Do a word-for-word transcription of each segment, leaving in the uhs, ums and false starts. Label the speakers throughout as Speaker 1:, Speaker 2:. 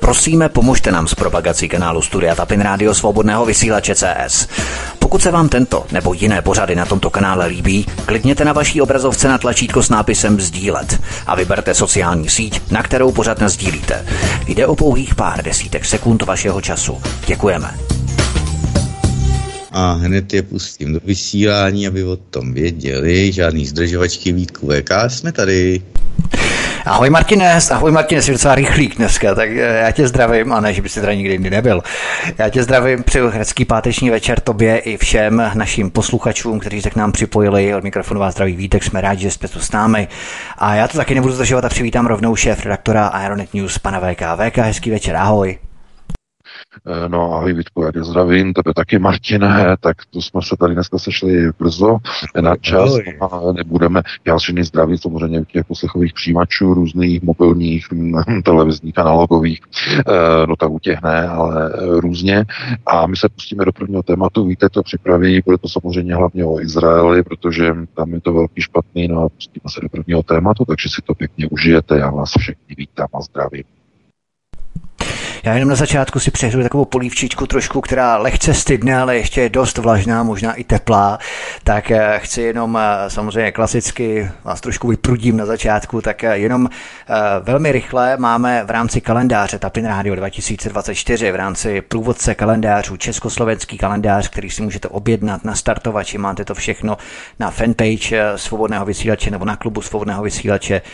Speaker 1: Prosíme, pomožte nám s propagací kanálu Studia Tapin Rádio Svobodného vysílače C S. Pokud se vám tento nebo jiné pořady na tomto kanále líbí, klikněte na vaší obrazovce na tlačítko s nápisem sdílet a vyberte sociální síť, na kterou pořad nasdílíte. Jde o pouhých pár desítek sekund vašeho času. Děkujeme.
Speaker 2: A hned je pustím do vysílání, aby o tom věděli. Žádný zdržovačky, Vítku V K, jsme tady.
Speaker 1: Ahoj Martines, ahoj Martines, jsi docela rychlík dneska, tak já tě zdravím, a ne, že bys teda nikdy jindy nebyl. Já tě zdravím, přeju hezký páteční večer tobě i všem našim posluchačům, kteří se k nám připojili. Od mikrofonu vás zdraví Vítek, jsme rádi, že jste tu s námi. A já to taky nebudu zdržovat a přivítám rovnou šéf redaktora Aeronet News, pana V K. V K, hezký večer, ahoj.
Speaker 3: No ahoj Vítku, já tě zdravím, tebe taky Martine, tak to jsme se tady dneska sešli brzo na čas a nebudeme, já všechny zdraví samozřejmě těch poslechových přijímačů, různých mobilních, televizních, analogových, no tak u těch ne, ale různě. A my se pustíme do prvního tématu, Víte, to připraví, bude to samozřejmě hlavně o Izraeli, protože tam je to velký špatný, no a pustíme se do prvního tématu, takže si to pěkně užijete, já vás všechny vítám a zdravím.
Speaker 1: Já jenom na začátku si přehřu takovou polívčičku trošku, která lehce stydne, ale ještě je dost vlažná, možná i teplá. Tak chci jenom samozřejmě klasicky, vás trošku vyprudím na začátku, tak jenom velmi rychle máme v rámci kalendáře Tapin Radio dva tisíce dvacet čtyři, v rámci průvodce kalendářů, československý kalendář, který si můžete objednat na startovači, máte to všechno na fanpage Svobodného vysílače nebo na klubu Svobodného vysílače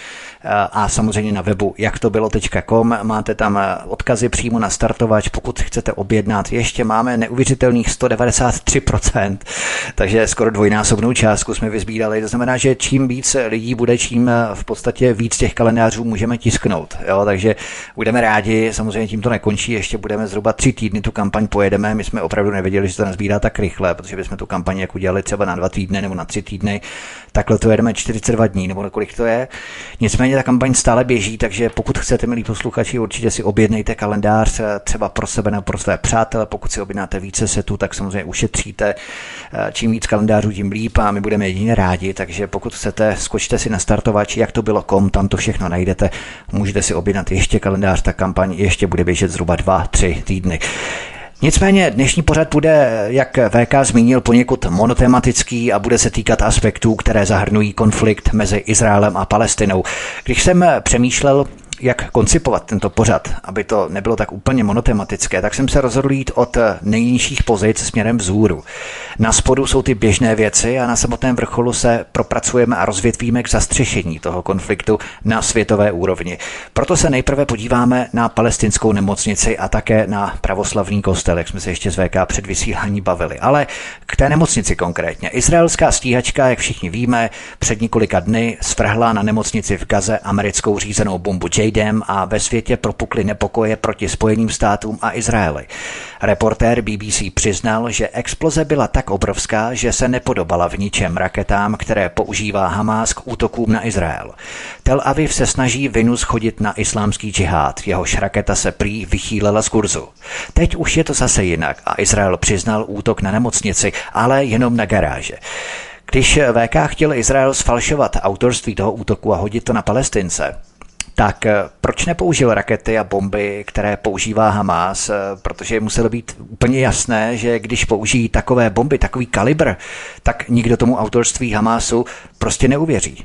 Speaker 1: a samozřejmě na webu jak to bylo tečka com, máte tam odkazy přímo na startovač, pokud chcete objednat. Ještě máme neuvěřitelných sto devadesát tři procent, takže skoro dvojnásobnou částku jsme vyzbírali. To znamená, že čím víc lidí bude, čím v podstatě víc těch kalendářů můžeme tisknout. Jo? Takže budeme rádi, samozřejmě tím to nekončí, ještě budeme zhruba tři týdny tu kampaň pojedeme. My jsme opravdu nevěděli, že to nazbírá tak rychle, protože bychom tu kampaň jako dělali třeba na dva týdny nebo na tři týdny. Takhle to jedeme čtyřicet dva dní, nebo kolik to je. Nicméně ta kampaň stále běží, takže pokud chcete, milí posluchači, určitě si objednejte kalendář třeba pro sebe nebo pro své přátele. Pokud si objednáte více setů, tak samozřejmě ušetříte. Čím víc kalendářů, tím líp a my budeme jedině rádi, takže pokud chcete, skočte si na startovač, jak to bylo kom, tam to všechno najdete. Můžete si objednat ještě kalendář, ta kampaň ještě bude běžet zhruba dva, tři týdny. Nicméně dnešní pořad bude, jak V K zmínil, poněkud monotematický a bude se týkat aspektů, které zahrnují konflikt mezi Izraelem a Palestinou. Když jsem přemýšlel, jak koncipovat tento pořad, aby to nebylo tak úplně monotematické, tak jsem se rozhodl jít od nejnižších pozic směrem vzhůru. Na spodu jsou ty běžné věci a na samotném vrcholu se propracujeme a rozvětvíme k zastřešení toho konfliktu na světové úrovni. Proto se nejprve podíváme na palestinskou nemocnici a také na pravoslavný kostel, jak jsme se ještě z V K před vysílání bavili. Ale k té nemocnici konkrétně. Izraelská stíhačka, jak všichni víme, před několika dny svrhla na nemocnici v Gaze americkou řízenou bombu J-Dem a ve světě propukly nepokoje proti Spojeným státům a Izraeli. Reportér B B C přiznal, že exploze byla tak obrovská, že se nepodobala v ničem raketám, které používá Hamás k útokům na Izrael. Tel Aviv se snaží vinu shodit na islámský džihád, jehož raketa se prý vychýlela z kurzu. Teď už je to zase jinak a Izrael přiznal útok na nemocnici, ale jenom na garáže. Když V K chtěl Izrael sfalšovat autorství toho útoku a hodit to na Palestince, tak proč nepoužil rakety a bomby, které používá Hamás? Protože muselo být úplně jasné, že když použijí takové bomby, takový kalibr, tak nikdo tomu autorství Hamásu prostě neuvěří.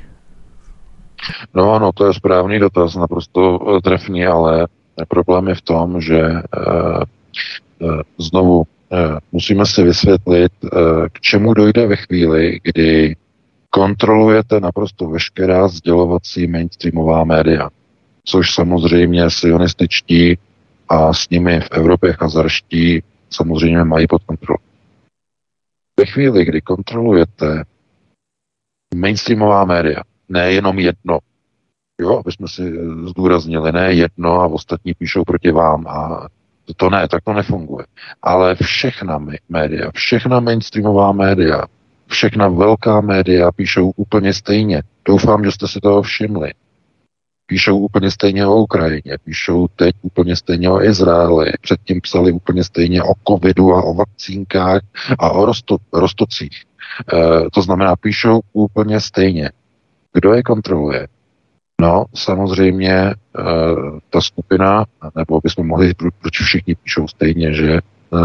Speaker 3: No ano, to je správný dotaz, naprosto trefný, ale problém je v tom, že e, e, znovu e, musíme si vysvětlit, e, k čemu dojde ve chvíli, kdy kontrolujete naprosto veškerá sdělovací mainstreamová média, což samozřejmě sionističtí a s nimi v Evropě chazarští samozřejmě mají pod kontrolou. Ve chvíli, kdy kontrolujete mainstreamová média, nejenom jedno, jo, aby jsme si zdůraznili, ne jedno a ostatní píšou proti vám a to, to ne, tak to nefunguje. Ale všechna média, všechna mainstreamová média, všechna velká média píšou úplně stejně. Doufám, že jste si toho všimli. Píšou úplně stejně o Ukrajině, píšou teď úplně stejně o Izraeli, předtím psali úplně stejně o covidu a o vakcínkách a o rosto, rostocích. E, to znamená, píšou úplně stejně. Kdo je kontroluje? No, samozřejmě ta skupina, nebo bychom mohli, proč všichni píšou stejně, že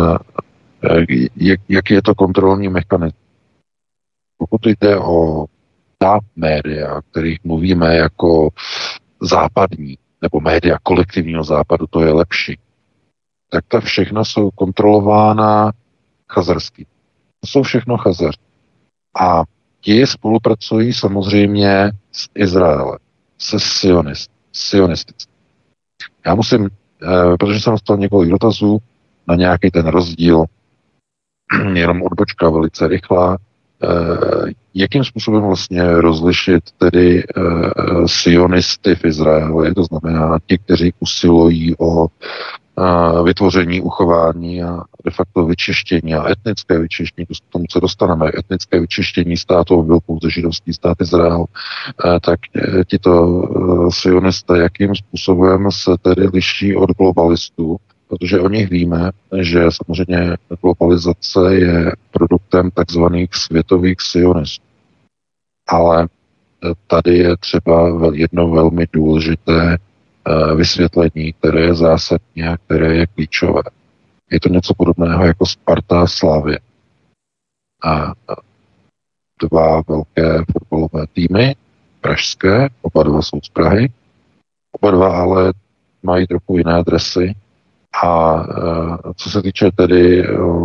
Speaker 3: jak, jak je to kontrolní mechanismus. Pokud jde o ta média, o kterých mluvíme jako západní, nebo média kolektivního západu, to je lepší, tak ta všechna jsou kontrolována chazersky. To jsou všechno chazeři. A ti spolupracují samozřejmě s Izraelem, se sionist, sionistickým. Já musím, eh, protože jsem dostal několik dotazů na nějaký ten rozdíl, jenom odbočka velice rychlá, eh, jakým způsobem vlastně rozlišit tedy eh, sionisty v Izraeli, to znamená ti, kteří usilují o vytvoření, uchování a de facto vyčištění a etnické vyčištění, k tomu se dostaneme, etnické vyčištění státu, byl pouze židovský stát Izrael, tak tito sionisté, jakým způsobem se tedy liší od globalistů, protože o nich víme, že samozřejmě globalizace je produktem takzvaných světových sionistů. Ale tady je třeba jedno velmi důležité vysvětlení, které je zásadní a které je klíčové. Je to něco podobného jako Sparta a Slavie. A dva velké fotbalové týmy, pražské, oba dva jsou z Prahy, oba dva ale mají trochu jiné dresy a co se týče tedy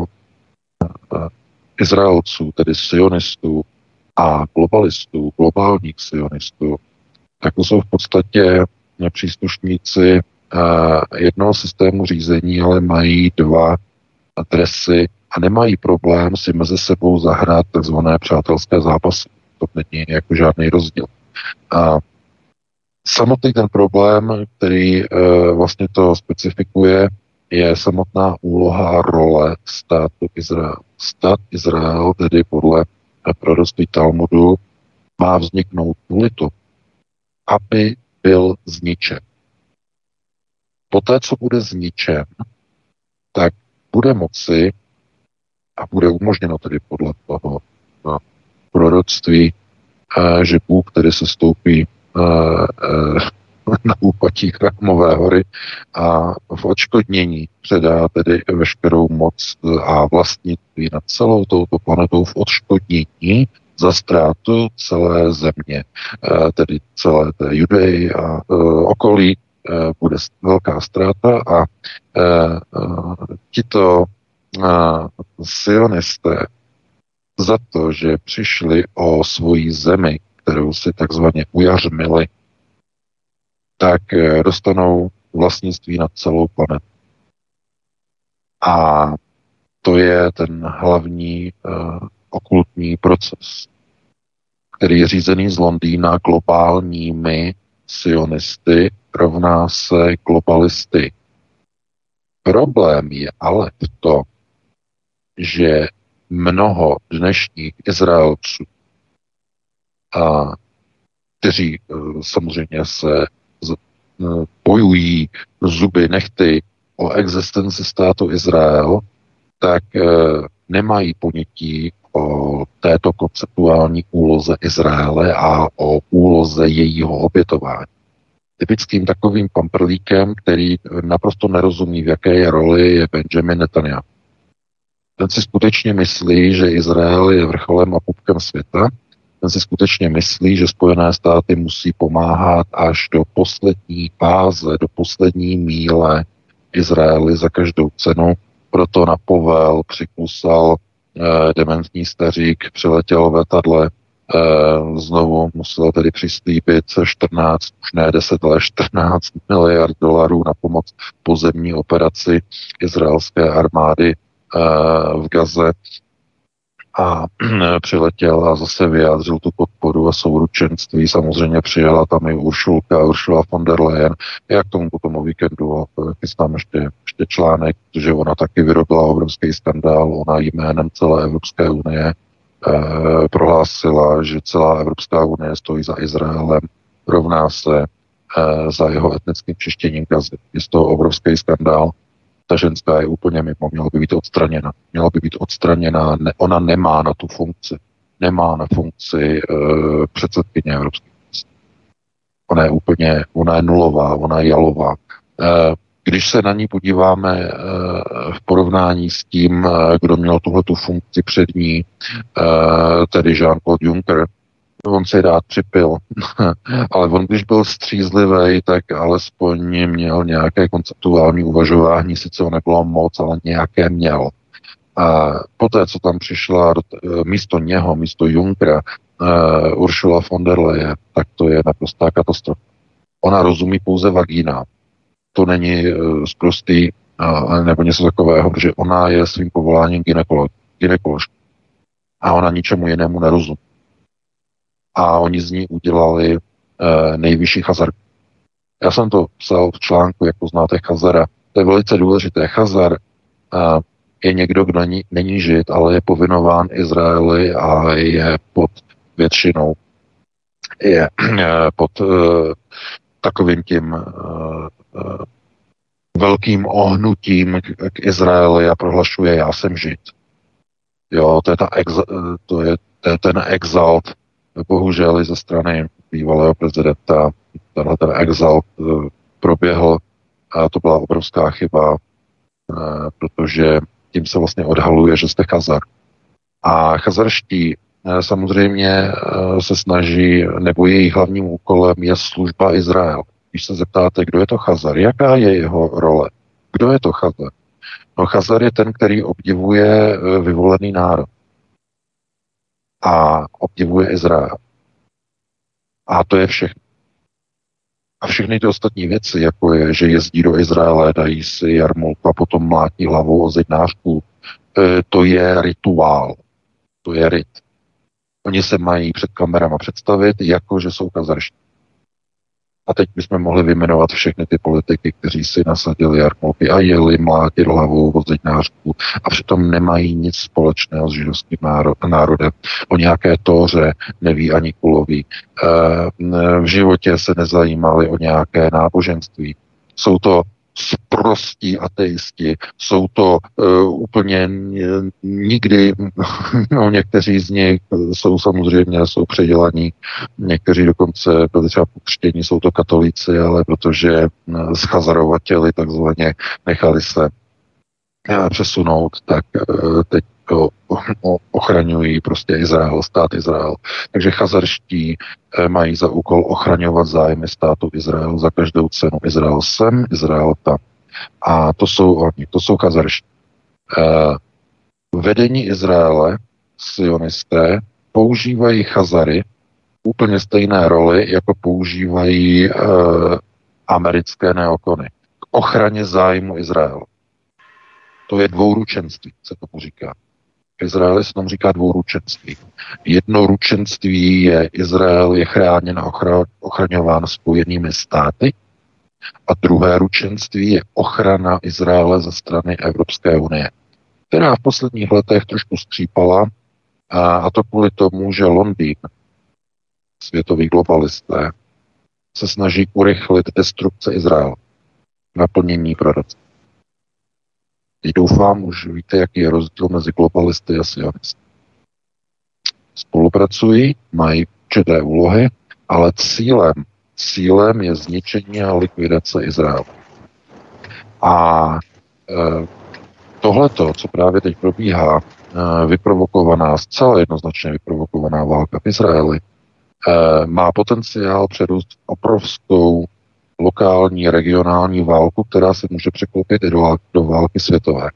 Speaker 3: Izraelců, tedy sionistů a globalistů, globálních sionistů, tak to jsou v podstatě příslušníci jednoho systému řízení, ale mají dva adresy a nemají problém si mezi sebou zahrát takzvané přátelské zápasy. To není jako žádný rozdíl. A samotný ten problém, který vlastně to specifikuje, je samotná úloha a role státu Izrael. Stát Izrael, tedy podle proroctví Talmudu, má vzniknout kvůli tomu, aby byl zničen. Poté, co bude zničen, tak bude moci a bude umožněno tedy podle toho no, proroctví, eh, že Bůh, který se stoupí eh, eh, na úpatí Chrámové hory a v odškodnění předá tedy veškerou moc a vlastnictví nad celou touto planetou v odškodnění za ztrátu celé země, tedy celé té Judeji a okolí, bude velká ztráta a tito sionisté za to, že přišli o svoji zemi, kterou si takzvaně ujařmili, tak dostanou vlastnictví nad celou planetu. A to je ten hlavní uh, okultní proces, který je řízený z Londýna globálními sionisty, rovná se globalisty. Problém je ale v tom, že mnoho dnešních Izraelců, a, kteří uh, samozřejmě se z, uh, bojují zuby nehty o existenci státu Izrael, tak uh, nemají ponětí o této konceptuální úloze Izraele a o úloze jejího obětování. Typickým takovým pamprlíkem, který naprosto nerozumí, v jaké je roli, je Benjamin Netanyahu. Ten si skutečně myslí, že Izrael je vrcholem a pupkem světa. Ten si skutečně myslí, že Spojené státy musí pomáhat až do poslední fáze, do poslední míle Izraeli za každou cenu. Proto na povel přiklusal eh, dementní stařík, přiletěl v letadle, eh, znovu musel tedy přislíbit čtrnáct, už ne deset, ale čtrnáct miliard dolarů na pomoc pozemní operaci izraelské armády eh, v Gaze a přiletěl a zase vyjádřil tu podporu a souručenství. Samozřejmě přijela tam i Uršulka, Ursula von der Leyen. Já k tomu potom o víkendu chystám ještě, ještě článek, protože ona taky vyrobila obrovský skandál. Ona jménem celé Evropské unie eh, prohlásila, že celá Evropská unie stojí za Izraelem, rovná se eh, za jeho etnickým čištěním Gazy. Je to obrovský skandál. Ta ženská je úplně mimo, měla by být odstraněna. Měla by být odstraněna, ne, ona nemá na tu funkci. Nemá na funkci uh, předsedkyně Evropské unie. Ona je úplně, ona je nulová, ona je jalová. Když se na ní podíváme v porovnání s tím, kdo měl tuhletu funkci před ní, tedy Jean-Claude Juncker, on si rád připil, ale on, když byl střízlivý, tak alespoň měl nějaké konceptuální uvažování, sice ho nebylo moc, ale nějaké měl. A poté, co tam přišla místo něho, místo Junckera, uh, Ursula von der Leyen, tak to je naprostá katastrofa. Ona rozumí pouze vagína. To není uh, zprostý uh, nebo něco takového, protože ona je svým povoláním gynekolog, gynekoložka. A ona ničemu jinému nerozumí. A oni z ní udělali uh, nejvyšší hazard. Já jsem to psal v článku, jak poznáte Chazara. To je velice důležité. Chazar uh, je někdo, kdo není, není žid, ale je povinován Izraeli a je pod většinou, je pod uh, takovým tím uh, uh, velkým ohnutím k, k Izraeli a prohlašuje, já jsem žid. Jo, to je, ta ex, to je, to je ten exalt, bohužel ze strany bývalého prezidenta, tenhle ten exalt uh, proběhl a to byla obrovská chyba, uh, protože tím se vlastně odhaluje, že jste Chazar. A chazarští samozřejmě se snaží, nebo jejich hlavním úkolem je služba Izrael. Když se zeptáte, kdo je to Chazar, jaká je jeho role? Kdo je to Chazar? No Chazar je ten, který obdivuje vyvolený národ. A obdivuje Izrael. A to je všechno. A všechny ty ostatní věci, jako je, že jezdí do Izraele, dají si jarmulku a potom mlátí hlavou o zednářku, to je rituál. To je rit. Oni se mají před kamerama představit, jako že jsou chazarští. A teď bychom mohli vyjmenovat všechny ty politiky, kteří si nasadili jarmulky a jeli mlátit hlavou o zednářku a přitom nemají nic společného s židovským národem. O nějaké Tóře neví ani kulový. V životě se nezajímali o nějaké náboženství. Jsou to sprostí ateisti, jsou to uh, úplně nikdy, no někteří z nich jsou samozřejmě, jsou předělaní, někteří dokonce byli třeba pokřtění, jsou to katolíci, ale protože schazarovatěli takzvaně nechali se uh, přesunout, tak uh, teď to ochraňují prostě Izrael, stát Izrael. Takže chazarští mají za úkol ochraňovat zájmy státu Izrael za každou cenu. Izrael sem, Izrael tam. A to jsou oni, to jsou chazarští. Vedení Izraele, sionisté, používají chazary úplně stejné roli, jako používají uh, americké neokony k ochraně zájmu Izraele. To je dvouručenství, se tomu říká. V Izraeli se tomu říká dvouručenství. Jedno ručenství je, Izrael je chráněn a ochraňován Spojenými státy a druhé ručenství je ochrana Izraele ze strany Evropské unie, která v posledních letech trošku skřípala a, a to kvůli tomu, že Londýn, světoví globalisté, se snaží urychlit destrukce Izraele, naplnění proroctví. Teď doufám, už víte, jaký je rozdíl mezi globalisty a sionisty. Spolupracují, mají určité úlohy, ale cílem, cílem je zničení a likvidace Izraele. A e, tohleto, co právě teď probíhá, e, vyprovokovaná, zcela jednoznačně vyprovokovaná válka v Izraeli, e, má potenciál přerůst obrovskou lokální, regionální válku, která se může překlopit i do, do války světové.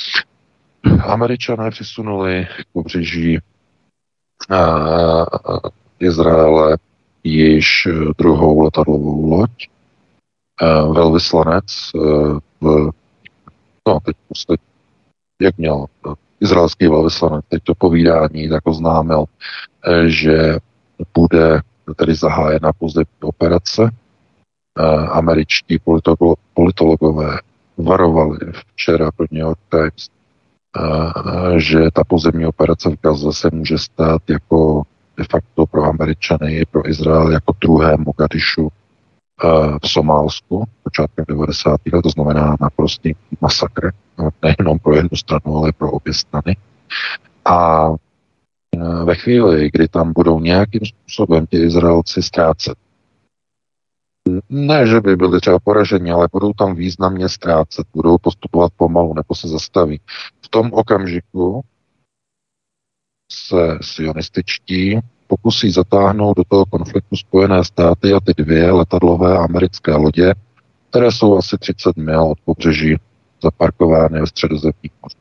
Speaker 3: Američané přisunuli k pobřeží uh, Izraele již druhou letadlovou loď. Uh, velvyslanec uh, v, no teď prostě, jak měl uh, izraelský velvyslanec, teď to povídání tak oznámil, uh, že bude tedy zahájena pozemní operace. Američtí politologové varovali včera pro New York Times, že ta pozemní operace v Gaze se může stát jako de facto pro Američany i pro Izrael jako druhé Mogadišu v Somálsku počátkem devadesátých let, to znamená naprostý masakr, nejenom pro jednu stranu, ale pro obě strany. A ve chvíli, kdy tam budou nějakým způsobem ti Izraelci ztrácet, Ne, že by byli třeba poraženi, ale budou tam významně ztrácet, budou postupovat pomalu nebo se zastaví. V tom okamžiku se sionističtí pokusí zatáhnout do toho konfliktu Spojené státy a ty dvě letadlové americké lodě, které jsou asi třicet mil od pobřeží zaparkovány ve Středozemním moři.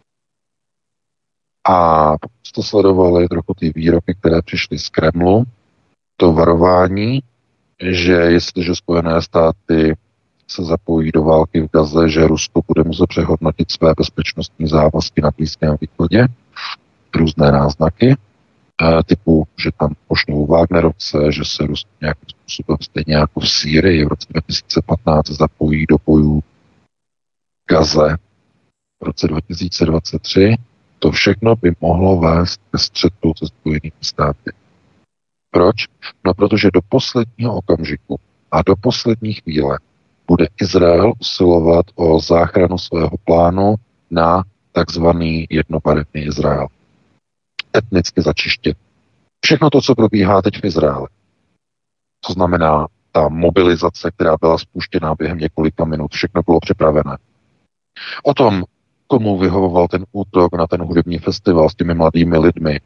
Speaker 3: A pokud jste sledovali trochu ty výroky, které přišly z Kremlu, to varování, že jestliže Spojené státy se zapojí do války v Gaze, že Rusko bude muset přehodnotit své bezpečnostní závazky na Blízkém východě, různé náznaky, typu, že tam pošlou Wagnerovce, že se Rusko nějakým způsobem stejně jako v Sýrii v roce dva tisíce patnáct zapojí do bojů v Gaze v roce dva tisíce dvacet tři, to všechno by mohlo vést ke střetu se Spojenými státy. Proč? No, protože do posledního okamžiku a do poslední chvíle bude Izrael usilovat o záchranu svého plánu na takzvaný jednobarevný Izrael. Etnicky začištěn. Všechno to, co probíhá teď v Izraeli. To znamená ta mobilizace, která byla spuštěná během několika minut, všechno bylo připravené. O tom, komu vyhovoval ten útok na ten hudební festival s těmi mladými lidmi,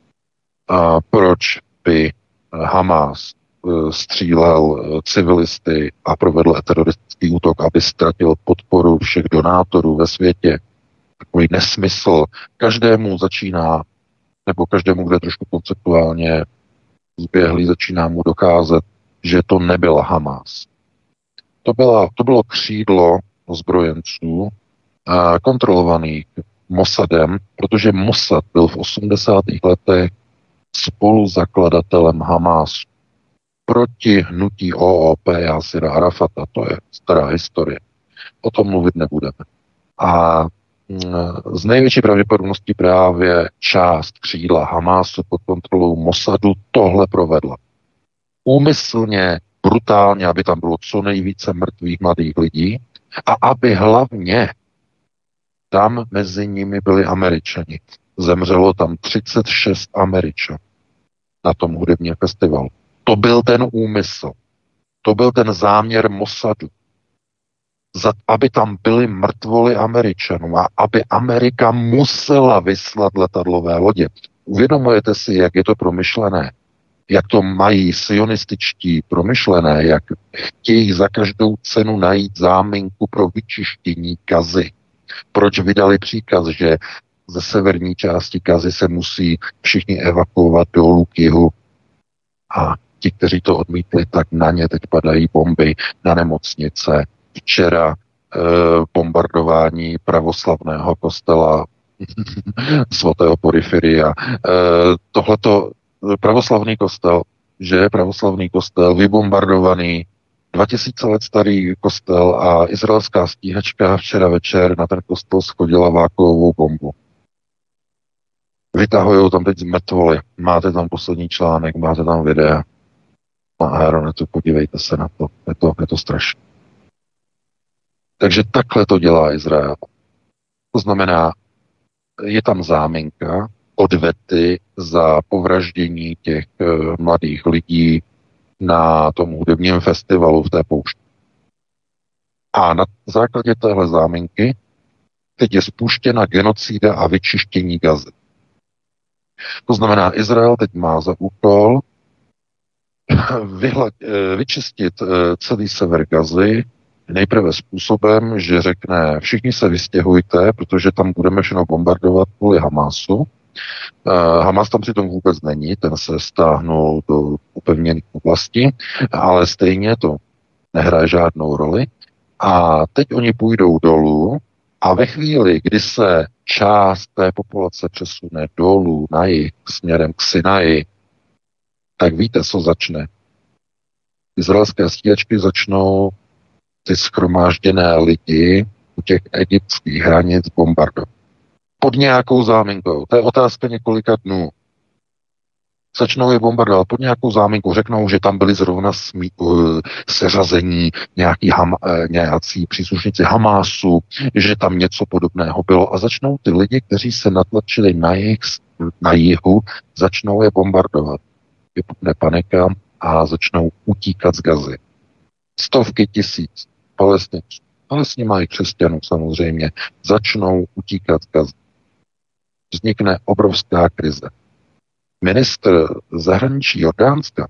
Speaker 3: a proč by Hamas střílel civilisty a provedl teroristický útok, aby ztratil podporu všech donátorů ve světě. Takový nesmysl. Každému začíná, nebo každému, kde trošku konceptuálně zběhlý, začíná mu dokázat, že to nebyla Hamas. To, byla, to bylo křídlo ozbrojenců kontrolovaných Mossadem, protože Mossad byl v osmdesátých letech spoluzakladatelem Hamasu proti hnutí O O P Jasira Arafata. To je stará historie. O tom mluvit nebudeme. A z největší pravděpodobností právě část křídla Hamasu pod kontrolou Mossadu tohle provedla. Úmyslně, brutálně, aby tam bylo co nejvíce mrtvých mladých lidí a aby hlavně tam mezi nimi byli Američani. Zemřelo tam třicet šest Američanů na tom hudebním festivalu. To byl ten úmysl. To byl ten záměr Mossadu. Za, aby tam byly mrtvoly Američanů a aby Amerika musela vyslat letadlové lodě. Uvědomujete si, jak je to promyšlené? Jak to mají sionističtí promyšlené? Jak chtějí za každou cenu najít záminku pro vyčištění Gazy? Proč vydali příkaz, že ze severní části Gazy se musí všichni evakuovat dolů k jihu? A ti, kteří to odmítli, tak na ně teď padají bomby na nemocnice. Včera e, bombardování pravoslavného kostela svatého Porfiria. E, tohleto pravoslavný kostel, že pravoslavný kostel vybombardovaný, dva tisíce let starý kostel a izraelská stíhačka včera večer na ten kostel schodila vákuovou bombu. Vytahujou tam teď z mrtvoly. Máte tam poslední článek, máte tam videa. Na Aeronetu, podívejte se na to. Je to, je to strašné. Takže takhle to dělá Izrael. To znamená, je tam záminka, odvety za povraždění těch e, mladých lidí na tom hudebním festivalu v té poušti. A na základě téhle záminky teď je spuštěna genocída a vyčištění Gazy. To znamená, Izrael teď má za úkol vyhlad, vyčistit celý sever Gazy nejprve způsobem, že řekne, všichni se vystěhujte, protože tam budeme všechno bombardovat kvůli Hamasu. Hamas tam přitom vůbec není, ten se stáhnul do upevněných oblastí, ale stejně to nehraje žádnou roli. A teď oni půjdou dolů a ve chvíli, kdy se část té populace přesune dolů na jih směrem k Sinaji, tak víte, co začne. Izraelské stíhačky začnou ty shromážděné lidi u těch egyptských hranic bombardovat. Pod nějakou záminkou. To je otázka několika dnů. Začnou je bombardovat pod nějakou záminku. Řeknou, že tam byli zrovna smí, uh, seřazení nějaký ham, uh, nějací příslušníci Hamásu, že tam něco podobného bylo. A začnou ty lidi, kteří se natlačili na, jich, na jihu, začnou je bombardovat. Vypukne panika a začnou utíkat z Gazy. stovky tisíc Palestinců, ale s nimi i křesťanů samozřejmě, začnou utíkat z Gazy. Vznikne obrovská krize. Ministr zahraničí Jordánska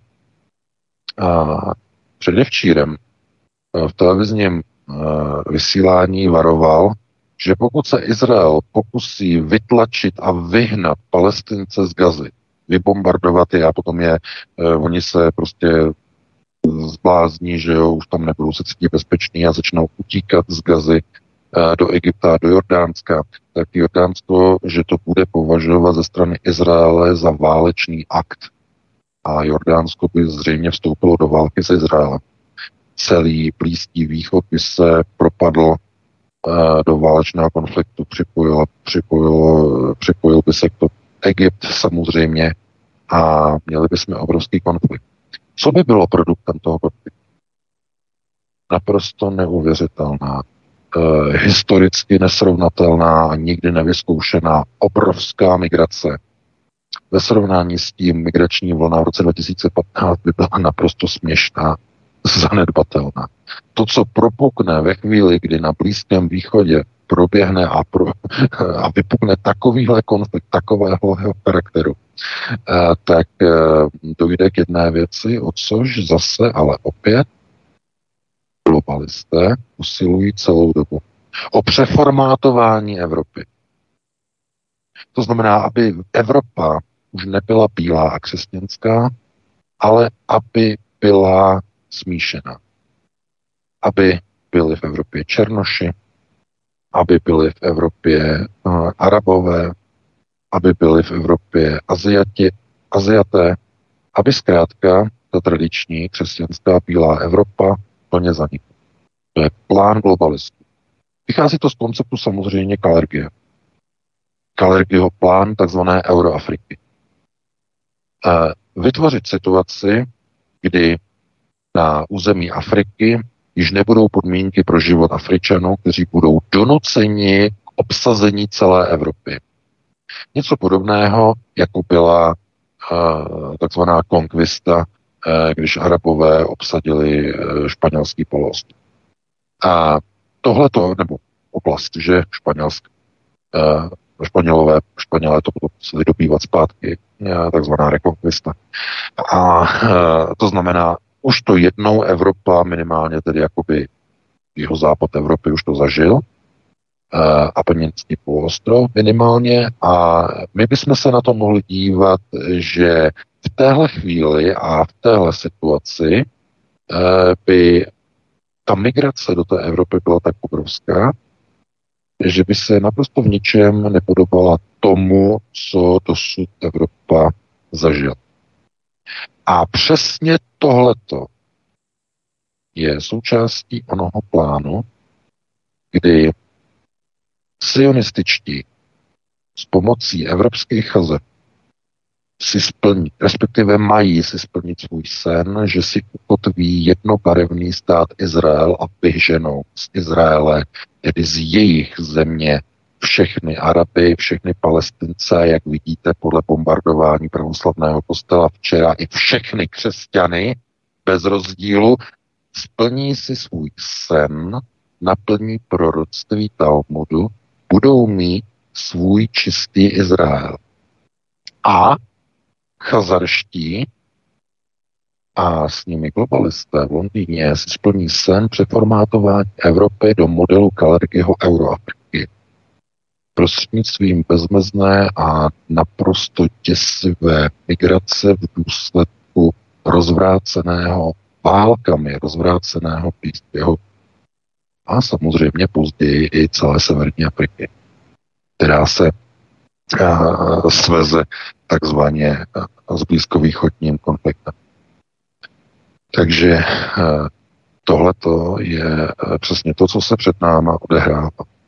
Speaker 3: a předevčírem v televizním vysílání varoval, že pokud se Izrael pokusí vytlačit a vyhnat Palestince z Gazy, vybombardovat je a potom je, oni se prostě zblázní, že jo, už tam nebudou se cítit bezpeční a začnou utíkat z Gazy do Egypta, do Jordánska, tak Jordánsko, že to bude považovat ze strany Izraele za válečný akt. A Jordánsko by zřejmě vstoupilo do války s Izraelem. Celý Blízký východ by se propadl do válečného konfliktu, připojil, připojil, připojil by se k tomu Egypt samozřejmě a měli bychom obrovský konflikt. Co by bylo produktem toho konfliktu? Naprosto neuvěřitelná, eh, historicky nesrovnatelná a nikdy nevyzkoušená obrovská migrace. Ve srovnání s tím migrační vlna v roce dva tisíce patnáct by byla naprosto směšná, zanedbatelná. To, co propukne ve chvíli, kdy na Blízkém východě proběhne a, pro, a vypukne takovýhle konflikt, takového charakteru, tak dojde k jedné věci, o což zase ale opět globalisté usilují celou dobu. O přeformátování Evropy. To znamená, aby Evropa už nebyla bílá a křesťanská, ale aby byla smíšená. Aby byli v Evropě černoši, aby byli v Evropě uh, Arabové, aby byli v Evropě Aziati, Aziaté, aby zkrátka ta tradiční křesťanská bílá Evropa plně zanikla. To je plán globalistů. Vychází to z konceptu samozřejmě Kalergie. Kalergieho plán takzvané Euroafriky. Uh, vytvořit situaci, kdy na území Afriky již nebudou podmínky pro život Afričanů, kteří budou donuceni k obsazení celé Evropy. Něco podobného, jako byla uh, takzvaná konkvista, uh, když Arabové obsadili uh, španělský poloostrov. A tohleto, nebo oblast, že Španělsk, uh, Španělové, Španělé to potom museli dobývat zpátky, uh, takzvaná rekonkvista. A uh, to znamená, už to jednou Evropa, minimálně tedy jakoby jeho západ Evropy už to zažil, a Apeninský poloostrov minimálně, a my bychom se na to mohli dívat, že v téhle chvíli a v téhle situaci by ta migrace do té Evropy byla tak obrovská, že by se naprosto v ničem nepodobala tomu, co dosud Evropa zažila. A přesně tohleto je součástí onoho plánu, kdy sionističtí s pomocí evropských chazeb si splní, respektive mají si splnit svůj sen, že si ukotví jednobarevný stát Izrael a vyženou z Izraele, tedy z jejich země, všechny Araby, všechny Palestince, jak vidíte podle bombardování pravoslavného kostela včera, i všechny křesťany bez rozdílu, splní si svůj sen, naplní proroctví Talmudu, budou mít svůj čistý Izrael. A chazarští a s nimi globalisté v Londýně si splní sen přeformátování Evropy do modelu Kalergieho Euroafriky. Prostřednictvím bezmezné a naprosto děsivé migrace v důsledku rozvráceného válkami, rozvráceného Blízkého a samozřejmě později i celé severní Afriky, která se uh, sveze takzvaně uh, s blízkovýchodním konfliktem. Takže uh, tohleto je uh, přesně to, co se před náma odehrává.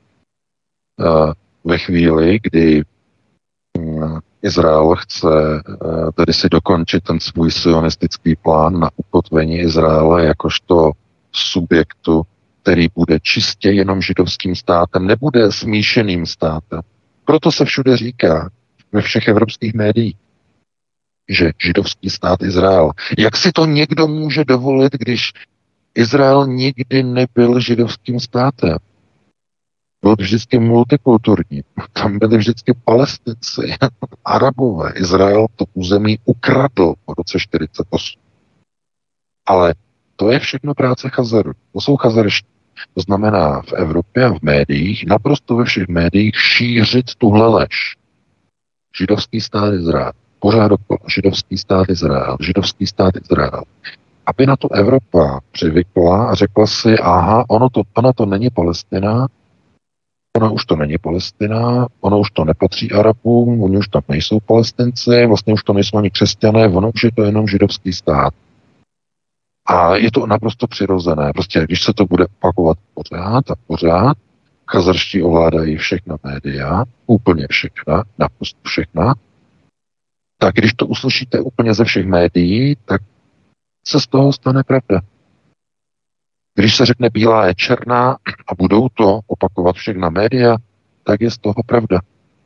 Speaker 3: Uh, ve chvíli, kdy uh, Izrael chce uh, tedy si dokončit ten svůj sionistický plán na ukotvení Izraele jakožto subjektu, který bude čistě jenom židovským státem, nebude smíšeným státem. Proto se všude říká, ve všech evropských médiích, že židovský stát Izrael. Jak si to někdo může dovolit, když Izrael nikdy nebyl židovským státem. Byl vždycky multikulturní. Tam byli vždycky Palestinci, Arabové. Izrael to území ukradl v roce čtyřicet osm. Ale to je všechno práce Chazaru. To jsou chazarští. To znamená v Evropě a v médiích, naprosto ve všech médiích šířit tuhle lež. Židovský stát Izrael. Pořád okolo. Židovský stát Izrael. Židovský stát Izrael. Aby na to Evropa přivykla a řekla si, aha, ono to, ono to není Palestina, ono už to není Palestina, ono už to nepatří Arabům, oni už tam nejsou Palestinci, vlastně už to nejsou ani křesťané, ono už je to jenom židovský stát. A je to naprosto přirozené. Prostě když se to bude opakovat pořád a pořád, chazarští ovládají všechna média, úplně všechna, naprosto všechna, tak když to uslyšíte úplně ze všech médií, tak se z toho stane pravda. Když se řekne bílá je černá a budou to opakovat všechna média, tak je z toho pravda.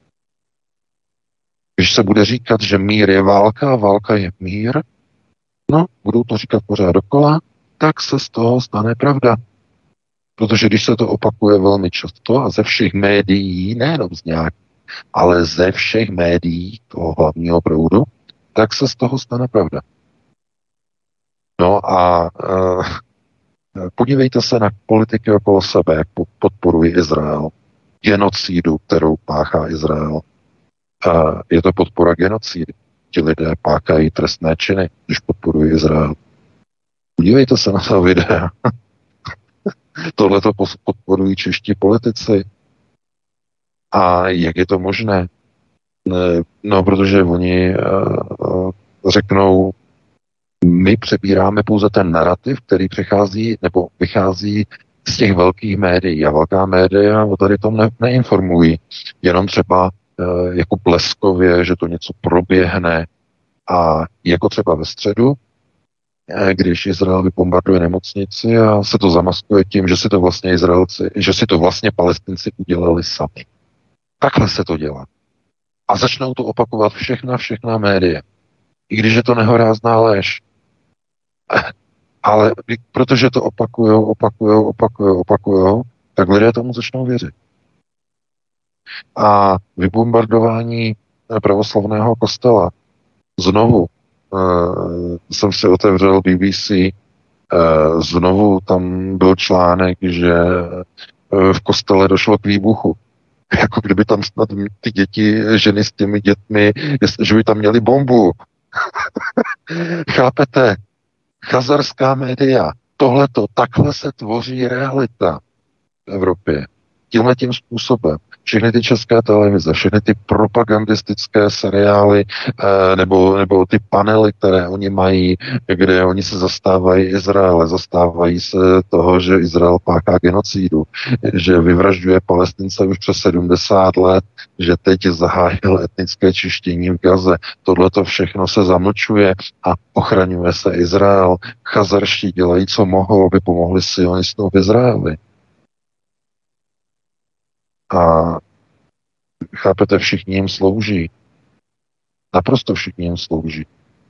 Speaker 3: Když se bude říkat, že mír je válka a válka je mír, no, budou to říkat pořád dokola, tak se z toho stane pravda. Protože když se to opakuje velmi často a ze všech médií, nejenom z nějak, ale ze všech médií toho hlavního proudu, tak se z toho stane pravda. No a uh, podívejte se na politiky okolo sebe, jak podporují Izrael. Genocidu, kterou páchá Izrael. Uh, je to podpora genocidy. Ti lidé páchají trestné činy, když podporují Izrael. Podívejte se na ta videa. Tohle to podporují čeští politici. A jak je to možné? No, protože oni uh, řeknou, my přebíráme pouze ten narrativ, který přichází nebo vychází z těch velkých médií. A velká média o tady tom ne, neinformují. Jenom třeba uh, jako bleskově, že to něco proběhne. A jako třeba ve středu, když Izrael vybombarduje nemocnici a se to zamaskuje tím, že si to vlastně Izraelci, že si to vlastně Palestinci udělali sami. Takhle se to dělá. A začnou to opakovat všechna, všechna média. I když je to nehorázná lež. Ale protože to opakujou, opakujou, opakujou, opakujou, tak lidé tomu začnou věřit. A vybombardování pravoslavného kostela znovu uh, jsem si otevřel B B C, uh, znovu tam byl článek, že uh, v kostele došlo k výbuchu. Jako kdyby tam snad ty děti, ženy s těmi dětmi, že by tam měli bombu. Chápete? Chazarská média. Tohleto, takhle se tvoří realita v Evropě. Tímhletím způsobem. Všechny ty české televize, všechny ty propagandistické seriály eh, nebo, nebo ty panely, které oni mají, kde oni se zastávají Izraele, zastávají se toho, že Izrael páchá genocidu, že vyvražďuje Palestince už přes sedmdesát let, že teď zahájil etnické čištění v Gaze. Tohleto všechno se zamlčuje a ochraňuje se Izrael. Chazarští dělají, co mohou, aby pomohli sionistům v Izraeli. A chápete, všichni jim slouží. Naprosto všichni jim slouží.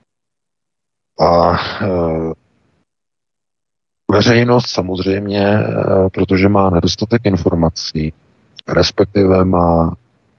Speaker 3: A e, veřejnost samozřejmě, e, protože má nedostatek informací, respektive má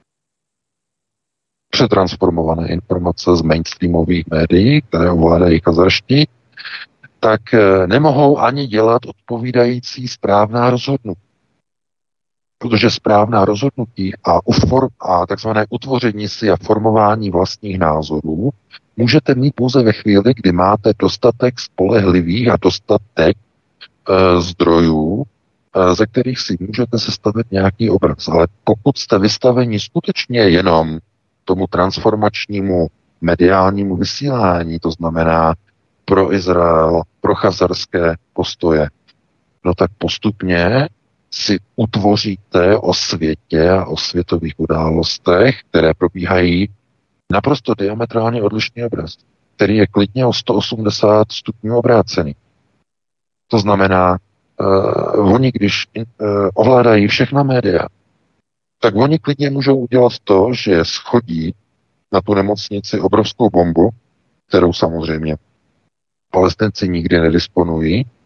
Speaker 3: přetransformované informace z mainstreamových médií, které ovládají chazarští, tak e, nemohou ani dělat odpovídající správná rozhodnutí. Protože správná rozhodnutí a, uform, a takzvané utvoření si a formování vlastních názorů můžete mít pouze ve chvíli, kdy máte dostatek spolehlivých a dostatek e, zdrojů, e, ze kterých si můžete sestavit nějaký obraz. Ale pokud jste vystaveni skutečně jenom tomu transformačnímu mediálnímu vysílání, to znamená pro Izrael, pro chazarské postoje, no tak postupně si utvoříte o světě a o světových událostech, které probíhají naprosto diametrálně odlišný obraz, který je klidně o sto osmdesát stupňů obrácený. To znamená, uh, oni, když uh, ovládají všechna média, tak oni klidně můžou udělat to, že schodí na tu nemocnici obrovskou bombu, kterou samozřejmě Palestinci nikdy nedisponují,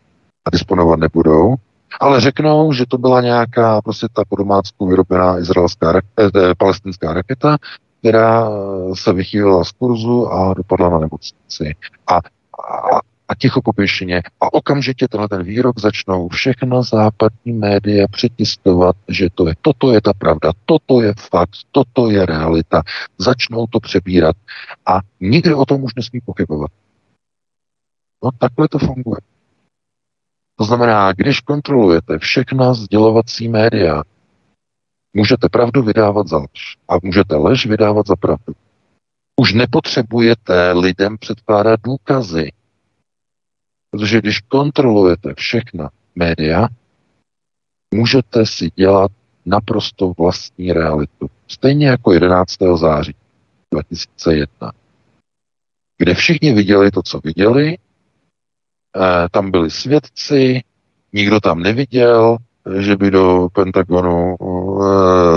Speaker 3: a disponovat nebudou, ale řeknou, že to byla nějaká prostě ta po domácku vyrobená izraelská raketa, palestinská raketa, která se vychýlila z kurzu a dopadla na nemocnici. A, a, a ticho po pěšině. A okamžitě tenhle ten výrok začnou všechna západní média přetiskovat, že to je, toto je ta pravda, toto je fakt, toto je realita. Začnou to přebírat. A nikdo o tom už nesmí pochybovat. No takhle to funguje. To znamená, když kontrolujete všechna sdělovací média, můžete pravdu vydávat za lež a můžete lež vydávat za pravdu. Už nepotřebujete lidem předkládat důkazy, protože když kontrolujete všechna média, můžete si dělat naprosto vlastní realitu. Stejně jako jedenáctého září dva tisíce jedna, kde všichni viděli to, co viděli, eh, tam byli svědci, nikdo tam neviděl, že by do Pentagonu e,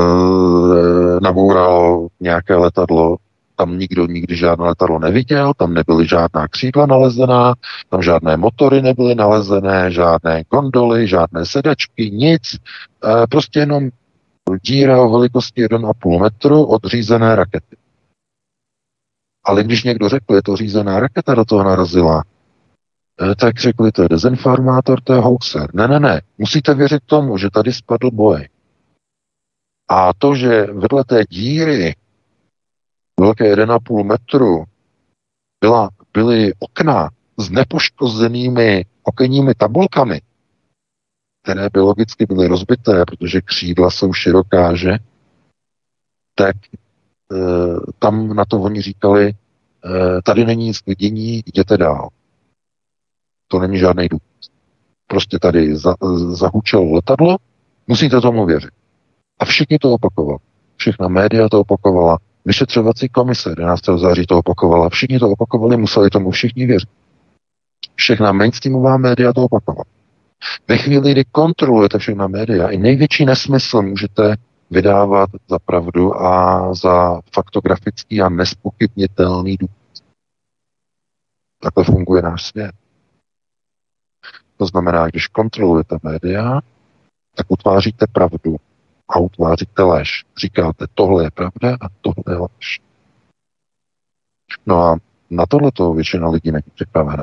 Speaker 3: naboural nějaké letadlo. Tam nikdo nikdy žádné letadlo neviděl, tam nebyly žádná křídla nalezená, tam žádné motory nebyly nalezené, žádné gondoly, žádné sedačky, nic. E, prostě jenom díra o velikosti jeden a půl metru od řízené rakety. Ale když někdo řekl, je to řízená raketa, do toho narazila, tak řekli, to je dezinformátor, to je hoaxer. Ne, ne, ne. Musíte věřit tomu, že tady spadl boj. A to, že vedle té díry velké jeden a půl metru byla, byly okna s nepoškozenými okenními tabulkami, které by logicky byly rozbité, protože křídla jsou široká, že? Tak e, tam na to oni říkali, e, tady není nic k vidění, jděte dál. To není žádný důvod. Prostě tady za, zahučelo letadlo, musíte tomu věřit. A všichni to opakovali. Všechna média to opakovala. Vyšetřovací komise jedenáctého září to opakovala. Všichni to opakovali, museli tomu všichni věřit. Všechna mainstreamová média to opakovala. Ve chvíli, kdy kontrolujete všechna média, i největší nesmysl můžete vydávat za pravdu a za faktografický a nespochybnitelný důvod. Takhle funguje náš svět. To znamená, když kontrolujete média, tak utváříte pravdu a utváříte lež. Říkáte, tohle je pravda a tohle je lež. No a na tohleto většina lidí není připravena.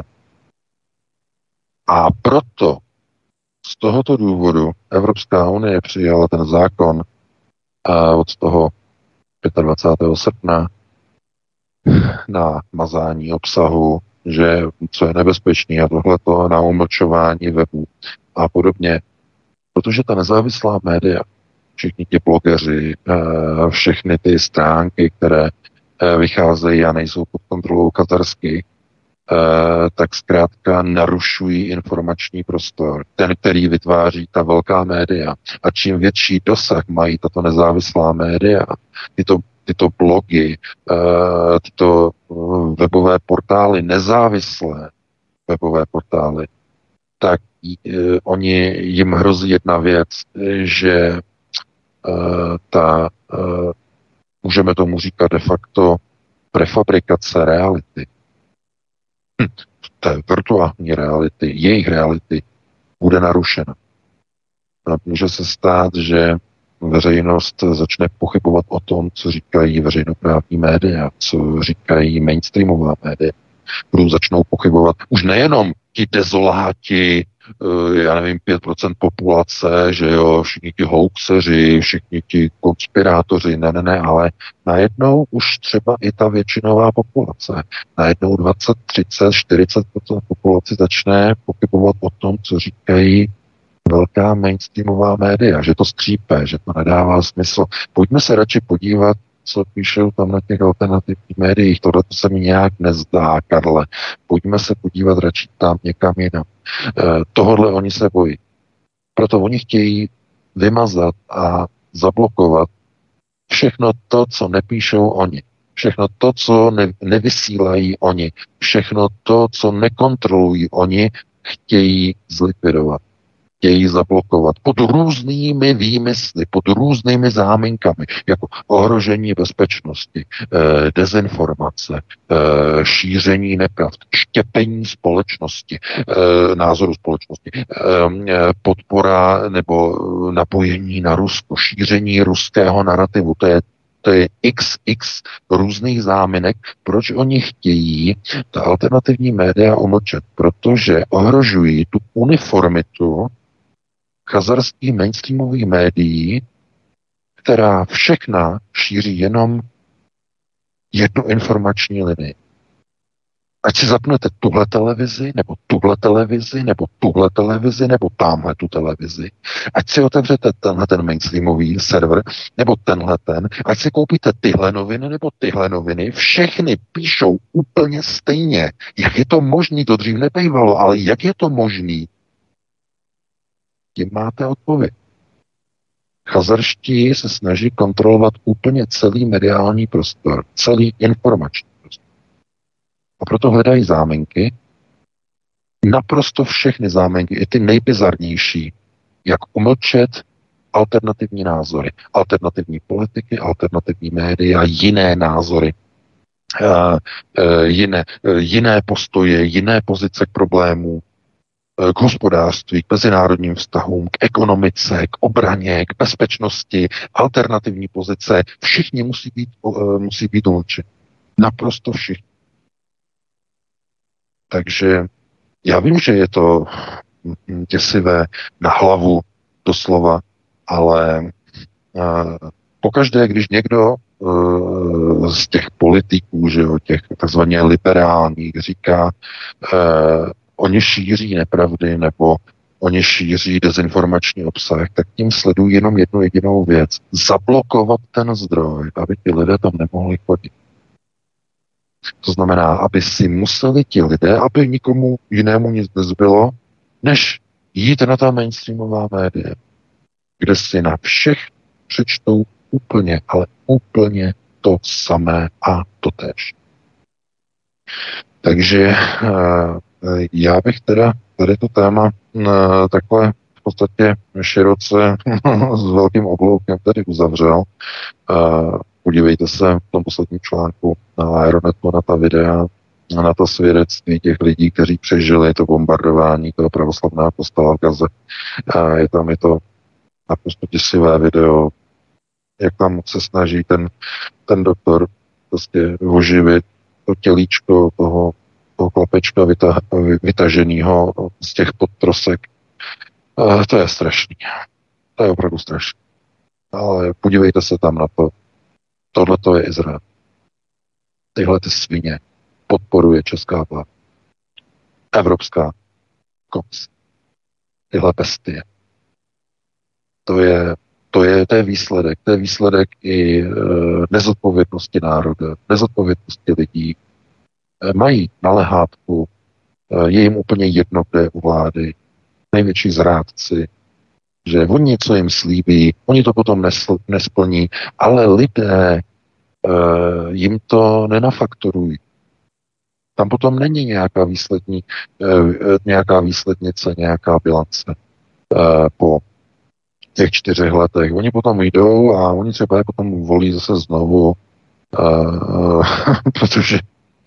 Speaker 3: A proto z tohoto důvodu Evropská unie přijala ten zákon a od toho dvacátého pátého srpna na mazání obsahu, že co je nebezpečný a tohleto na umlčování webu a podobně. Protože ta nezávislá média, všichni ti blogeři, všechny ty stránky, které vycházejí a nejsou pod kontrolou katarsky, tak zkrátka narušují informační prostor, ten, který vytváří ta velká média. A čím větší dosah mají tato nezávislá média, tyto tyto blogy, tyto webové portály, nezávislé webové portály, tak oni jim hrozí jedna věc, že ta, můžeme tomu říkat de facto, prefabrikace reality, té virtuální reality, jejich reality, bude narušena. Může se stát, že veřejnost začne pochybovat o tom, co říkají veřejnoprávní média, co říkají mainstreamová média. Budou začnou pochybovat už nejenom ti dezoláti, já nevím, pět procent populace, že jo, všichni ti hoaxeři, všichni ti konspirátoři, ne, ne, ne, ale najednou už třeba i ta většinová populace. Najednou dvacet, třicet, čtyřicet procent populace začne pochybovat o tom, co říkají velká mainstreamová média, že to skřípe, že to nedává smysl. Pojďme se radši podívat, co píšou tam na těch alternativních médiích. Tohle to se mi nějak nezdá, Karle. Pojďme se podívat radši tam někam jinam. E, tohodle oni se bojí. Proto oni chtějí vymazat a zablokovat všechno to, co nepíšou oni. Všechno to, co ne, nevysílají oni. Všechno to, co nekontrolují oni, chtějí zlikvidovat. chtějí zablokovat pod různými výmysly, pod různými záminkami, jako ohrožení bezpečnosti, dezinformace, šíření nepravd, štěpení společnosti, názoru společnosti, podpora nebo napojení na Rusko, šíření ruského narrativu. To je To je x x různých záminek, proč oni chtějí ta alternativní média umlčet, protože ohrožují tu uniformitu chazarských mainstreamových médií, která všechna šíří jenom jednu informační linii. Ať si zapnete tuhle televizi, nebo tuhle televizi, nebo tuhle televizi, nebo tamhle tu televizi. Ať si otevřete tenhle ten mainstreamový server, nebo tenhle ten. Ať si koupíte tyhle noviny, nebo tyhle noviny. Všechny píšou úplně stejně. Jak je to možný? To dřív nebejvalo, ale jak je to možný? Tím máte odpověď. Chazarští se snaží kontrolovat úplně celý mediální prostor, celý informační prostor. A proto hledají záminky, naprosto všechny záminky, i ty nejbizarnější, jak umlčet alternativní názory, alternativní politiky, alternativní média, jiné názory, uh, uh, jiné, uh, jiné postoje, jiné pozice k problému, uh, k hospodářství, k mezinárodním vztahům, k ekonomice, k obraně, k bezpečnosti, alternativní pozice. Všichni musí být, uh, musí být umlčeni. Naprosto všichni. Takže já vím, že je to děsivé na hlavu doslova, ale uh, pokaždé, když někdo uh, z těch politiků, že jo, těch takzvaně liberálních, říká, uh, oni šíří nepravdy nebo oni šíří dezinformační obsah, tak tím sledují jenom jednu jedinou věc. Zablokovat ten zdroj, aby ti lidé tam nemohli chodit. To znamená, aby si museli ti lidé, aby nikomu jinému nic nezbylo, než jít na ta mainstreamová média, kde si na všech přečtou úplně, ale úplně to samé a totéž. Takže já bych teda tady to téma takhle v podstatě široce s velkým obloukem tady uzavřel. Podívejte se v tom posledním článku na Aeronetu na ta videa, na to svědectví těch lidí, kteří přežili to bombardování toho pravoslavného kostela v Gaze. Je tam je to naprosto děsivé video, jak tam se snaží ten, ten doktor prostě oživit to tělíčko toho, toho chlapečka vyta, vytaženého z těch podtrosek. To je strašný. To je opravdu strašný. Ale podívejte se tam na to. Tohle to je Izrael. Tyhle ty svině podporuje česká vláda. Evropská komise. Tyhle bestie. To je, to je, to je výsledek. To je výsledek i e, nezodpovědnosti národa, nezodpovědnosti lidí. E, mají na lehátku, e, je jim úplně jedno, kde je u vlády. Největší zrádci, že oni něco jim slíbí, oni to potom nesl, nesplní, ale lidé e, jim to nenafaktorují. Tam potom není nějaká výslední, e, nějaká výslednice, nějaká bilance e, po těch čtyřech letech. Oni potom jdou a oni třeba je potom volí zase znovu, e, protože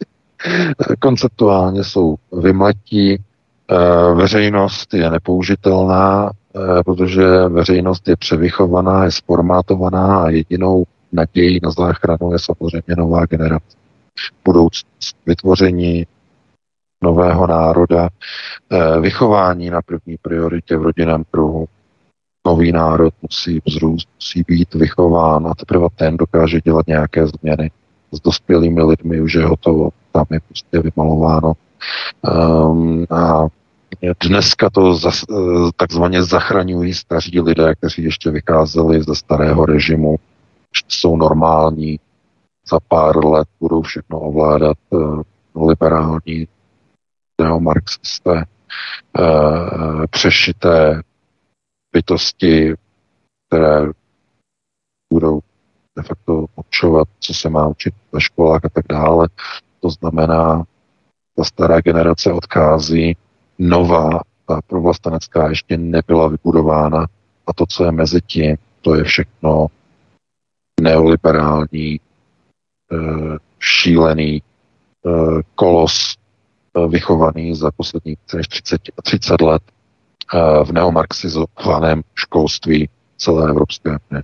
Speaker 3: konceptuálně jsou vymletí, veřejnost je nepoužitelná, protože veřejnost je převychovaná, je sformátovaná a jedinou nadějí na záchranu je samozřejmě nová generace. Budoucnost, vytvoření nového národa, vychování na první prioritě v rodinném kruhu. Nový národ musí vzrůst, musí být vychován a teprve ten dokáže dělat nějaké změny. S dospělými lidmi už je hotovo, tam je prostě vymalováno. Um, a dneska to zas, takzvaně zachraňují staří lidé, kteří ještě vycházeli ze starého režimu, jsou normální, za pár let budou všechno ovládat uh, liberální neomarxisté, uh, přešité bytosti, které budou de facto učovat, co se má učit ve školách a tak dále. To znamená, ta stará generace odchází, nová ta provlastenecká ještě nebyla vybudována a to, co je mezi tím, to je všechno neoliberální, šílený kolos vychovaný za posledních třicet, třicet let v neomarxizovaném školství celé Evropské unie.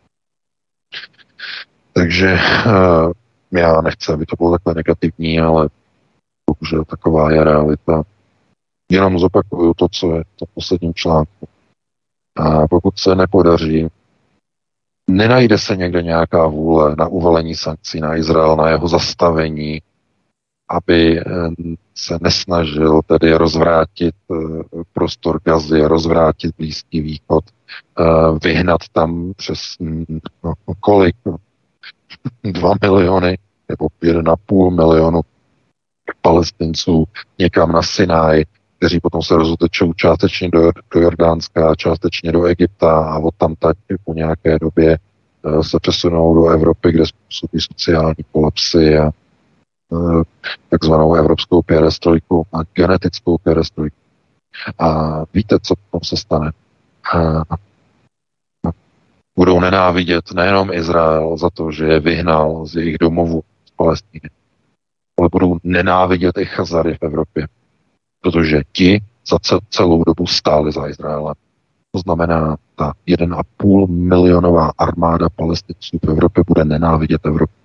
Speaker 3: Takže já nechci, aby to bylo takhle negativní, ale bohužel taková je realita. Jenom zopakuju to, co je to v posledním článku. A pokud se nepodaří, nenajde se někde nějaká vůle na uvalení sankcí na Izrael, na jeho zastavení, aby se nesnažil tedy rozvrátit prostor Gazy, rozvrátit Blízký východ, vyhnat tam přes no, kolik? Dva miliony nebo jeden a půl milionu Palestinců někam na Sinaj, kteří potom se rozutečou částečně do, do Jordánska, částečně do Egypta a odtamtud po nějaké době se přesunou do Evropy, kde způsobí sociální kolapsy a takzvanou evropskou perestrojku a genetickou perestrojku. A víte, co potom se stane? A budou nenávidět nejenom Izrael za to, že je vyhnal z jejich domovů z Palestiny, ale budou nenávidět i Chazary v Evropě, protože ti za celou dobu stáli za Izraelem. To znamená, ta jeden a půl milionová armáda Palestinců v Evropě bude nenávidět Evropu.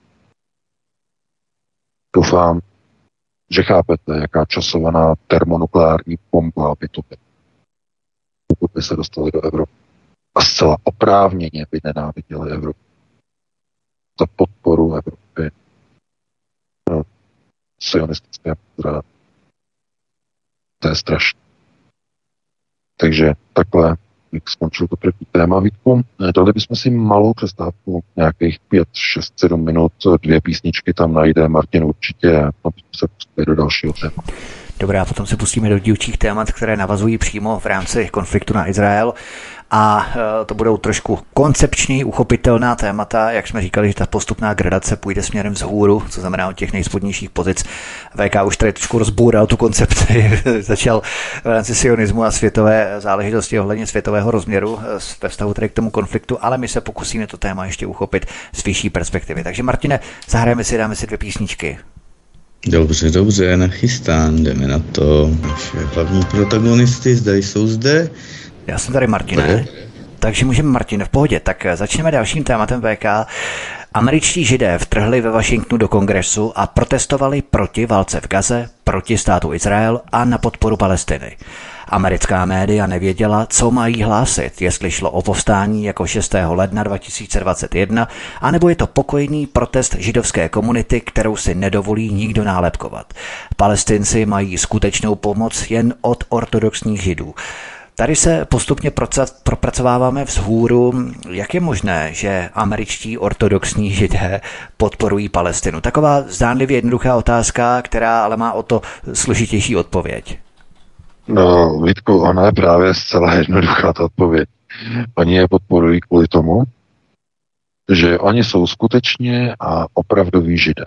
Speaker 3: Doufám, že chápete, jaká časovaná termonukleární bomba by to byla, pokud by se dostali do Evropy. A zcela oprávněně by nenáviděli Evropu. Za podporu Evropy no, sionistické Izraele. To je strašné. Takže takhle skončil to první téma. Vítku, dali bychom si malou přestávku, nějakých pět, šest, sedm minut, dvě písničky tam najde Martin určitě a potom se pustíme do dalšího téma.
Speaker 1: Dobrá, potom se pustíme do dílčích témat, které navazují přímo v rámci konfliktu na Izrael. A to budou trošku koncepčněji uchopitelná témata, jak jsme říkali, že ta postupná gradace půjde směrem vzhůru, co znamená od těch nejspodnějších pozic. V K už tady trošku rozboural tu koncepci, začal v rámci sionismu a světové záležitosti ohledně světového rozměru ve vztahu tady k tomu konfliktu, ale my se pokusíme to téma ještě uchopit z vyšší perspektivy. Takže Martine, zahrajeme si, dáme si dvě písničky.
Speaker 2: Dobře, dobře, nachystán, jdeme na to. Naše hlavní protagonisty zde jsou zde.
Speaker 1: Já jsem tady, Martine, takže můžeme, Martin, v pohodě. Tak začneme dalším tématem V K. Američtí Židé vtrhli ve Washingtonu do kongresu a protestovali proti válce v Gaze, proti státu Izrael a na podporu Palestiny. Americká média nevěděla, co mají hlásit, jestli šlo o povstání jako šestého ledna dva tisíce dvacet jedna, anebo je to pokojný protest židovské komunity, kterou si nedovolí nikdo nálepkovat. Palestinci mají skutečnou pomoc jen od ortodoxních židů. Tady se postupně propracováváme vzhůru. Jak je možné, že američtí ortodoxní židé podporují Palestinu? Taková zdánlivě jednoduchá otázka, která ale má o to složitější odpověď.
Speaker 3: No, Vítku, ona je právě zcela jednoduchá ta odpověď. Oni je podporují kvůli tomu, že oni jsou skutečně a opravdoví židé.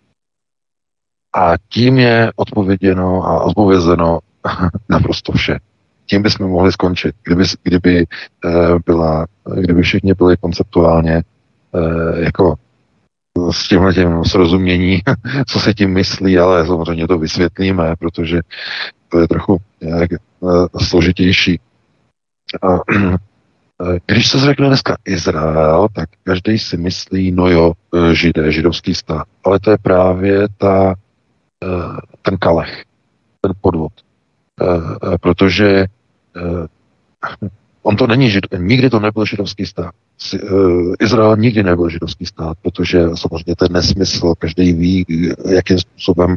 Speaker 3: A tím je odpověděno a odpovězeno naprosto vše. Tím bychom mohli skončit, kdyby, kdyby, byla, kdyby všichni byli konceptuálně jako s tímhletím srozumění, co se tím myslí, ale samozřejmě to vysvětlíme, protože to je trochu nějak složitější. A když se řekne dneska Izrael, tak každý si myslí, no jo, židé, židovský stát. Ale to je právě ta, ten kalech, ten podvod. Protože on to není, žid, nikdy to nebyl židovský stát. Izrael nikdy nebyl židovský stát, protože samozřejmě to je nesmysl, každý ví, jakým způsobem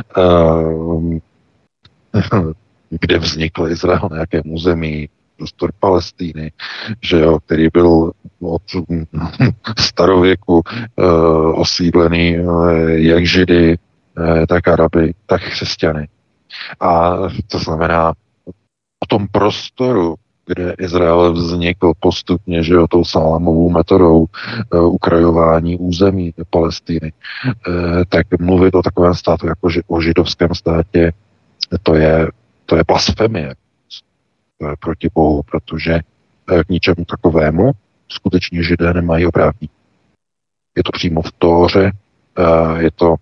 Speaker 3: kde vznikl Izrael, na jakém území, prostor Palestíny, že jo, který byl od starověku uh, osídlený uh, jak Židy, uh, tak Araby, tak křesťany. A to znamená, o tom prostoru, kde Izrael vznikl postupně, že jo, tou salámovou metodou uh, ukrajování území Palestiny, uh, tak mluvit o takovém státu jako ži- o židovském státě, to je, to je blasfemie. proti Bohu, protože k ničemu takovému skutečně Židé nemají oprávnění. Je to přímo v Tóře, je to,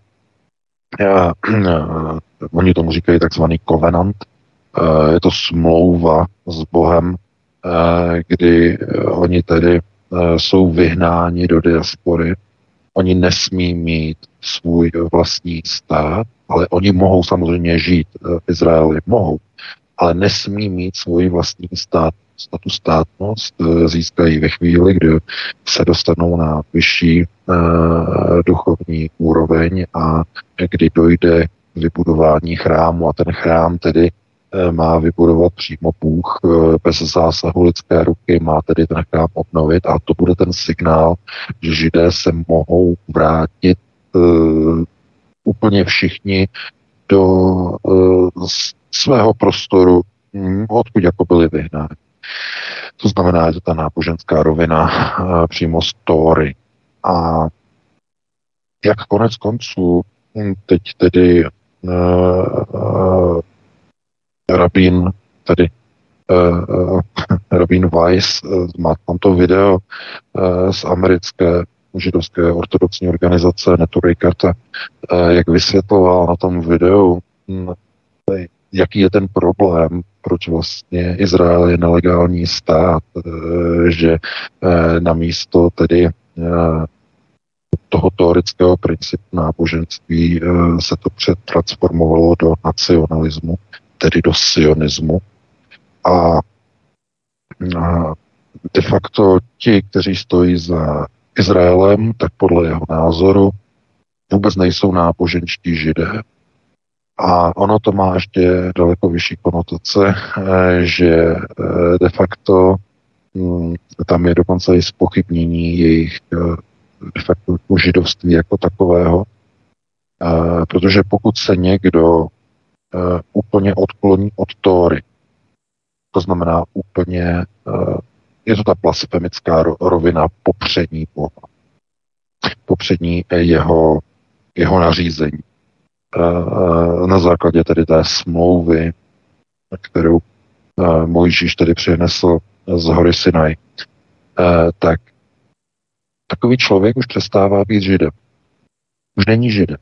Speaker 3: oni tomu říkají takzvaný covenant, je to smlouva s Bohem, kdy oni tedy jsou vyhnáni do diaspory. Oni nesmí mít svůj vlastní stát, ale oni mohou samozřejmě žít v Izraeli, mohou, ale nesmí mít svůj vlastní stát. Status státnost získají ve chvíli, kdy se dostanou na vyšší uh, duchovní úroveň a kdy dojde k vybudování chrámu a ten chrám tedy uh, má vybudovat přímo Bůh uh, bez zásahu lidské ruky, má tedy ten chrám obnovit a to bude ten signál, že Židé se mohou vrátit uh, úplně všichni do uh, svého prostoru, hm, odkud jako byli vyhnáni. To znamená, je to ta náboženská rovina uh, přímo z Tóry. A jak konec konců teď tedy uh, uh, rabín, tedy uh, uh, rabín Weiss, uh, má tam to video uh, z americké židovské ortodoxní organizace Neturejkarta, uh, jak vysvětloval na tom videu, um, jaký je ten problém, proč vlastně Izrael je nelegální stát, že na místo tedy toho teoretického principu náboženství se to přetransformovalo do nacionalismu, tedy do sionismu. A de facto ti, kteří stojí za Izraelem, tak podle jeho názoru vůbec nejsou náboženští Židé. A ono to má ještě daleko vyšší konotace, že de facto tam je dokonce i zpochybnění jejich de facto židovství jako takového, protože pokud se někdo úplně odkloní od Tóry, to znamená úplně, je to ta blasfemická rovina popřední Boha, popřední jeho, jeho nařízení, na základě tedy té smlouvy, kterou Mojžíš tedy přinesl z hory Sinaj, tak takový člověk už přestává být Židem. Už není Židem.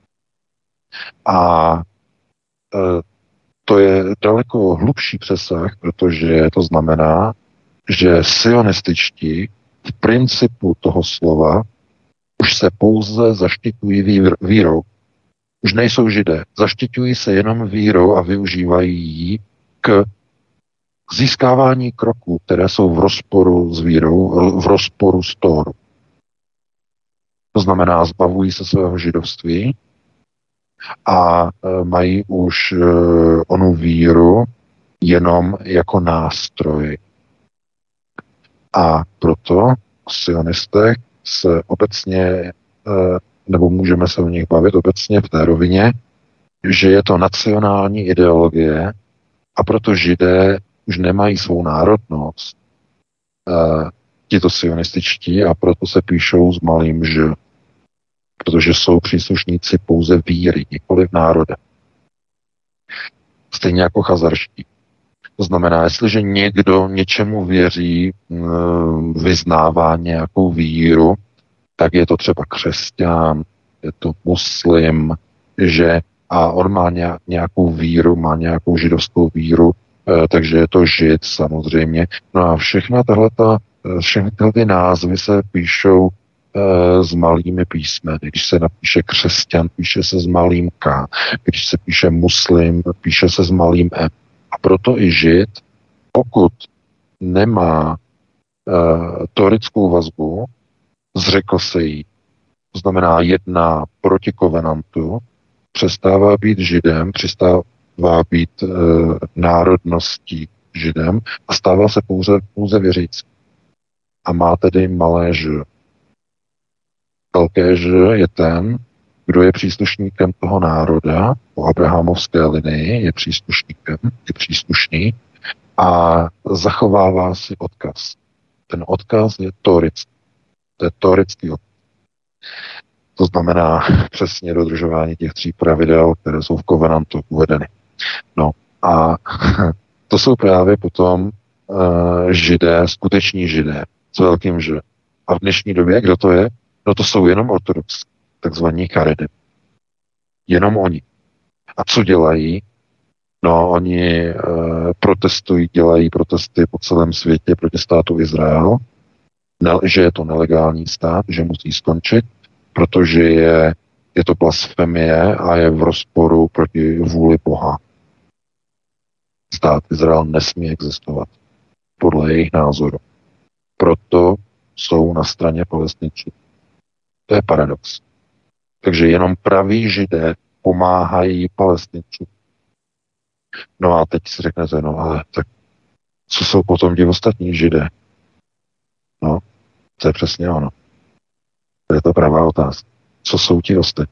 Speaker 3: A to je daleko hlubší přesah, protože to znamená, že sionističtí v principu toho slova už se pouze zaštiťují vírou. Už nejsou Židé. Zaštiťují se jenom vírou a využívají ji k získávání kroků, které jsou v rozporu s vírou, v rozporu s Tórou. To znamená, zbavují se svého židovství a e, mají už e, onu víru jenom jako nástroj. A proto o sionistech se obecně e, nebo můžeme se o nich bavit obecně v té rovině, že je to nacionální ideologie a proto Židé už nemají svou národnost, e, tito sionističtí, a proto se píšou s malým ž, protože jsou příslušníci pouze víry, nikoliv národa. Stejně jako chazarští. To znamená, jestliže někdo něčemu věří, vyznává nějakou víru, tak je to třeba křesťan, je to muslim, že a on má nějakou víru, má nějakou židovskou víru, takže je to žid samozřejmě. No a všechna tahleta, všechny tyhle ty názvy se píšou s malými písmeny. Když se napíše křesťan, píše se s malým K. Když se píše muslim, píše se s malým M. A proto i žid, pokud nemá uh, teoretickou vazbu, zřekl se jí, to znamená jedná proti kovenantu, přestává být židem, přestává být uh, národností židem a stává se pouze, pouze věřící. A má tedy malé ž. Velké ž je ten, kdo je příslušníkem toho národa, po abrahamovské linii je příslušníkem, je příslušný a zachovává si odkaz. Ten odkaz je tórický. To je tórický odkaz. To znamená přesně dodržování těch tří pravidel, které jsou v kovenantu uvedeny. No a to jsou právě potom uh, židé, skuteční židé, s velkým Ž. A v dnešní době, kdo to je? No to jsou jenom ortodoxi, takzvaní Charedim. Jenom oni. A co dělají? No, oni uh, protestují, dělají protesty po celém světě proti státu Izrael, ne, že je to nelegální stát, že musí skončit, protože je, je to blasfemie a je v rozporu proti vůli Boha. Stát Izrael nesmí existovat podle jejich názoru. Proto jsou na straně Palestinců. To je paradox. Takže jenom praví židé pomáhají Palestincům. No a teď si řeknete, no ale tak co jsou potom ti ostatní židé? No, to je přesně ono. To je to pravá otázka. Co jsou ti ostatní?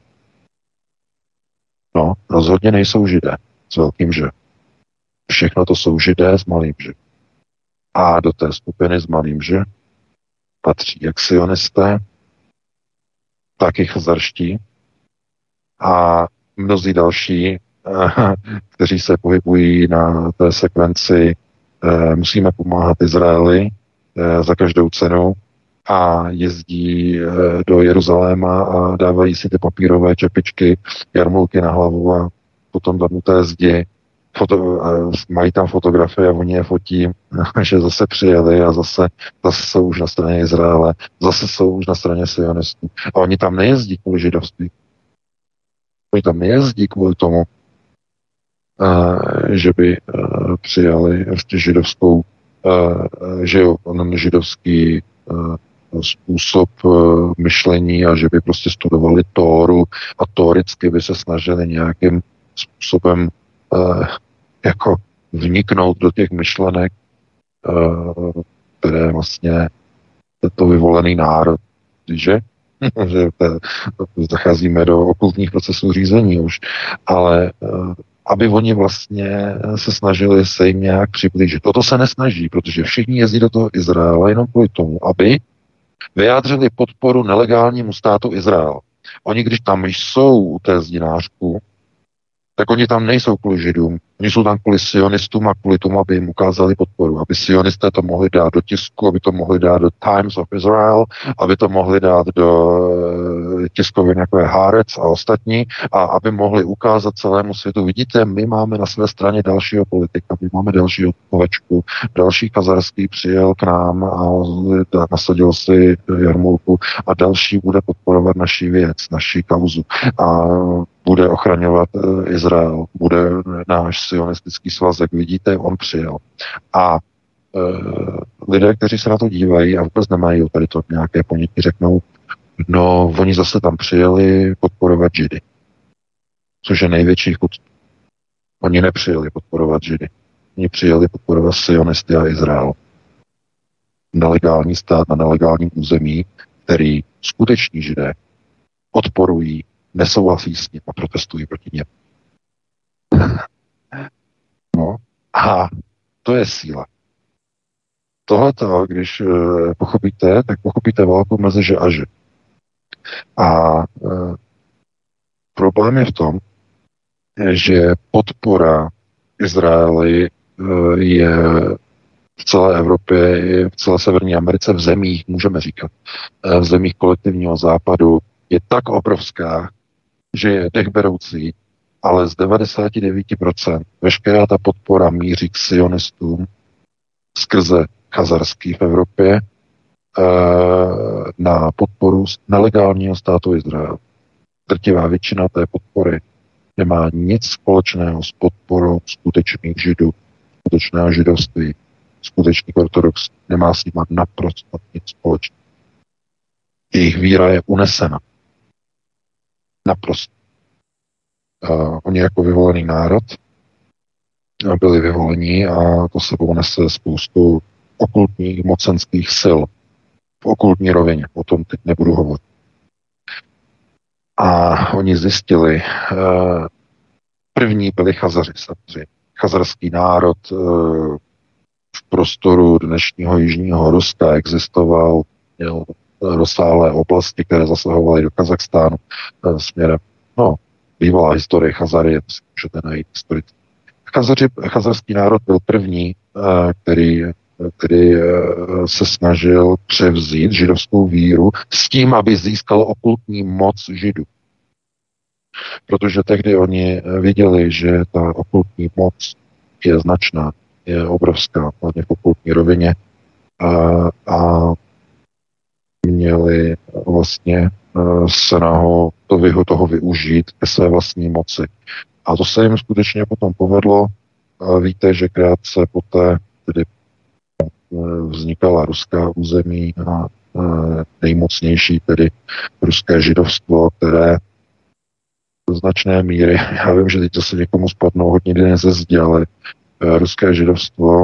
Speaker 3: No, rozhodně nejsou židé s velkým Ž. Všechno to jsou židé s malým Ž. A do té skupiny s malým Ž patří jak sionisté, tak i chazarští a mnozí další, kteří se pohybují na té sekvenci musíme pomáhat Izraeli za každou cenu a jezdí do Jeruzaléma a dávají si ty papírové čepičky, jarmulky na hlavu a potom tam u té zdi foto, mají tam fotografie a oni je fotí, že zase přijeli a zase, zase jsou už na straně Izraele, zase jsou už na straně sionistů. A oni tam nejezdí kvůli židovství. Oni tam nejezdí kvůli tomu, že by přijali ještě židovskou, že židovský způsob myšlení a že by prostě studovali Tóru a tóricky by se snažili nějakým způsobem jako vniknout do těch myšlenek, které vlastně to vyvolený národ, že? že zacházíme do okultních procesů řízení už, ale aby oni vlastně se snažili se jim nějak přiblížit. Toto se nesnaží, protože všichni jezdí do toho Izraela jenom kvůli tomu, aby vyjádřili podporu nelegálnímu státu Izrael. Oni, když tam jsou u té zdinářku, tak oni tam nejsou kvůli židům. Oni jsou tam kvůli sionistům a kvůli tomu, aby jim ukázali podporu. Aby sionisté to mohli dát do tisku, aby to mohli dát do Times of Israel, aby to mohli dát do tiskovin jako je Haaretz a ostatní a aby mohli ukázat celému světu. Vidíte, my máme na své straně dalšího politika, my máme dalšího Kovečku, další Kazarský přijel k nám a nasadil si jarmulku a další bude podporovat naši věc, naši kauzu. A bude ochraňovat Izrael, bude náš sionistický svazek. Vidíte, on přijel. A e, lidé, kteří se na to dívají a vůbec nemají tady to nějaké ponětí, řeknou, no, oni zase tam přijeli podporovat židy. Což je největší chud. Oni nepřijeli podporovat židy. Oni přijeli podporovat sionisty a Izrael. Nelegální stát na nelegálním území, který skuteční židé odporují, nesouhlasí s ním a protestují proti něm. No, a to je síla. Tohleto, když e, pochopíte, tak pochopíte válku mezi že a že. A e, problém je v tom, že podpora Izraeli e, je v celé Evropě, v celé Severní Americe, v zemích, můžeme říkat, v zemích kolektivního západu je tak obrovská, že je dechberoucí, ale z devadesát devět procent veškerá ta podpora míří k sionistům skrze chazarský v Evropě e, na podporu nelegálního státu Izrael. Drtivá většina té podpory nemá nic společného s podporou skutečných židů, skutečného židovství, skutečných ortodoxů. Nemá s nimi naprosto nic společného. Jejich víra je unesena. Naprosto. Uh, oni jako vyvolený národ byli vyvolení a to sebou nese spoustu okultních mocenských sil v okultní rovině. O tom teď nebudu hovořit. A oni zjistili, uh, první byli Chazaři samozřejmě. Chazarský národ uh, v prostoru dnešního jižního Ruska existoval, měl rozsáhlé oblasti, které zasahovaly do Kazachstánu uh, směrem, no, bývalá historie Chazary, to si můžete najít historicky. Chazaři, chazarský národ byl první, který, který se snažil převzít židovskou víru s tím, aby získal okultní moc Židů. Protože tehdy oni viděli, že ta okultní moc je značná, je obrovská, hlavně v okultní rovině, a, a měli vlastně snahu to, toho využít ke své vlastní moci. A to se jim skutečně potom povedlo. Víte, že krátce poté tedy vznikala ruská území a nejmocnější tedy ruské židovstvo, které do značné míry, já vím, že teď zase někomu spadnou hodně dny ze zdi, ale ruské židovstvo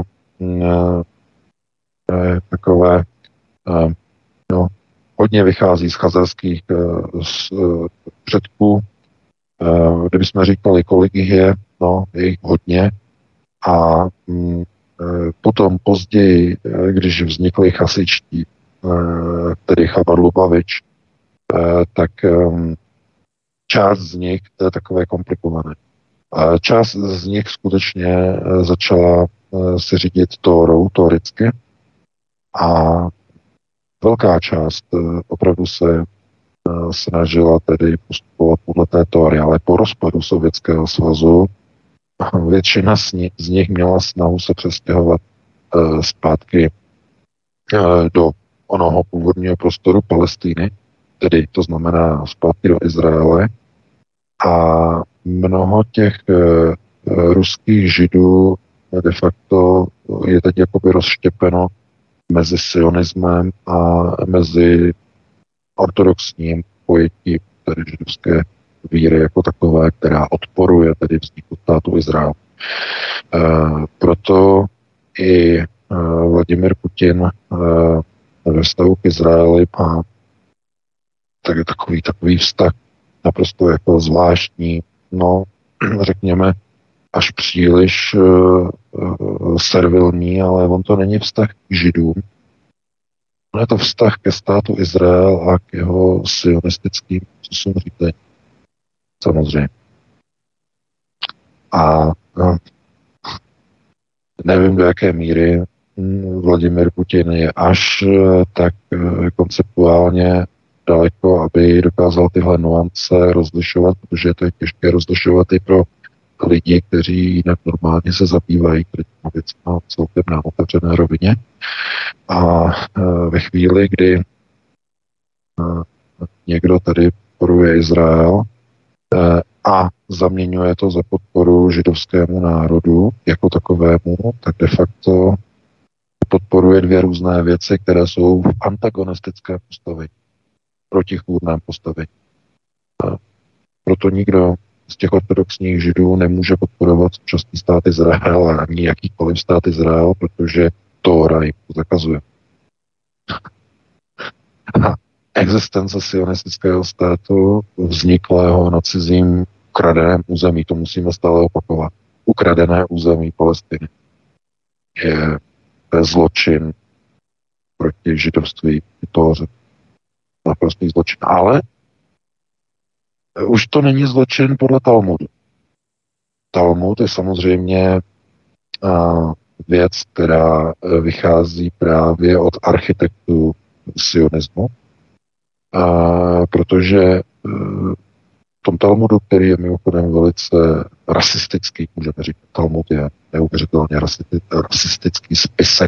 Speaker 3: je takové, no, hodně vychází z chazarských předků. Kdybychom říkali, kolik jich je, no, je jich hodně. A potom později, když vznikly chasičtí, tedy Chabad Lubavič, tak část z nich, to je takové komplikované, část z nich skutečně začala se řídit Tórou, tóricky, a velká část opravdu se snažila tedy postupovat podle té Tóry, ale po rozpadu Sovětského svazu většina z nich, z nich měla snahu se přestěhovat uh, zpátky uh, do onoho původního prostoru Palestiny, tedy to znamená zpátky do Izraele. A mnoho těch uh, ruských židů de facto je teď jakoby rozštěpeno mezi sionismem a mezi ortodoxním pojetím tedy židovské víry jako takové, která odporuje tedy vzniku státu Izrael. E, proto i e, Vladimir Putin e, ve vztahu k Izraeli má tak, takový, takový vztah naprosto jako zvláštní, no řekněme až příliš e, e, servilní, ale on to není vztah k Židům, on je to vztah ke státu Izrael a k jeho sionistickým způsobům řízení. Samozřejmě. A no, nevím, do jaké míry Vladimir Putin je až tak konceptuálně daleko, aby dokázal tyhle nuance rozlišovat, protože to je těžké rozlišovat i pro lidi, kteří jinak normálně se zabývají těmi věcmi celkem na otevřené rovině. A ve chvíli, kdy někdo tady podporuje Izrael a zaměňuje to za podporu židovskému národu jako takovému, tak de facto podporuje dvě různé věci, které jsou v antagonistické postavení, protichůdném postavení. Proto nikdo z těch ortodoxních židů nemůže podporovat současný stát Izrael a ani jakýkoliv stát Izrael, protože Tóra jim to zakazuje. Existence sionistického státu vzniklého na cizím ukradeném území, to musíme stále opakovat. Ukradené území Palestiny je zločin proti židovství i Tóře. Naprostý zločin. Ale už to není zločin podle Talmudu. Talmud je samozřejmě uh, věc, která vychází právě od architektů sionismu, uh, protože uh, v tom Talmudu, který je mimochodem velice rasistický, můžeme říct, Talmud je neuvěřitelně rasistický spisek,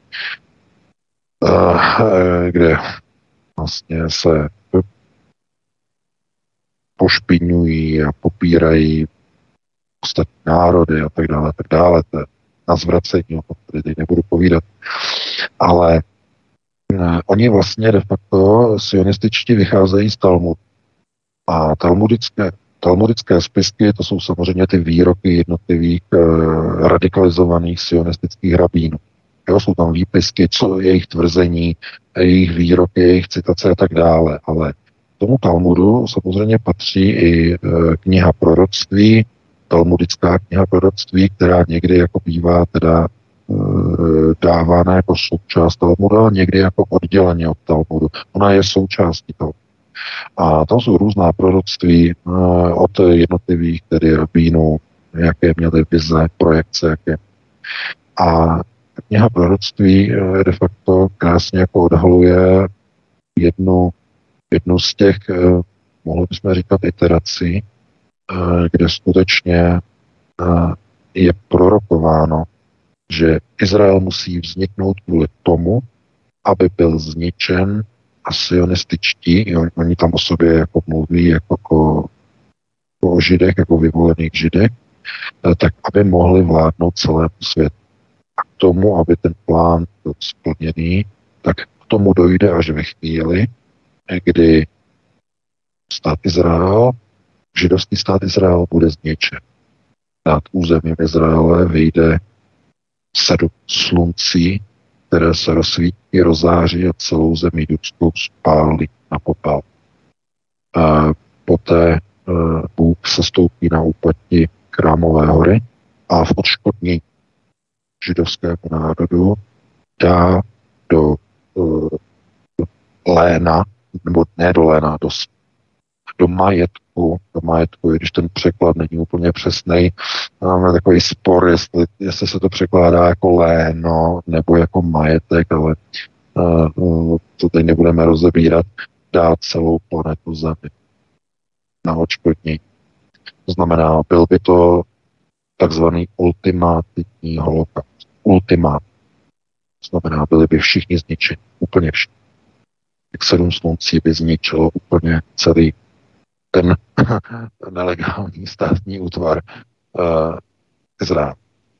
Speaker 3: uh, kde vlastně se pošpiňují a popírají ostatní národy a tak dále, tak dále. To je na zvracení, o tom tady teď nebudu povídat. Ale eh, oni vlastně de facto sionističtí vycházejí z Talmudu. A talmudické, talmudické spisky, to jsou samozřejmě ty výroky jednotlivých eh, radikalizovaných sionistických rabínů. Jo, jsou tam výpisky, co jejich tvrzení, jejich výroky, jejich citace a tak dále. Ale tomu Talmudu samozřejmě patří i e, kniha proroctví, talmudická kniha proroctví, která někdy jako bývá teda e, dávána jako součást Talmudu, ale někdy jako odděleně od Talmudu. Ona je součástí Talmudu. A tam jsou různá proroctví e, od jednotlivých tedy rabínů, jaké měly vize, projekce, jaké. A kniha proroctví de facto krásně jako odhaluje jednu, jednu z těch, mohli bychom říkat, iterací, kde skutečně je prorokováno, že Izrael musí vzniknout kvůli tomu, aby byl zničen a sionističtí, oni tam o sobě jako mluví jako o, o židech, jako vyvolených židech, tak aby mohli vládnout celému světu. A k tomu, aby ten plán byl splněný, tak k tomu dojde až ve chvíli, kdy stát Izrael, židovský stát Izrael bude zničen. Nad územím Izraele vyjde sedm sluncí, které se rozsvítí, rozáří a celou zemi judskou spálí na popel. A poté Bůh se stoupí na úpatí Chrámové hory a v odškodnění židovskému národu dá do uh, léna, nebo ne do léna, do, do majetku, do majetku, když ten překlad není úplně přesnej, máme takový spor, jestli, jestli se to překládá jako léno, nebo jako majetek, ale uh, to teď nebudeme rozebírat, dá celou planetu Zemi na odškodnění. To znamená, byl by to takzvaný ultimátní holokaust. Ultimát. To znamená, byli by všichni zničeni. Úplně všichni. Jak sedm sluncí by zničilo úplně celý ten nelegální státní útvar uh, Izrael.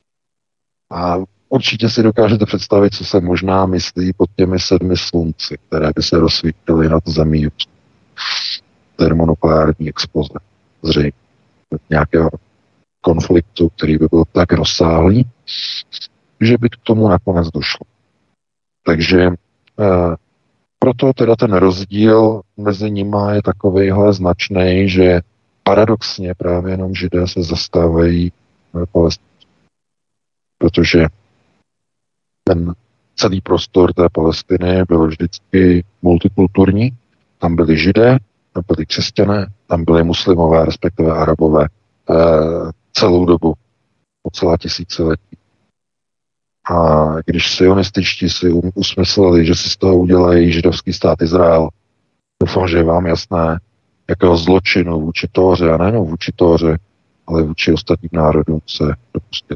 Speaker 3: A určitě si dokážete představit, co se možná myslí pod těmi sedmi slunci, které by se rozsvítily nad zemí termonukleární exploze. Zřejmě nějakého konfliktu, který by byl tak rozsáhlý, že by k tomu nakonec došlo. Takže e, proto teda ten rozdíl mezi nimi je takovejhle značný, že paradoxně právě jenom Židé se zastávají Palestiny. Protože ten celý prostor té Palestiny byl vždycky multikulturní. Tam byli Židé, tam byli křesťané, tam byli muslimové, respektive Arabové e, celou dobu, po celá tisíciletí. A když sionističtí si usmysleli, že si z toho udělají židovský stát Izrael, doufám, že je vám jasné, jakého zločinu vůči Tóře, a nejenom vůči Tóře, ale vůči ostatním národům se dopustit.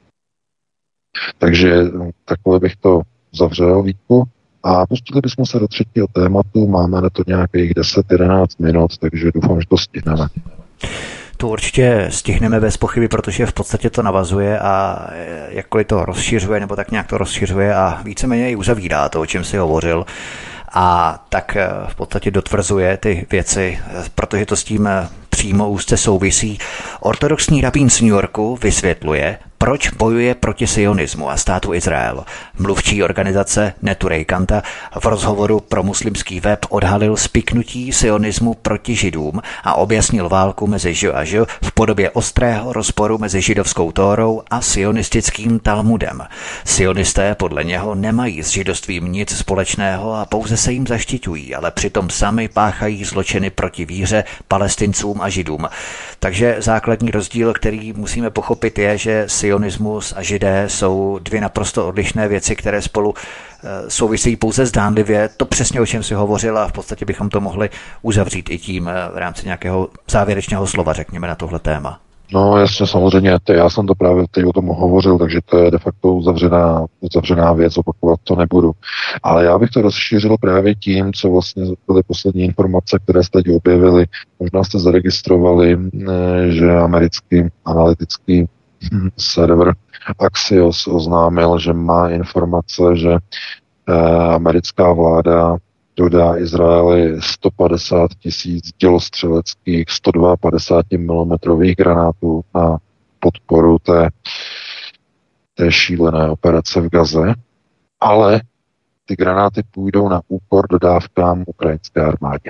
Speaker 3: Takže takhle bych to zavřel, Vítku. A pustili bychom se do třetího tématu, máme na to nějakých deset jedenáct minut, takže doufám, že to stihneme.
Speaker 1: To určitě stihneme bez pochyby, protože v podstatě to navazuje a jakkoliv to rozšiřuje, nebo tak nějak to rozšiřuje a víceméně i uzavírá to, o čem si hovořil, a tak v podstatě dotvrzuje ty věci, protože to s tím přímo úzce souvisí. Ortodoxní rabín z New Yorku vysvětluje, proč bojuje proti sionismu a státu Izrael. Mluvčí organizace Neturei Kanta v rozhovoru pro muslimský web odhalil spiknutí sionismu proti židům a objasnil válku mezi Ž a Ž v podobě ostrého rozporu mezi židovskou Tórou a sionistickým Talmudem. Sionisté podle něho nemají s židovstvím nic společného a pouze se jim zaštiťují, ale přitom sami páchají zločiny proti víře, Palestincům a Židům. Takže základní rozdíl, který musíme pochopit, je, že sionismus a Židé jsou dvě naprosto odlišné věci, které spolu souvisejí pouze zdánlivě. To přesně, o čem si hovořil, a v podstatě bychom to mohli uzavřít i tím v rámci nějakého závěrečného slova, řekněme, na tohle téma.
Speaker 3: No jasně, samozřejmě, ty, já jsem to právě teď o tom hovořil, takže to je de facto uzavřená, uzavřená věc, opakovat to nebudu. Ale já bych to rozšířil právě tím, co vlastně byly poslední informace, které jste teď objevili. Možná jste zaregistrovali, že americký analytický server Axios oznámil, že má informace, že americká vláda dodá Izraeli sto padesát tisíc dělostřeleckých sto padesát dva milimetrových granátů na podporu té, té šílené operace v Gaze, ale ty granáty půjdou na úkor dodávkám ukrajinské armádě.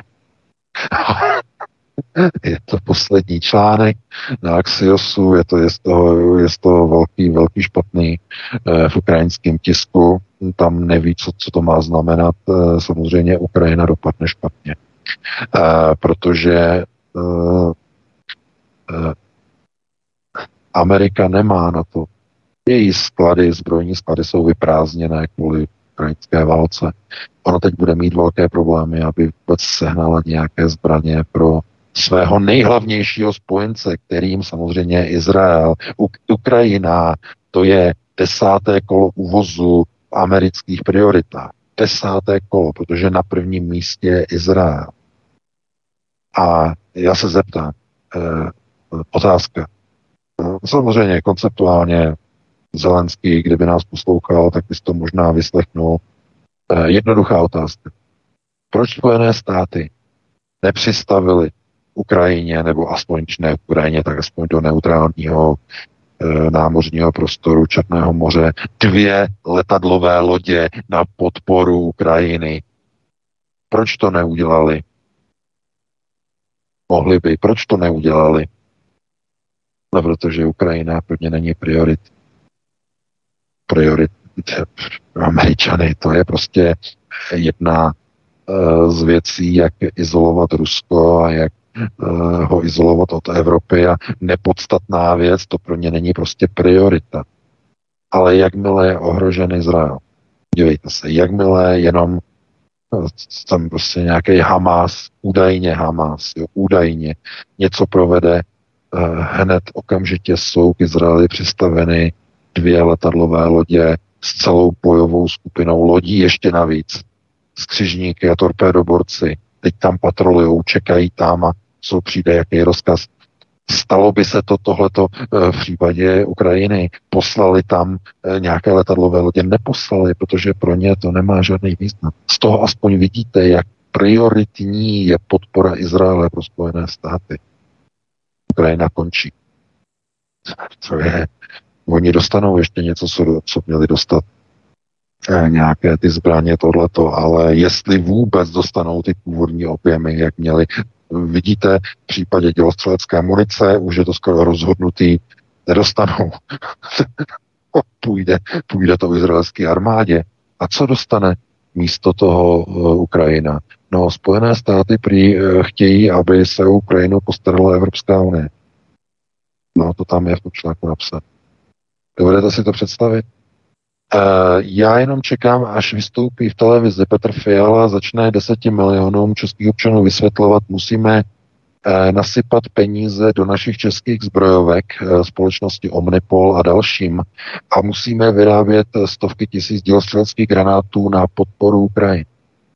Speaker 3: Je to poslední článek na Axiosu, je to, je z toho, je z toho velký, velký špatný eh, v ukrajinském tisku. Tam neví, co, co to má znamenat. Eh, samozřejmě Ukrajina dopadne špatně. Eh, protože eh, eh, Amerika nemá na to. Její sklady, zbrojní sklady jsou vyprázdněné kvůli ukrajinské válce. Ona teď bude mít velké problémy, aby vůbec sehnala nějaké zbraně pro svého nejhlavnějšího spojence, kterým samozřejmě je Izrael. U- Ukrajina, to je desáté kolo uvozu v amerických prioritách. Desáté kolo, protože na prvním místě je Izrael. A já se zeptám, eh, otázka. No, samozřejmě konceptuálně Zelenský, kdyby nás poslouchal, tak bys to možná vyslechnul. Eh, jednoduchá otázka. Proč Spojené státy nepřistavili Ukrajině, nebo aspoň ne Ukrajině, tak aspoň do neutrálního e, námořního prostoru Černého moře dvě letadlové lodě na podporu Ukrajiny? Proč to neudělali? Mohli by. Proč to neudělali? No, protože Ukrajina pro ně není priorit. Priorit Američany, to je prostě jedna e, z věcí, jak izolovat Rusko a jak ho izolovat od Evropy a nepodstatná věc, to pro ně není prostě priorita. Ale jakmile je ohrožen Izrael, dívejte se, jakmile jenom tam prostě nějaký Hamas, údajně Hamas, jo, údajně něco provede, hned okamžitě jsou k Izraeli přistaveny dvě letadlové lodě s celou bojovou skupinou lodí ještě navíc. S křižníky a torpédoborci. Teď tam patrolujou, čekají tam a co přijde, jaký rozkaz. Stalo by se to tohleto v případě Ukrajiny. Poslali tam nějaké letadlové lodě? Neposlali, protože pro ně to nemá žádný význam. Z toho aspoň vidíte, jak prioritní je podpora Izraele pro Spojené státy. Ukrajina končí. Co je? Oni dostanou ještě něco, co, co měli dostat. Nějaké ty zbraně, tohleto, ale jestli vůbec dostanou ty původní objemy, jak měli. Vidíte, v případě dělostřelecké munice už je to skoro rozhodnutý, nedostanou. půjde, půjde to izraelské armádě. A co dostane místo toho uh, Ukrajina? No, Spojené státy prý uh, chtějí, aby se o Ukrajinu postarala Evropská unie. No, to tam je v tom článku napsat. Dovedete si to představit? Uh, já jenom čekám, až vystoupí v televizi Petr Fiala, začne deseti milionům českých občanů vysvětlovat, musíme uh, nasypat peníze do našich českých zbrojovek, uh, společnosti Omnipol a dalším a musíme vyrábět stovky tisíc dělostřeleckých granátů na podporu Ukrajiny.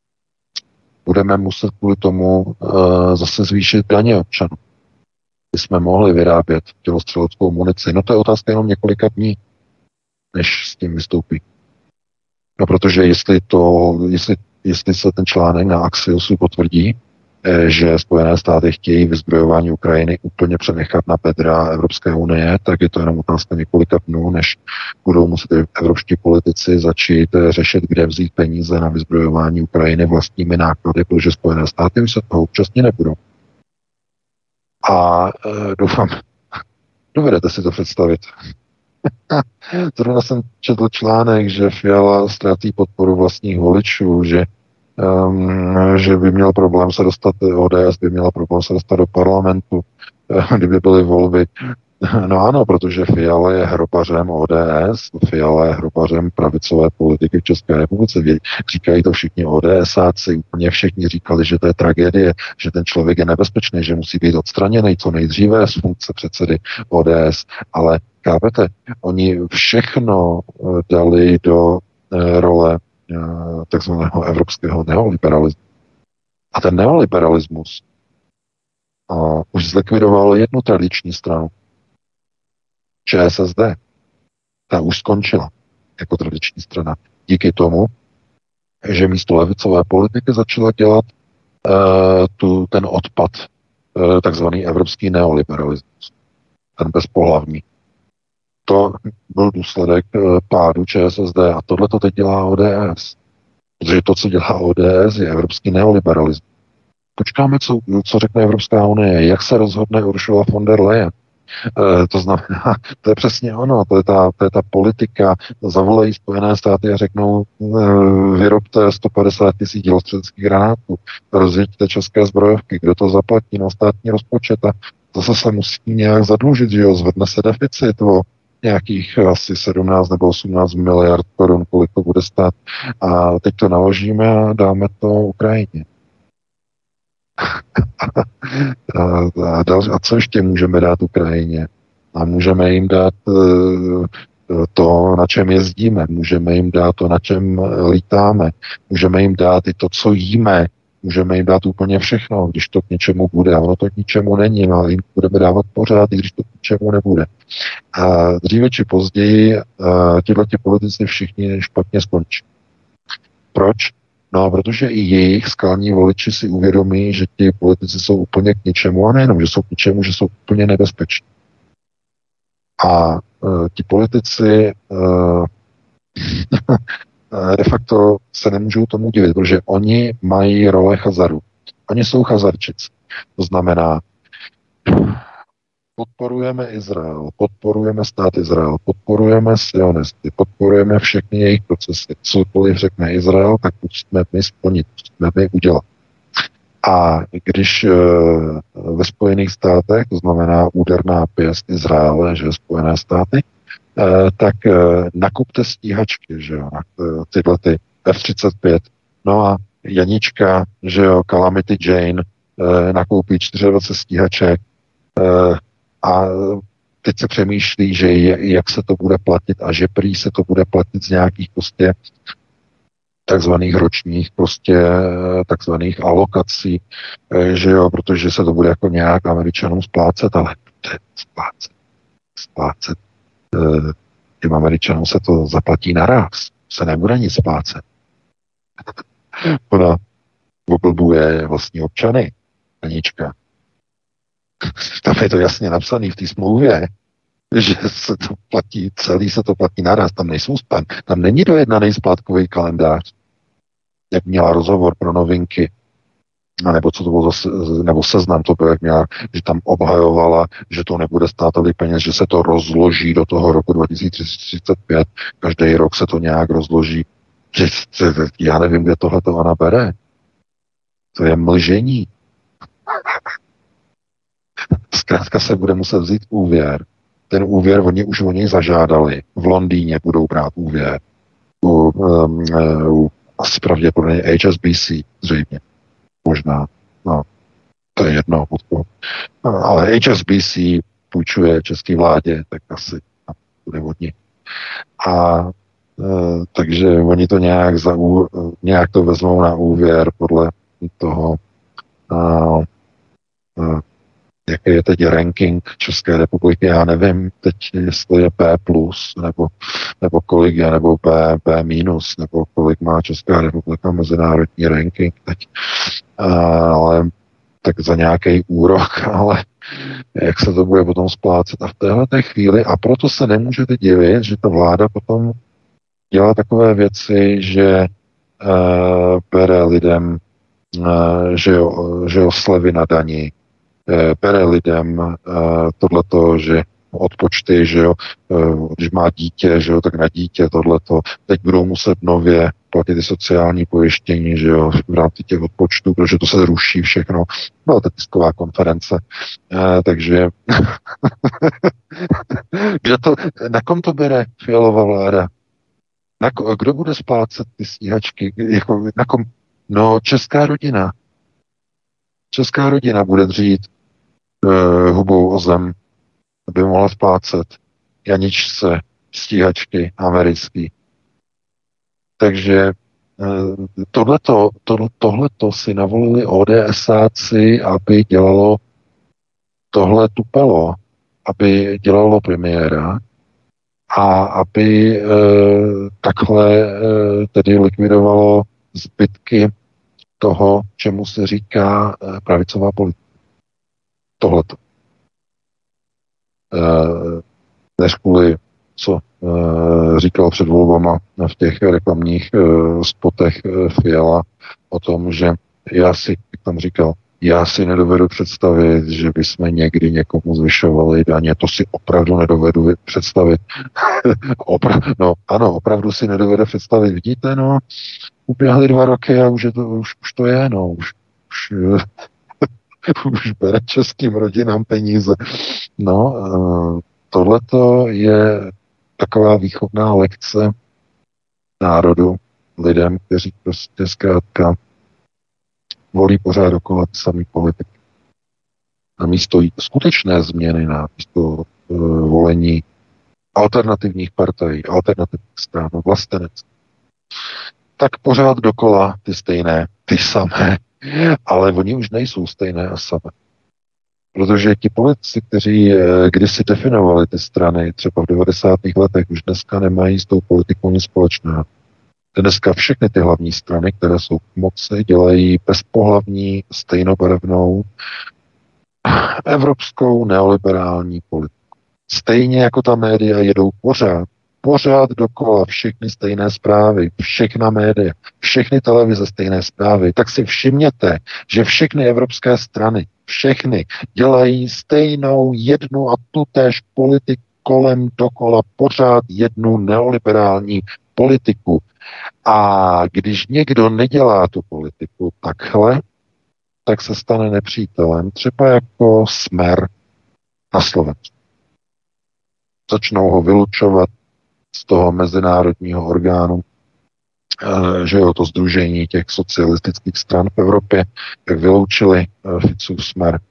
Speaker 3: Budeme muset kvůli tomu uh, zase zvýšit daně občanů. My jsme mohli vyrábět dělostřeleckou munici. No to je otázka jenom několika dní, než s tím vystoupí. No protože jestli to, jestli, jestli se ten článek na Axiusu potvrdí, že Spojené státy chtějí vyzbrojování Ukrajiny úplně přenechat na bedra Evropské unie, tak je to jenom otázka několika dnů, než budou muset evropští politici začít řešit, kde vzít peníze na vyzbrojování Ukrajiny vlastními náklady, protože Spojené státy už se toho účastní nebudou. A e, doufám, dovedete si to představit. Zrovna jsem četl článek, že Fiala ztratí podporu vlastních voličů, že, um, že by měl problém se dostat, O D S by měla problém se dostat do parlamentu, kdyby byly volby. No ano, protože Fiala je hrobařem O D S, Fiala je hrobařem pravicové politiky v České republice. Říkají to všichni ODSáci, úplně všichni říkali, že to je tragédie, že ten člověk je nebezpečný, že musí být odstraněný co nejdříve z funkce předsedy O D S. Ale chápete, oni všechno dali do role takzvaného evropského neoliberalismu. A ten neoliberalismus a, už zlikvidoval jednu tradiční stranu, ČSSD. Ta už skončila jako tradiční strana. Díky tomu, že místo levicové politiky začala dělat uh, tu, ten odpad, uh, takzvaný evropský neoliberalismus. Ten bezpohlavní. To byl důsledek uh, pádu ČSSD a tohle to teď dělá O D S. Protože to, co dělá O D S, je evropský neoliberalismus. Počkáme, co, co řekne Evropská unie, jak se rozhodne Ursula von der Leyen. E, to znamená, to je přesně ono, to je ta, to je ta politika, zavolají Spojené státy a řeknou, e, vyrobte sto padesát tisíc dělostřeleckých granátů, rozjeďte české zbrojovky, kdo to zaplatí na státní rozpočet a zase se musí nějak zadlužit, že jo, zvedne se deficit o nějakých asi sedmnáct nebo osmnáct miliard korun, kolik to bude stát. A teď to naložíme a dáme to Ukrajině. a, a, dal, a co ještě můžeme dát Ukrajině? A můžeme jim dát uh, to, na čem jezdíme, můžeme jim dát to, na čem lítáme, můžeme jim dát i to, co jíme, můžeme jim dát úplně všechno, když to k něčemu bude. A ono to k ničemu není, ale jim budeme dávat pořád, i když to k ničemu nebude. A dříve či později tyhle politici všichni špatně skončí. Proč? No, protože i jejich skalní voliči si uvědomí, že ti politici jsou úplně k ničemu, a nejenom, že jsou k ničemu, že jsou úplně nebezpeční. A uh, ti politici uh, de facto se nemůžou tomu divit, protože oni mají role chazarů. Oni jsou chazarčici. To znamená, podporujeme Izrael, podporujeme stát Izrael, podporujeme sionisty, podporujeme všechny jejich procesy. Cokoliv řekne Izrael, tak musíme my splnit, musíme my udělat. A když e, ve Spojených státech, to znamená úderná pěst Izraele, že Spojené státy, e, tak e, nakupte stíhačky, že jo, tyhle ty F třicet pět, no a Janička, že jo, Calamity Jane, e, nakoupí dvacet čtyři stíhaček e, a teď se přemýšlí, že je, jak se to bude platit a že prý se to bude platit z nějakých prostě takzvaných ročních prostě takzvaných alokací, že jo, protože se to bude jako nějak Američanům splácet, ale to je splácet. Splácet. Těm Američanům se to zaplatí naraz. Se nebude nic splácet. Ona oblbuje vlastní občany. Anička. Tam je to jasně napsané v té smlouvě, že se to platí, celý se to platí naraz, tam nejsou spán, tam není dojednaný splátkový kalendář, jak měla rozhovor pro Novinky, a nebo co to bylo zase, nebo Seznam to bylo, jak měla, že tam obhajovala, že to nebude stát tolik peněz, že se to rozloží do toho roku dva tisíce třicet pět, každý rok se to nějak rozloží, že já nevím, kde tohle to ona bere. To je mlžení. Zkrátka se bude muset vzít úvěr. Ten úvěr, oni už o něj zažádali. V Londýně budou brát úvěr. U, um, u asi pravděpodobně H S B C zřejmě. Možná. No, to je jedno. Ale H S B C půjčuje české vládě, tak asi bude od nich. A uh, takže oni to nějak, za, uh, nějak to vezmou na úvěr podle toho uh, uh, jaký je teď ranking České republiky, já nevím teď, jestli je B plus, nebo, nebo kolik je, nebo B, B minus, nebo kolik má Česká republika mezinárodní ranking teď, ale tak za nějaký úrok, ale jak se to bude potom splácet a v téhle té chvíli, a proto se nemůžete divit, že ta vláda potom dělá takové věci, že uh, bere lidem, uh, že, jo, že jo, slevy na dani, bere lidem uh, tohleto, že odpočty, že jo, uh, když má dítě, že jo, tak na dítě tohleto. Teď budou muset nově platit i sociální pojištění, že jo, v rámci těch odpočtů, protože to se ruší všechno. Byla to tisková konference, uh, takže kdo to, na kom to bere Fialová vláda? Na, kdo bude splácet ty stíhačky? Jako, na kom? No, česká rodina. Česká rodina bude dřít uh, hubou o zem, aby mohla splácet Janičce stíhačky americký. Takže uh, tohleto, to, tohleto si navolili ODSáci, aby dělalo tohle tupelo, aby dělalo premiéra a aby uh, takhle uh, tedy likvidovalo zbytky toho, čemu se říká pravicová politika. Tohleto. E, než kvůli, co e, říkal před volbama v těch reklamních e, spotech e, Fiala o tom, že já si, jak tam říkal, já si nedovedu představit, že bychom někdy někomu zvyšovali daně. To si opravdu nedovedu představit. Opra- no, ano, opravdu si nedovede představit. Vidíte, no, uběhly dva roky a už, je to, už, už to je, no, už, už už bere českým rodinám peníze. No, tohleto je taková výchovná lekce národu, lidem, kteří prostě zkrátka volí pořád dokola samý politiky. Na místo skutečné změny, na místo uh, volení alternativních partají, alternativních stran, vlastenec, tak pořád dokola ty stejné, ty samé, ale oni už nejsou stejné a samé. Protože ti politici, kteří kdysi definovali ty strany, třeba v devadesátých letech, už dneska nemají s tou politikou nic společného. Dneska všechny ty hlavní strany, které jsou v moci, dělají bezpohlavní, stejnobarevnou, evropskou neoliberální politiku. Stejně jako ta média jedou pořád, pořád dokola všechny stejné zprávy, všechna média, všechny televize stejné zprávy, tak si všimněte, že všechny evropské strany, všechny dělají stejnou jednu a tutéž politiku kolem dokola, pořád jednu neoliberální politiku. A když někdo nedělá tu politiku takhle, tak se stane nepřítelem, třeba jako Smer na Slovensku. Začnou ho vylučovat z toho mezinárodního orgánu, že jo, to sdružení těch socialistických stran v Evropě, jak vyloučili Ficův Smer.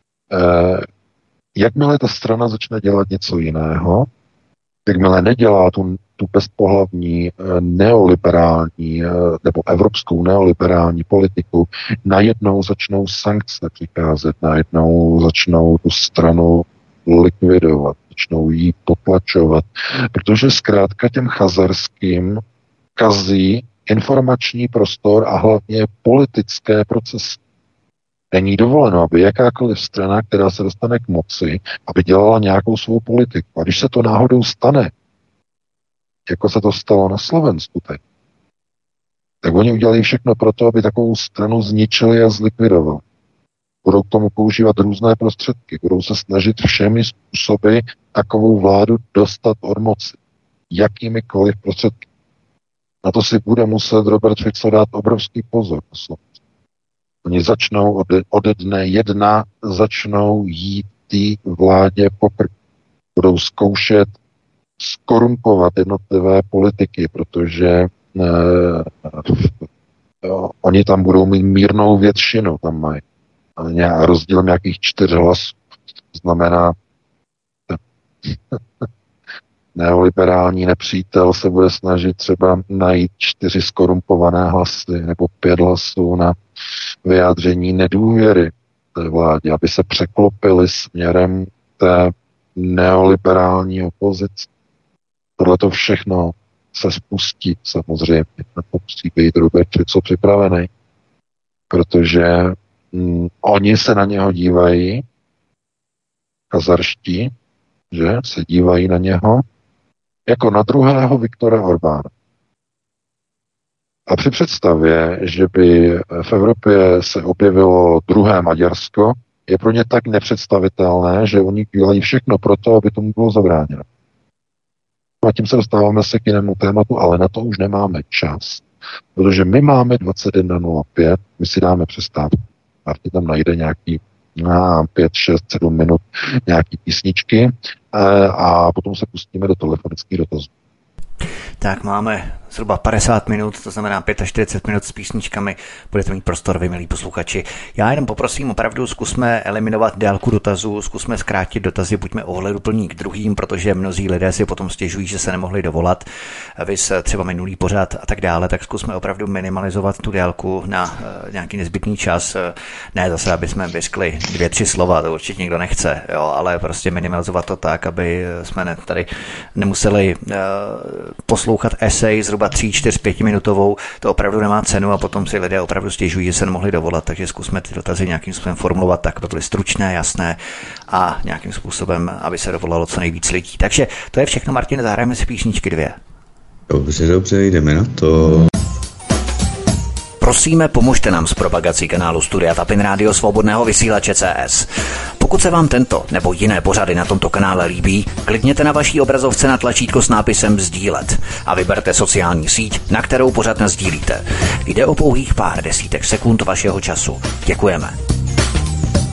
Speaker 3: Jakmile ta strana začne dělat něco jiného, jakmile nedělá tu, tu bezpohlavní neoliberální nebo evropskou neoliberální politiku, najednou začnou sankce přicházet, najednou začnou tu stranu likvidovat, začnou jí potlačovat, protože zkrátka těm chazarským kazí informační prostor a hlavně politické procesy. Není dovoleno, aby jakákoliv strana, která se dostane k moci, aby dělala nějakou svou politiku. A když se to náhodou stane, jako se to stalo na Slovensku teď, tak oni udělají všechno pro to, aby takovou stranu zničili a zlikvidovali. Budou k tomu používat různé prostředky, budou se snažit všemi způsoby takovou vládu dostat od moci. Jakýmikoliv prostředky. Na to si bude muset Robert Fico dát obrovský pozor. Oni začnou ode, ode dne jedna, začnou jít té vládě po krku. Budou zkoušet skorumpovat jednotlivé politiky, protože eh, jo, oni tam budou mít mírnou většinu, tam mají. A rozdíl nějakých čtyř hlasů. To znamená, neoliberální nepřítel se bude snažit třeba najít čtyři skorumpované hlasy nebo pět hlasů na vyjádření nedůvěry té vládě, aby se překlopili směrem té neoliberální opozice. Tohle to všechno se spustí samozřejmě. Na to musí být Robert Fico připravený, protože mm, oni se na něho dívají, kazarští, že se dívají na něho jako na druhého Viktora Orbána. A při představě, že by v Evropě se objevilo druhé Maďarsko, je pro ně tak nepředstavitelné, že oni dělají všechno pro to, aby tomu bylo zabráněno. A tím se dostáváme se k jinému tématu, ale na to už nemáme čas. Protože my máme dvacet jedna nula pět, my si dáme přestávku. Martin tam najde nějaký na pět, šest, sedm minut nějaký písničky a potom se pustíme do telefonických dotazů.
Speaker 1: Tak máme zhruba padesát minut, to znamená čtyřicet pět minut s písničkami. Budete mít prostor, vy, milí posluchači. Já jenom poprosím opravdu, zkusme eliminovat délku dotazů, zkusme zkrátit dotazy, buďme ohleduplní k druhým, protože mnozí lidé si potom stěžují, že se nemohli dovolat, vys třeba minulý pořad a tak dále, tak zkusme opravdu minimalizovat tu délku na uh, nějaký nezbytný čas. Ne zase, aby jsme vyskli dvě, tři slova, to určitě nikdo nechce, jo, ale prostě minimalizovat to tak, aby jsme ne, tady nemuseli uh, poslouchat esej zhruba tři, čtyři, pětiminutovou, to opravdu nemá cenu a potom si lidé opravdu stěžují, že se nemohli dovolat, takže zkusme ty dotazy nějakým způsobem formulovat tak, aby byly stručné, jasné a nějakým způsobem, aby se dovolalo co nejvíc lidí. Takže to je všechno, Martin, zahrajeme si písničky dvě.
Speaker 2: Dobře, dobře, jdeme na to.
Speaker 1: Prosíme, pomožte nám s propagací kanálu Studia Tapin Rádio Svobodného vysílače C S. Pokud se vám tento nebo jiné pořady na tomto kanále líbí, klikněte na vaší obrazovce na tlačítko s nápisem sdílet a vyberte sociální síť, na kterou pořad nasdílíte. Jde o pouhých pár desítek sekund vašeho času. Děkujeme.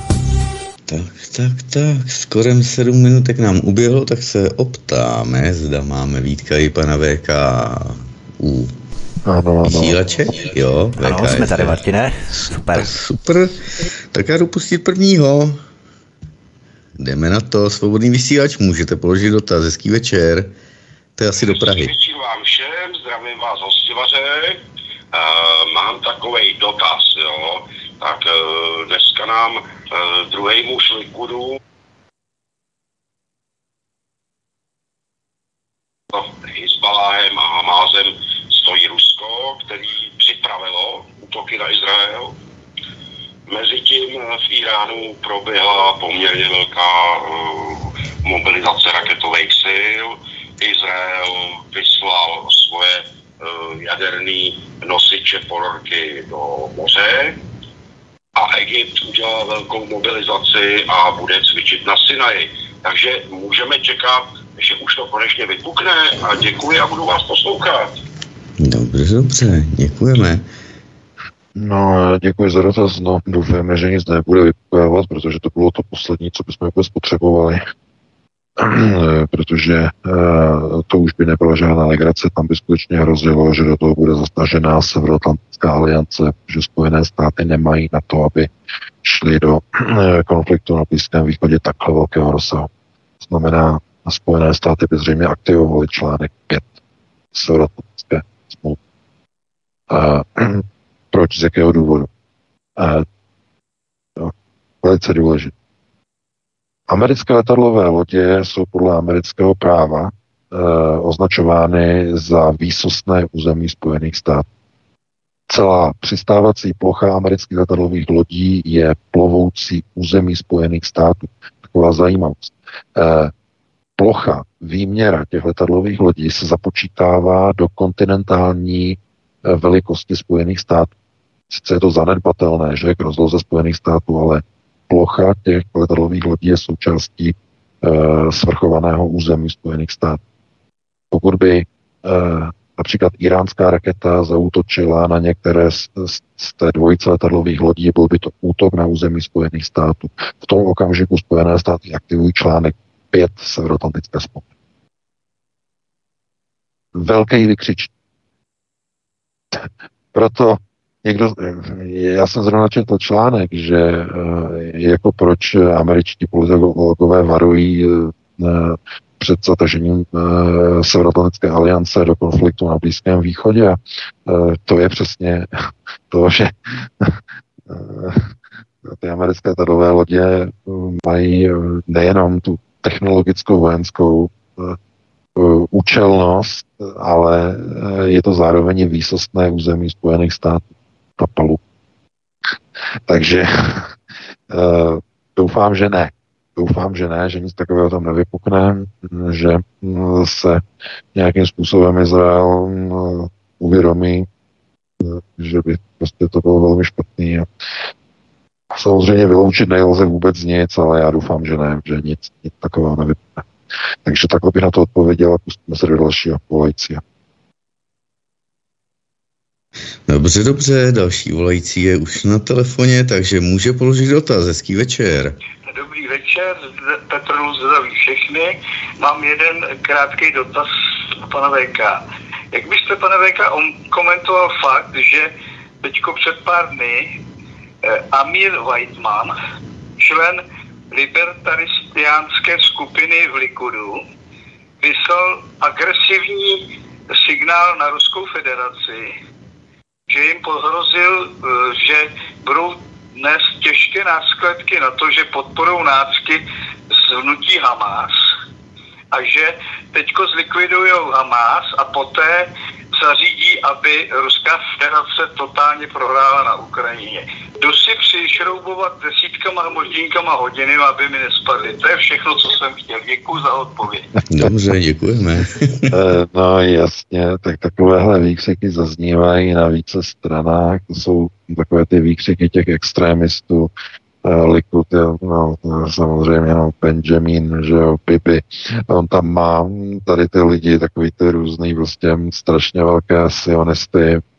Speaker 2: Tak, tak, tak, skoro sedm minutek nám uběhlo, tak se optáme, zda máme Vítka i pana V K u
Speaker 3: ano,
Speaker 2: vysílače. Jo,
Speaker 1: ano, jsme tady, Martine. Super.
Speaker 2: Tak, super. Tak já jdu pustit prvního. Jdeme na to, svobodný vysílač, můžete položit dotaz, hezký večer. To je asi do Prahy.
Speaker 4: Večer vám všem, zdravím vás hostivaře. Uh, mám takovej dotaz, jo. Tak uh, dneska nám uh, druhý muž Likudu Hizbaláhem a Hamázem stojí Rusko, který připravilo útoky na Izrael. Mezitím v Iránu proběhla poměrně velká uh, mobilizace raketových sil. Izrael vyslal svoje uh, jaderné nosiče ponorky do moře a Egypt udělal velkou mobilizaci a bude cvičit na Sinaji. Takže můžeme čekat, že už to konečně vypukne a děkuji a budu vás poslouchat.
Speaker 2: Dobře, dobře, děkujeme.
Speaker 3: No, děkuji za dotaz. No, doufáme, že nic nebude vypukovat, protože to bylo to poslední, co bychom vůbec potřebovali. protože uh, to už by nebyla žádná legrace, tam by skutečně hrozilo, že do toho bude zastažená Severoatlantická aliance, že Spojené státy nemají na to, aby šli do uh, konfliktu na Blízkém východě takhle velkého rozsahu. To znamená, Spojené státy by zřejmě aktivovaly článek pět Severoatlantické smlouvy. Uh, proč, z jakého důvodu? Uh, no, velice důležité. Americké letadlové lodě jsou podle amerického práva e, označovány za výsostné území Spojených států. Celá přistávací plocha amerických letadlových lodí je plovoucí území Spojených států. Taková zajímavost. E, plocha, výměra těch letadlových lodí se započítává do kontinentální e, velikosti Spojených států. Sice je to zanedbatelné, že k rozloze Spojených států, ale plocha těch letadlových lodí je součástí e, svrchovaného území Spojených států. Pokud by e, například iránská raketa zaútočila na některé z, z té dvojice letadlových lodí, byl by to útok na území Spojených států. V tom okamžiku Spojené státy aktivují článek pět Severoatlantické smlouvy. Velký vykřičník. Proto někdo, já jsem zrovna četl článek, že jako proč američtí politologové varují před zatažením Severoatlantické aliance do konfliktu na Blízkém východě. A to je přesně to, že ty americké letadlové lodě mají nejenom tu technologickou vojenskou účelnost, ale je to zároveň výsostné území Spojených států na palu. Takže uh, doufám, že ne. Doufám, že ne, že nic takového tam nevypukne, že se nějakým způsobem Izrael uh, uvědomí, uh, že by prostě to bylo velmi špatný. A samozřejmě vyloučit nelze vůbec nic, ale já doufám, že ne, že nic, nic takového nevypukne. Takže takhle bych na to odpověděl a pustíme se do dalšího volajícího.
Speaker 2: Dobře, dobře, další volající je už na telefoně, takže může položit dotaz. Hezký večer.
Speaker 5: Dobrý večer, Petr zdraví všechny. Mám jeden krátký dotaz pana V K. Jak byste, pane V K, komentoval fakt, že teďko před pár dny eh, Amir Weidman, člen libertariánské skupiny v Likudu, vyslal agresivní signál na Ruskou federaci, že jim pohrozil, že budou dnes těžké následky na to, že podporou nácky z hnutí Hamás a že teďko zlikvidujou Hamás a poté zařídí, aby Ruská federace totálně prohrála na Ukrajině. Jdu si přišroubovat desítkama a moždínkama hodiny, aby mi nespadly. To je všechno, co jsem chtěl. Děkuji za odpověď.
Speaker 2: Dobře, děkujeme.
Speaker 3: No jasně, tak takovéhle výkřiky zaznívají na více stranách. To jsou takové ty výkřiky těch extrémistů. Likud, no, samozřejmě, no, Benjamin, že jo, Bibi, on tam má tady ty lidi, takový ty různý, prostě strašně velké sionisty,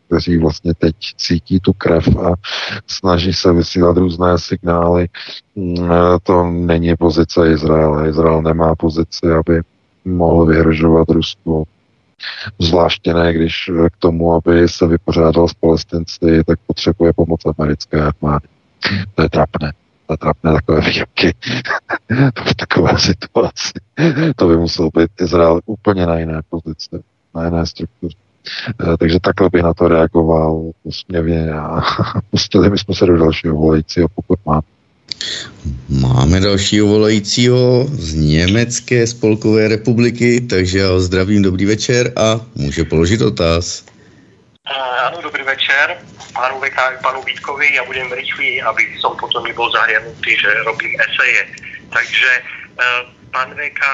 Speaker 3: kteří vlastně teď cítí tu krev a snaží se vysílat různé signály. To není pozice Izraele. Izrael nemá pozici, aby mohl vyhrožovat Rusku. Zvláště ne, když k tomu, aby se vypořádal s Palestinci, tak potřebuje pomoc americké armády. To je trapné. To je trapné takové výjimky v takové situaci. To by musel být Izrael úplně na jiné pozici, na jiné struktuře. Takže takhle by na to reagoval úsměvně a pustili bychom se do dalšího volajícího, pokud má.
Speaker 2: Máme dalšího volajícího z Německé spolkové republiky, takže já ho zdravím, dobrý večer a může položit dotaz.
Speaker 6: Uh, ano, dobrý večer, pánu Veka a panu Vítkovi, ja budem rýchly, aby som potom nebol zahriadnutý, že robím eseje. Takže, uh, pán Veka,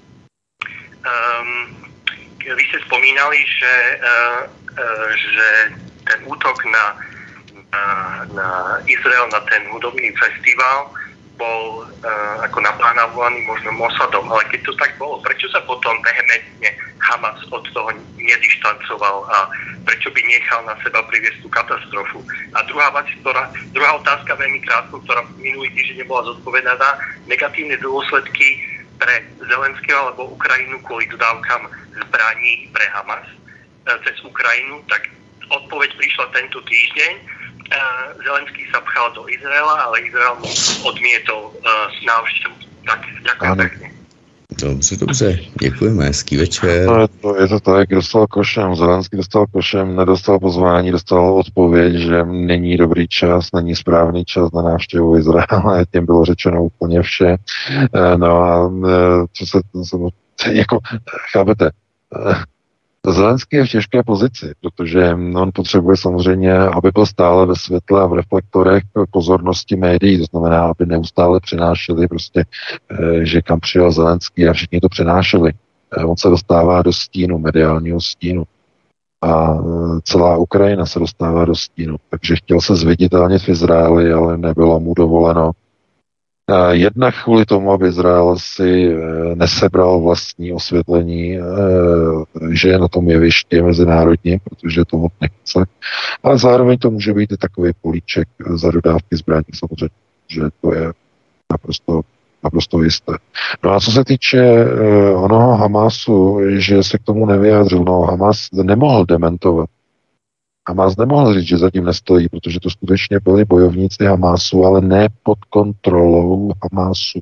Speaker 6: um, vy ste spomínali, že, uh, uh, že ten útok na, na, na Izrael, na ten hudobný festival, bol uh, ako naplánovaný možno Mossadom, ale keď to tak bolo, prečo sa potom vehementne Hamas od toho nedištancoval a prečo by nechal na seba priviesť tú katastrofu? A druhá vec, ktorá, druhá otázka veľmi krátko, ktorá minulý týždeň nebola zodpovedaná, negatívne dôsledky pre Zelenského alebo Ukrajinu kvôli dodávkam zbraní pre Hamas uh, cez Ukrajinu, tak odpoveď prišla tento týždeň. Zelenský sa pchal do Izraela, ale Izrael mu odmietol uh, návštěvu. Tak ďakujem pekne.
Speaker 2: Dobře, dobře, děkujeme, hezký večer.
Speaker 3: No, je, to, je to tak, dostal košem, Zelenský dostal košem, nedostal pozvání, dostal odpověď, že není dobrý čas, není správný čas na návštěvu Izraela, tím bylo řečeno úplně vše. No a co se, co se jako, chápete, Zelenský je v těžké pozici, protože on potřebuje samozřejmě, aby byl stále ve světle a v reflektorech pozornosti médií, to znamená, aby neustále přinášeli prostě, že kam přijel Zelenský a všichni to přinášeli. On se dostává do stínu, mediálního stínu. A celá Ukrajina se dostává do stínu. Takže chtěl se zviditelnit v Izraeli, ale nebylo mu dovoleno. Jednak kvůli tomu, aby Izrael si nesebral vlastní osvětlení, že je na tom jevišti mezinárodní, protože to moc nechce. Ale zároveň to může být i takový políček za dodávky zbraní, samozřejmě, že to je naprosto, naprosto jisté. No a co se týče onoho Hamasu, že se k tomu nevyjádřil, no Hamas nemohl dementovat. Hamas nemohl říct, že zatím nestojí, protože to skutečně byli bojovníci Hamasu, ale ne pod kontrolou Hamasu.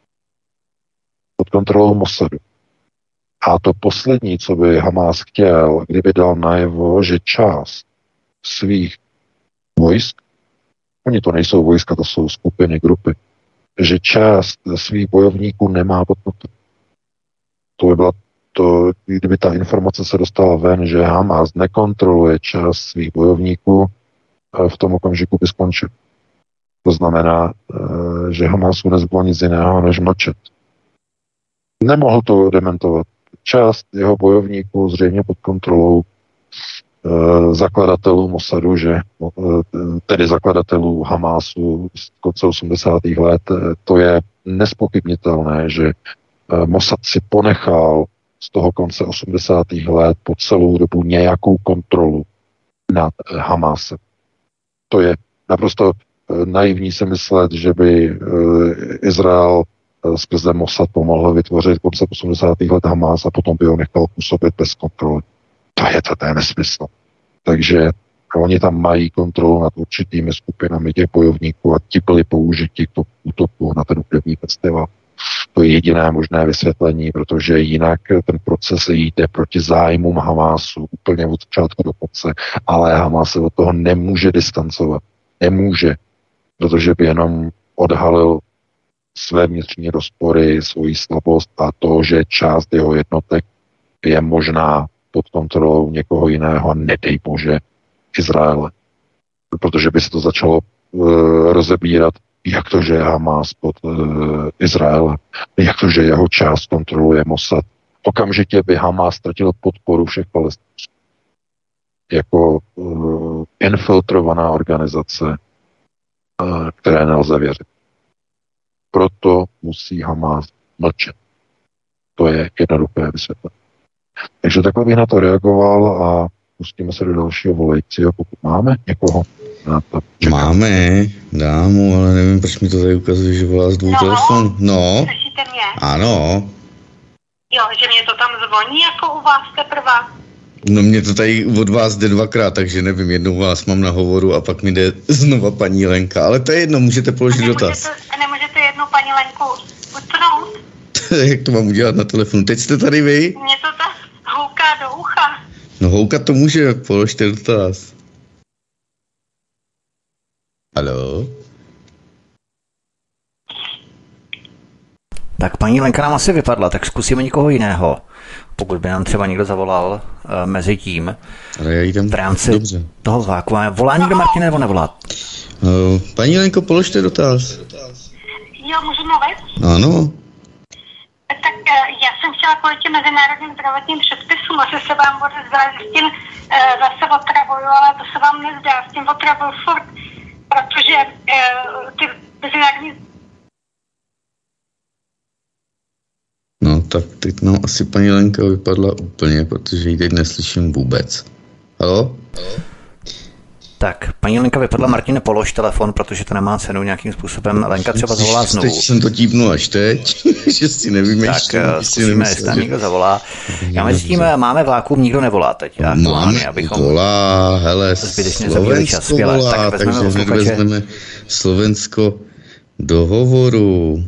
Speaker 3: Pod kontrolou Mossadu. A to poslední, co by Hamas chtěl, kdyby dal najevo, že část svých vojsk, oni to nejsou vojska, to jsou skupiny, grupy, že část svých bojovníků nemá pod kontrolou. To by byla To, kdyby ta informace se dostala ven, že Hamas nekontroluje část svých bojovníků, v tom okamžiku by skončil. To znamená, že Hamasu nezbylo nic jiného, než mlčet. Nemohl to dementovat. Část jeho bojovníků zřejmě pod kontrolou zakladatelů Mossadu, že, tedy zakladatelů Hamasu z konce osmdesátých let, to je nespochybnitelné, že Mossad si ponechal z toho konce osmdesátých let po celou dobu nějakou kontrolu nad Hamasem. To je naprosto naivní si myslet, že by Izrael skrze Mossad pomohl vytvořit konce osmdesátých let Hamas a potom by ho nechal působit bez kontroly. To je to, to je nesmysl. Takže oni tam mají kontrolu nad určitými skupinami těch bojovníků a ti byli použiti k tomu útoku na ten hudební festival. To je jediné možné vysvětlení, protože jinak ten proces jde proti zájmům Hamasu úplně od začátku do konce, ale Hamas se od toho nemůže distancovat. Nemůže, protože by jenom odhalil své vnitřní rozpory, svoji slabost a to, že část jeho jednotek je možná pod kontrolou někoho jiného, nedej bože, Izraele. Protože by se to začalo uh, rozebírat, jak to, že je Hamas pod uh, Izraelem, jak to, že jeho část kontroluje Mossad. Okamžitě by Hamas ztratil podporu všech Palestinců. Jako uh, infiltrovaná organizace, uh, které nelze věřit. Proto musí Hamas mlčet. To je jednoduché vysvětlení. Takže takhle bych na to reagoval a pustíme se do dalšího volajícího, pokud máme někoho. Na to
Speaker 2: máme, dámu, ale nevím, proč mi to tady ukazuje, že volá z dvou
Speaker 7: no,
Speaker 2: telefonů. No,
Speaker 7: slyšíte mě?
Speaker 2: Ano.
Speaker 7: Jo, že mě to tam zvoní jako u vás teprve.
Speaker 2: No mě to tady od vás jde dvakrát, takže nevím, jednou vás mám na hovoru a pak mi jde znova paní Lenka, ale to je jedno, můžete položit
Speaker 7: a
Speaker 2: dotaz.
Speaker 7: A nemůžete jednu paní Lenku utnout?
Speaker 2: Jak to mám udělat na telefonu? Teď jste tady vy?
Speaker 7: Mě to tak houká do ucha.
Speaker 2: No houkat to může, položte dotaz. Haló?
Speaker 1: Tak paní Lenka nám asi vypadla, tak zkusíme někoho jiného. Pokud by nám třeba někdo zavolal uh, mezi tím.
Speaker 2: Ale já jí tam...
Speaker 1: V rámci
Speaker 2: Dobře.
Speaker 1: toho váku. Volá někdo, Martin, nebo nevolá?
Speaker 2: Uh, paní Lenko, položte dotaz.
Speaker 7: Jo, můžu mluvit?
Speaker 2: Ano.
Speaker 7: Tak já jsem chtěla kvůli těm mezinárodním zdravotním předpisům, asi se vám odezvala, že s tím uh, zase otravuju, ale to se vám nezdá, s tím otravuju furt, protože uh, ty mezinárodní...
Speaker 2: No tak teď nám asi paní Lenka vypadla úplně, protože ji teď neslyším vůbec. Haló?
Speaker 1: Tak, paní Lenka vypadla, Martine, polož telefon, protože to nemá cenu nějakým způsobem. Lenka třeba zavolá znovu.
Speaker 2: Teď jsem to típnul až teď, že si nevím ještě.
Speaker 1: Tak zkusíme, jestli tam někdo zavolá. Já mezi tím máme vákuum, nikdo nevolá teď.
Speaker 2: Máme, abychom volá, hele, Slovensko volá, tak takže hned vezmeme Slovensko do hovoru.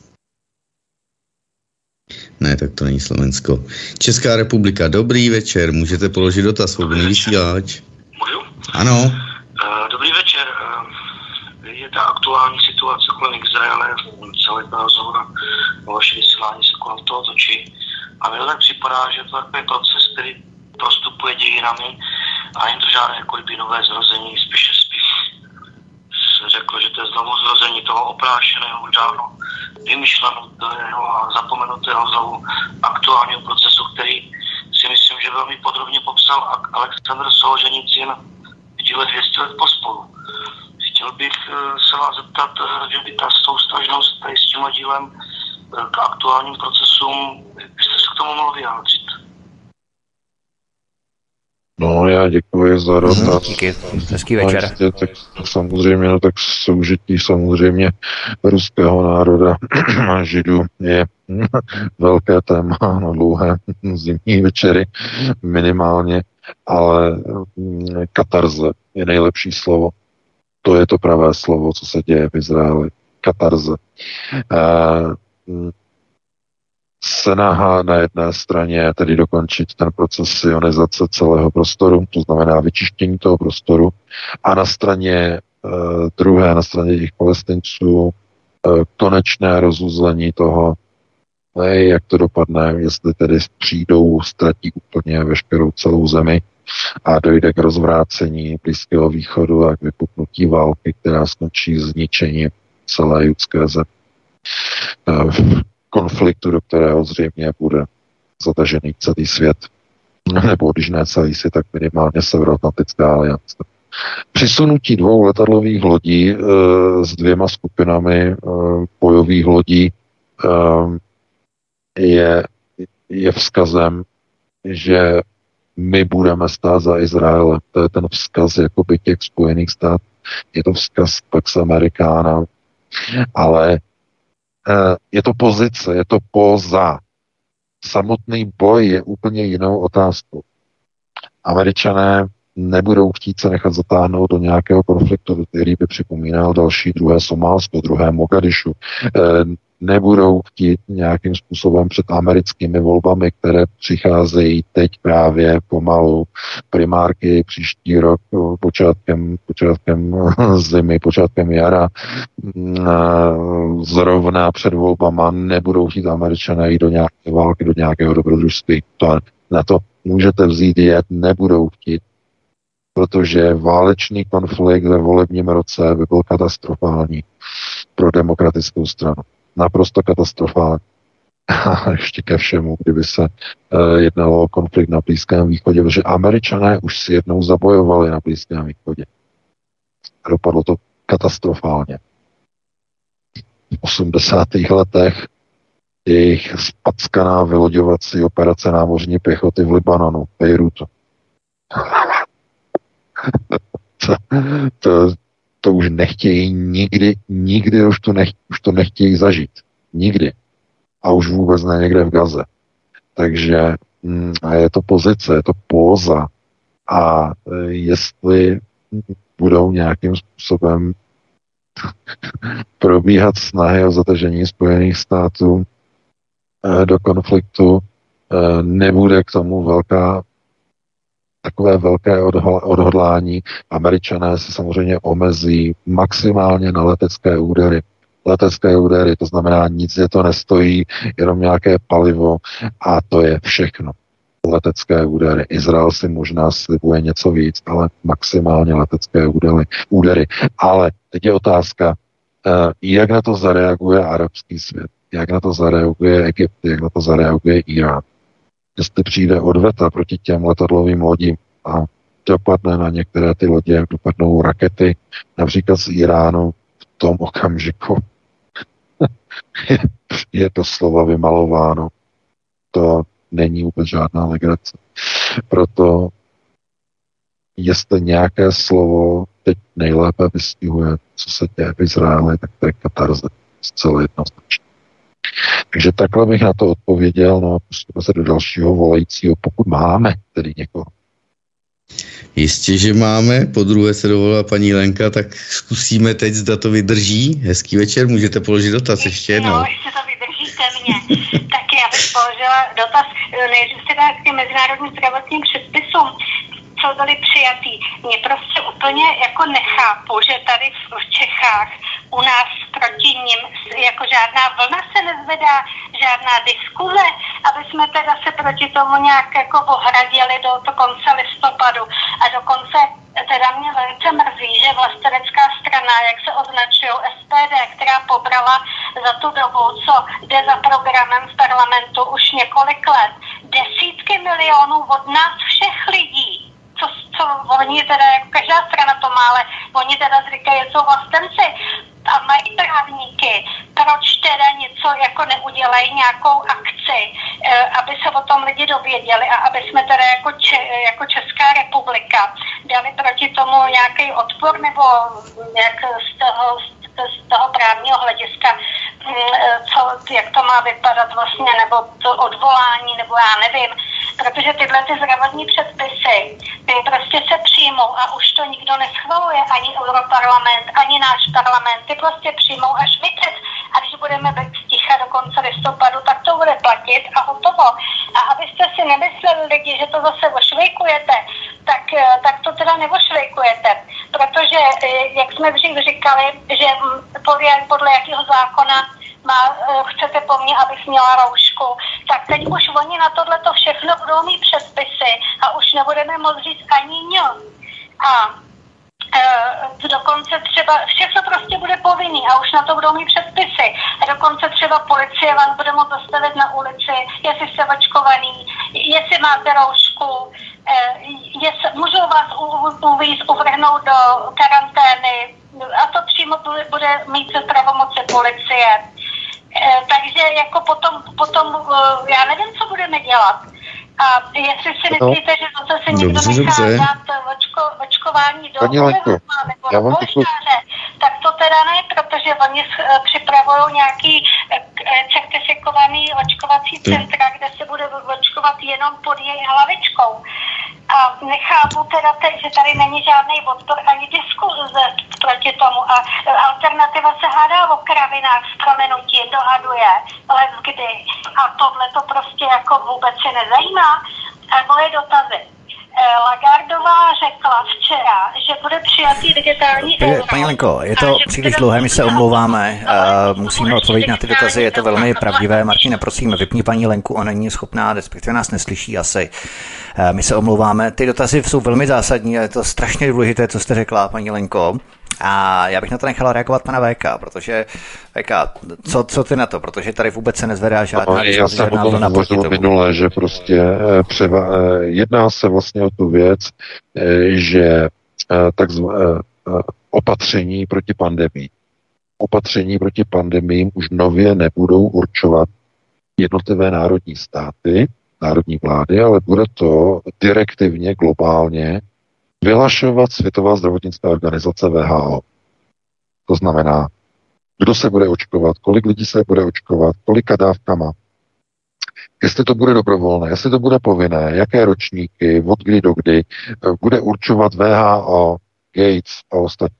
Speaker 2: Ne, tak to není Slovensko. Česká republika, dobrý večer, můžete položit dotaz, svobodný vysílač.
Speaker 4: Můžu?
Speaker 2: Ano.
Speaker 4: Uh, dobrý večer. Uh, je ta aktuální situace kolem Izraele, celý ten rozhovor o vaše vysílání se kolem toho točí. A mně to tak připadá, že to je takový proces, který prostupuje dějinami a není to žádné jako by nové zrození, spíše spíš se řeklo, že to je znovu zrození toho oprášeného, už dávno vymyšleného a zapomenutého znovu aktuálního procesu, který si myslím, že velmi podrobně popsal Aleksandr Solženicyn v díle dvě stě let pospolu. Chtěl bych se vás zeptat, že by ta soustažnost tady s tímhle dílem k aktuálním procesům, byste se k tomu mohl vyjádřit.
Speaker 3: No, já děkuji za dotaz.
Speaker 1: Díky, hezký večer.
Speaker 3: Jistě, tak samozřejmě, no tak soužití samozřejmě ruského národa a židů je velké téma na dlouhé zimní večery minimálně, ale katarze je nejlepší slovo. To je to pravé slovo, co se děje v Izraeli. Katarze. Uh, Snaha na jedné straně tedy dokončit ten proces sionizace celého prostoru, to znamená vyčištění toho prostoru, a na straně e, druhé, na straně těch Palestinců, e, konečné rozuzlení toho, ne, jak to dopadne, jestli tedy přijdou, ztratí úplně veškerou celou zemi a dojde k rozvrácení Blízkého východu a k vypuknutí války, která skončí zničením celé judské země. E, konfliktu, do kterého zřejmě bude zatažený celý svět, nebo když ne celý svět, tak minimálně Severoatlantická aliance. Přisunutí dvou letadlových lodí e, s dvěma skupinami e, bojových lodí e, je, je vzkazem, že my budeme stát za Izraelem. To je ten vzkaz jakoby těch Spojených států. Je to vzkaz Pax Americana, ale je to pozice, je to póza. Samotný boj je úplně jinou otázkou. Američané nebudou chtít se nechat zatáhnout do nějakého konfliktu, který by připomínal další druhé Somálsko, druhé Mogadišu. Nebudou chtít nějakým způsobem před americkými volbami, které přicházejí teď právě pomalu, primárky příští rok, počátkem, počátkem zimy, počátkem jara, zrovna před volbama nebudou chtít Američané jít do nějaké války, do nějakého dobrodružství. To, na to můžete vzít jet, nebudou chtít, protože válečný konflikt ve volebním roce by byl katastrofální pro demokratickou stranu. Naprosto katastrofální. A ještě ke všemu, kdyby se uh, jednalo o konflikt na Blízkém východě, protože Američané už si jednou zabojovali na Blízkém východě. A dopadlo to katastrofálně. V osmdesátých letech jejich spackaná vyloďovací operace námořní pěchoty v Libanonu, v Bejrutu. to, to, to už nechtějí nikdy, nikdy už to, nech, už to nechtějí zažít. Nikdy. A už vůbec ne někde v Gaze. Takže mm, a je to pozice, je to póza. A jestli budou nějakým způsobem probíhat snahy o zatažení Spojených států do konfliktu, nebude k tomu velká takové velké odhodlání. Američané se samozřejmě omezí maximálně na letecké údery. Letecké údery, to znamená, nic je to nestojí, jenom nějaké palivo a to je všechno. Letecké údery. Izrael si možná slibuje něco víc, ale maximálně letecké údery. údery. Ale teď je otázka, jak na to zareaguje arabský svět, jak na to zareaguje Egypt, jak na to zareaguje Irán. Jestli přijde odveta proti těm letadlovým lodím a dopadne na některé ty lodě, dopadnou rakety, například z Iránu, v tom okamžiku je, je to slova vymalováno. To není vůbec žádná legrace. Proto jestli nějaké slovo teď nejlépe vystihuje, co se děje v Izraeli, tak to je katarze. Zcela jednoznačně. Takže takhle bych na to odpověděl, no a pustíme se do dalšího volajícího, pokud máme tedy někoho.
Speaker 2: Jistě, že máme. Po druhé se dovolila paní Lenka, tak zkusíme teď, zda to vydrží. Hezký večer, můžete položit dotaz ještě jednou.
Speaker 7: No, ještě to vydržíte mě. Tak já bych položila dotaz nejdřív teda k těm mezinárodním zdravotním předpisům, co byly přijatý. Mě prostě úplně jako nechápu, že tady v Čechách u nás proti nim jako žádná vlna se nezvedá, žádná diskuze, aby jsme teda se proti tomu nějak jako ohradili do, do konce listopadu. A dokonce teda mě velice mrzí, že vlastenecká strana, jak se označují S P D, která pobrala za tu dobu, co jde za programem v parlamentu už několik let, desítky milionů od nás všech lidí. Co, co oni teda, jako každá strana to má, ale oni teda říkají, že jsou vlastenci a mají právníky, proč teda něco jako neudělají, nějakou akci, e, aby se o tom lidi dověděli a aby jsme teda jako, če, jako Česká republika dali proti tomu nějaký odpor nebo jak z toho, z toho právního hlediska, co, jak to má vypadat vlastně, nebo to odvolání, nebo já nevím, protože tyhle ty zdravotní předpisy, ty prostě se přijmou a už to nikdo neschvaluje, ani Europarlament, ani náš parlament, ty prostě přijmou až vytec a když budeme být sticha do konce listopadu, tak to bude platit a hotovo. A abyste si nemysleli lidi, že to zase ošvejkujete, tak, tak to teda neošvejkujete, protože, jak jsme dřív říkali, že podle, podle jakého zákona má, chcete po mně, abych měla roušku, tak teď už oni na tohleto všechno budou mít předpisy a už nebudeme moct říct ani ňo. A e, dokonce třeba, všechno prostě bude povinný a už na to budou mít předpisy. A dokonce třeba policie vás bude moct zastavit na ulici, jestli jste očkovaný, jestli máte roušku, e, jestli, můžou vás uvízt, uvrhnout do karantény a to přímo bude mít pravomoci policie. Takže jako potom, potom, já nevím, co budeme dělat. A jestli si myslíte, že zase se někdo nechá dát očko, očkování do Olevuma nebo do polštáře, tak to teda ne, protože oni připravují nějaký certifikovaný očkovací centra, kde se bude očkovat jenom pod její hlavičkou. A nechápu teda, te, že tady není žádný odpor ani diskuze proti tomu. A alternativa se hádá o kravinách s prominutím, dohaduje, let kdy. A tohle to prostě jako vůbec se nezajímá. A moje dotazy. Lagardová řekla včera, že bude přijatý digitální euro.
Speaker 1: Paní Lenko, je to příliš dlouhé, my se omlouváme, uh, musíme odpovědět na ty dotazy, je to velmi pravdivé. Martina, prosím, vypni paní Lenku, ona není schopná, respektive nás neslyší asi. Uh, my se omlouváme, ty dotazy jsou velmi zásadní a je to strašně důležité, co jste řekla, paní Lenko. A já bych na to nechala reagovat pana V K, protože V K, co, co ty na to, protože tady vůbec se nezvedá žádná
Speaker 3: no, já jsem o tom hovořil minule, že prostě převa, jedná se vlastně o tu věc, že takzvané opatření proti pandemii. Opatření proti pandemiím už nově nebudou určovat jednotlivé národní státy, národní vlády, ale bude to direktivně, globálně vyhlašovat Světová zdravotnická organizace W H O. To znamená, kdo se bude očkovat, kolik lidí se bude očkovat, kolika dávkama, jestli to bude dobrovolné, jestli to bude povinné, jaké ročníky, od kdy do kdy, bude určovat W H O, Gates a ostatní.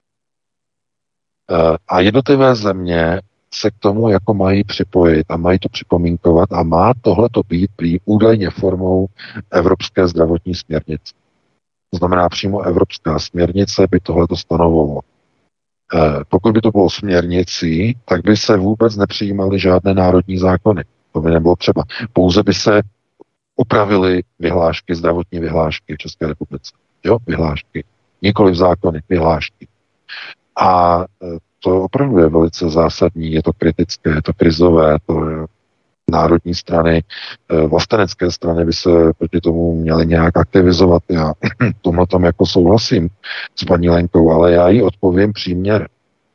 Speaker 3: A jednotlivé země se k tomu jako mají připojit a mají to připomínkovat a má tohleto být prý údajně formou Evropské zdravotní směrnice. To znamená přímo Evropská směrnice by tohleto stanovovala. Pokud by to bylo směrnicí, tak by se vůbec nepřijímaly žádné národní zákony. To by nebylo třeba. Pouze by se upravily vyhlášky, zdravotní vyhlášky v České republice. Jo, vyhlášky. Nikoliv zákony, vyhlášky. A to opravdu je velice zásadní, je to kritické, je to krizové, to je národní strany, vlastenecké strany by se proti tomu měly nějak aktivizovat. Já tomhle tom jako souhlasím s paní Lenkou, ale já jí odpovím příměr.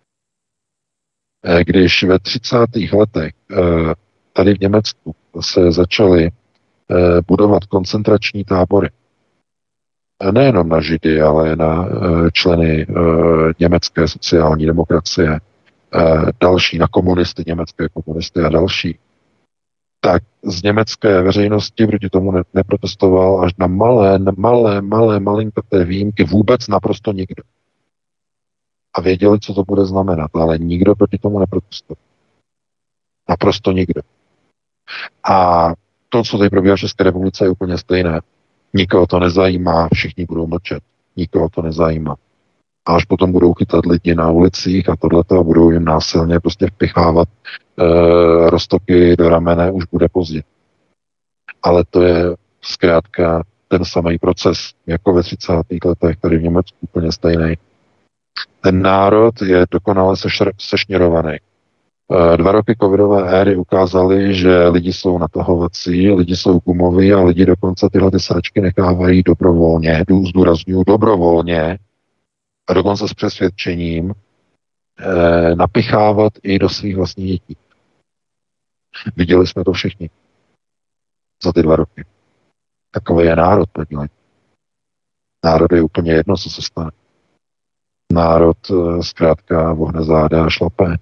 Speaker 3: Když ve třicátých letech tady v Německu se začaly budovat koncentrační tábory, nejenom na Židy, ale na členy německé sociální demokracie, další na komunisty, německé komunisty a další, tak z německé veřejnosti proti tomu ne- neprotestoval až na malé, malé, malé, malinkaté výjimky vůbec naprosto nikdo. A věděli, co to bude znamenat, ale nikdo proti tomu neprotestoval. Naprosto nikdo. A to, co tady probíhá v České republice, je úplně stejné. Nikoho to nezajímá, všichni budou mlčet. Nikoho to nezajímá. A až potom budou chytat lidi na ulicích a tohleto a budou jim násilně prostě vpichávat e, roztoky do ramene, už bude pozdě. Ale to je zkrátka ten samý proces, jako ve třicátých letech, tady v Německu úplně stejný. Ten národ je dokonale sešr- sešněrovaný. E, dva roky covidové éry ukázaly, že lidi jsou natahovací, lidi jsou gumoví a lidi dokonce tyhle ty sračky nechávají dobrovolně, zdůrazňuji dobrovolně, a dokonce s přesvědčením e, napichávat i do svých vlastních dětí. Viděli jsme to všichni za ty dva roky. Takový je národ, paní. Národ je úplně jedno, co se stane. Národ e, zkrátka vohne záda a šlape.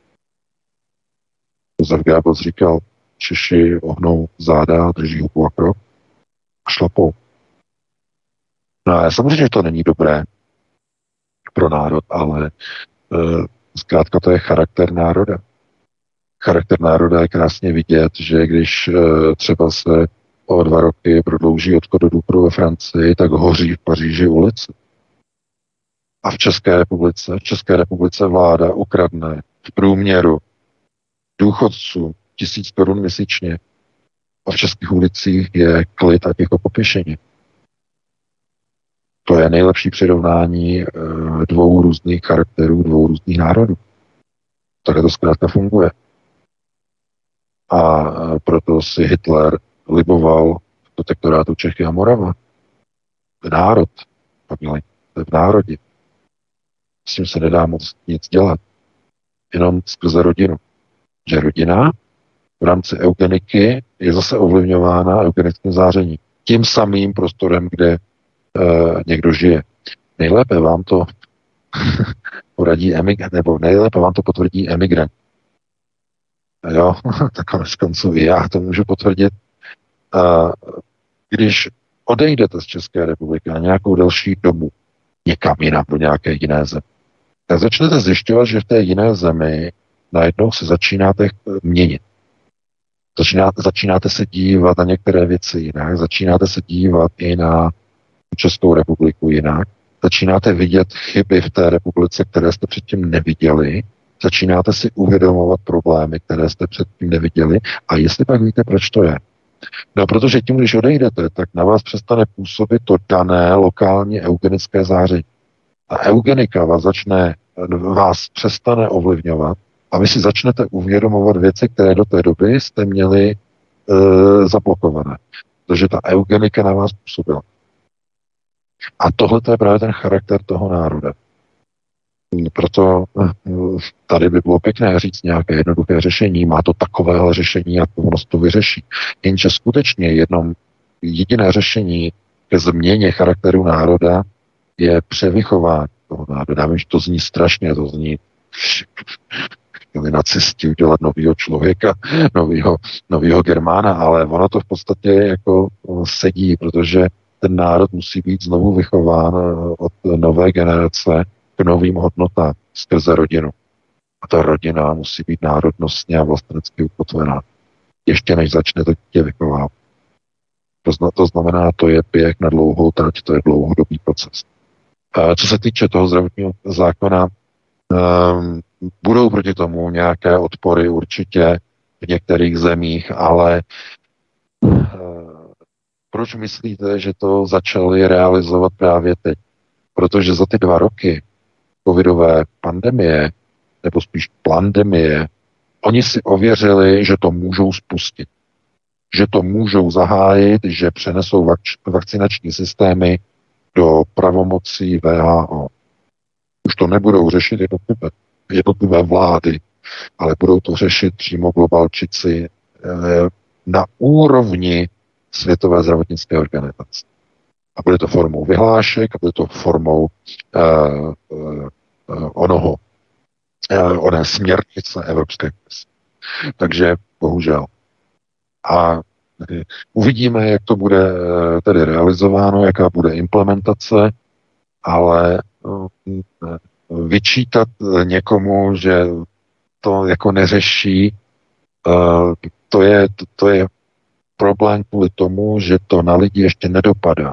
Speaker 3: Josef Goebbels říkal, Češi ohnou záda, drží hubu a krok a šlapou. No a samozřejmě, že to není dobré pro národ, ale e, zkrátka to je charakter národa. Charakter národa je krásně vidět, že když e, třeba se o dva roky prodlouží odchod do důchodu ve Francii, tak hoří v Paříži ulice. A v České republice, v České republice vláda ukradne v průměru důchodců tisíc korun měsíčně a v českých ulicích je klid a ticho po pěšině. To je nejlepší přirovnání e, dvou různých charakterů, dvou různých národů. Takhle to zkrátka funguje. A e, proto si Hitler liboval protektorátu Čechy a Morava. Národ, to je v národě. S tím se nedá moc nic dělat. Jenom skrze rodinu. Že rodina v rámci eugeniky je zase ovlivňována eugenickým zářením. Tím samým prostorem, kde Uh, někdo žije. Nejlépe vám to poradí emigrant, nebo nejlépe vám to potvrdí emigrant. Jo, tak konec konců i já to můžu potvrdit. Uh, když odejdete z České republiky na nějakou delší dobu někam jinam, do nějaké jiné země, tak začnete zjišťovat, že v té jiné zemi najednou se začínáte měnit. Začínáte, začínáte se dívat na některé věci jinak, začínáte se dívat i na Českou republiku jinak, začínáte vidět chyby v té republice, které jste předtím neviděli, začínáte si uvědomovat problémy, které jste předtím neviděli a jestli pak víte, proč to je. No, protože tím, když odejdete, tak na vás přestane působit to dané lokální eugenické záření. A eugenika vás začne, vás přestane ovlivňovat a vy si začnete uvědomovat věci, které do té doby jste měli e, zablokované. Protože ta eugenika na vás působila. A tohle je právě ten charakter toho národa. Proto tady by bylo pěkné říct nějaké jednoduché řešení, má to takovéhle řešení a ono to vyřeší. Jenže skutečně jednom jediné řešení ke změně charakteru národa je převychování toho národa. Já vím, že to zní strašně, to zní chtěli nacisti udělat novýho člověka, novýho, novýho Germána, ale ono to v podstatě jako sedí, protože ten národ musí být znovu vychován od nové generace k novým hodnotám skrze rodinu. A ta rodina musí být národnostně a vlastenecky ukotvená. Ještě než začne to dítě vychovávat. To znamená, to je běh na dlouhou trať, to je dlouhodobý proces. Co se týče toho zdravotního zákona, um, budou proti tomu nějaké odpory určitě v některých zemích, ale uh, proč myslíte, že to začali realizovat právě teď? Protože za ty dva roky covidové pandemie, nebo spíš pandemie, oni si ověřili, že to můžou spustit. Že to můžou zahájit, že přenesou vak- vakcinační systémy do pravomocí V H O. Už to nebudou řešit jednotlivé, jednotlivé vlády, ale budou to řešit přímo globalčici eh, na úrovni Světové zdravotnické organizace. A bude to formou vyhlášek, a bude to formou eh, eh, onoho, eh, oné směrnice Evropské komise. Takže bohužel. A uvidíme, jak to bude tedy realizováno, jaká bude implementace, ale vyčítat někomu, že to jako neřeší, to je, to je problém kvůli tomu, že to na lidi ještě nedopadá.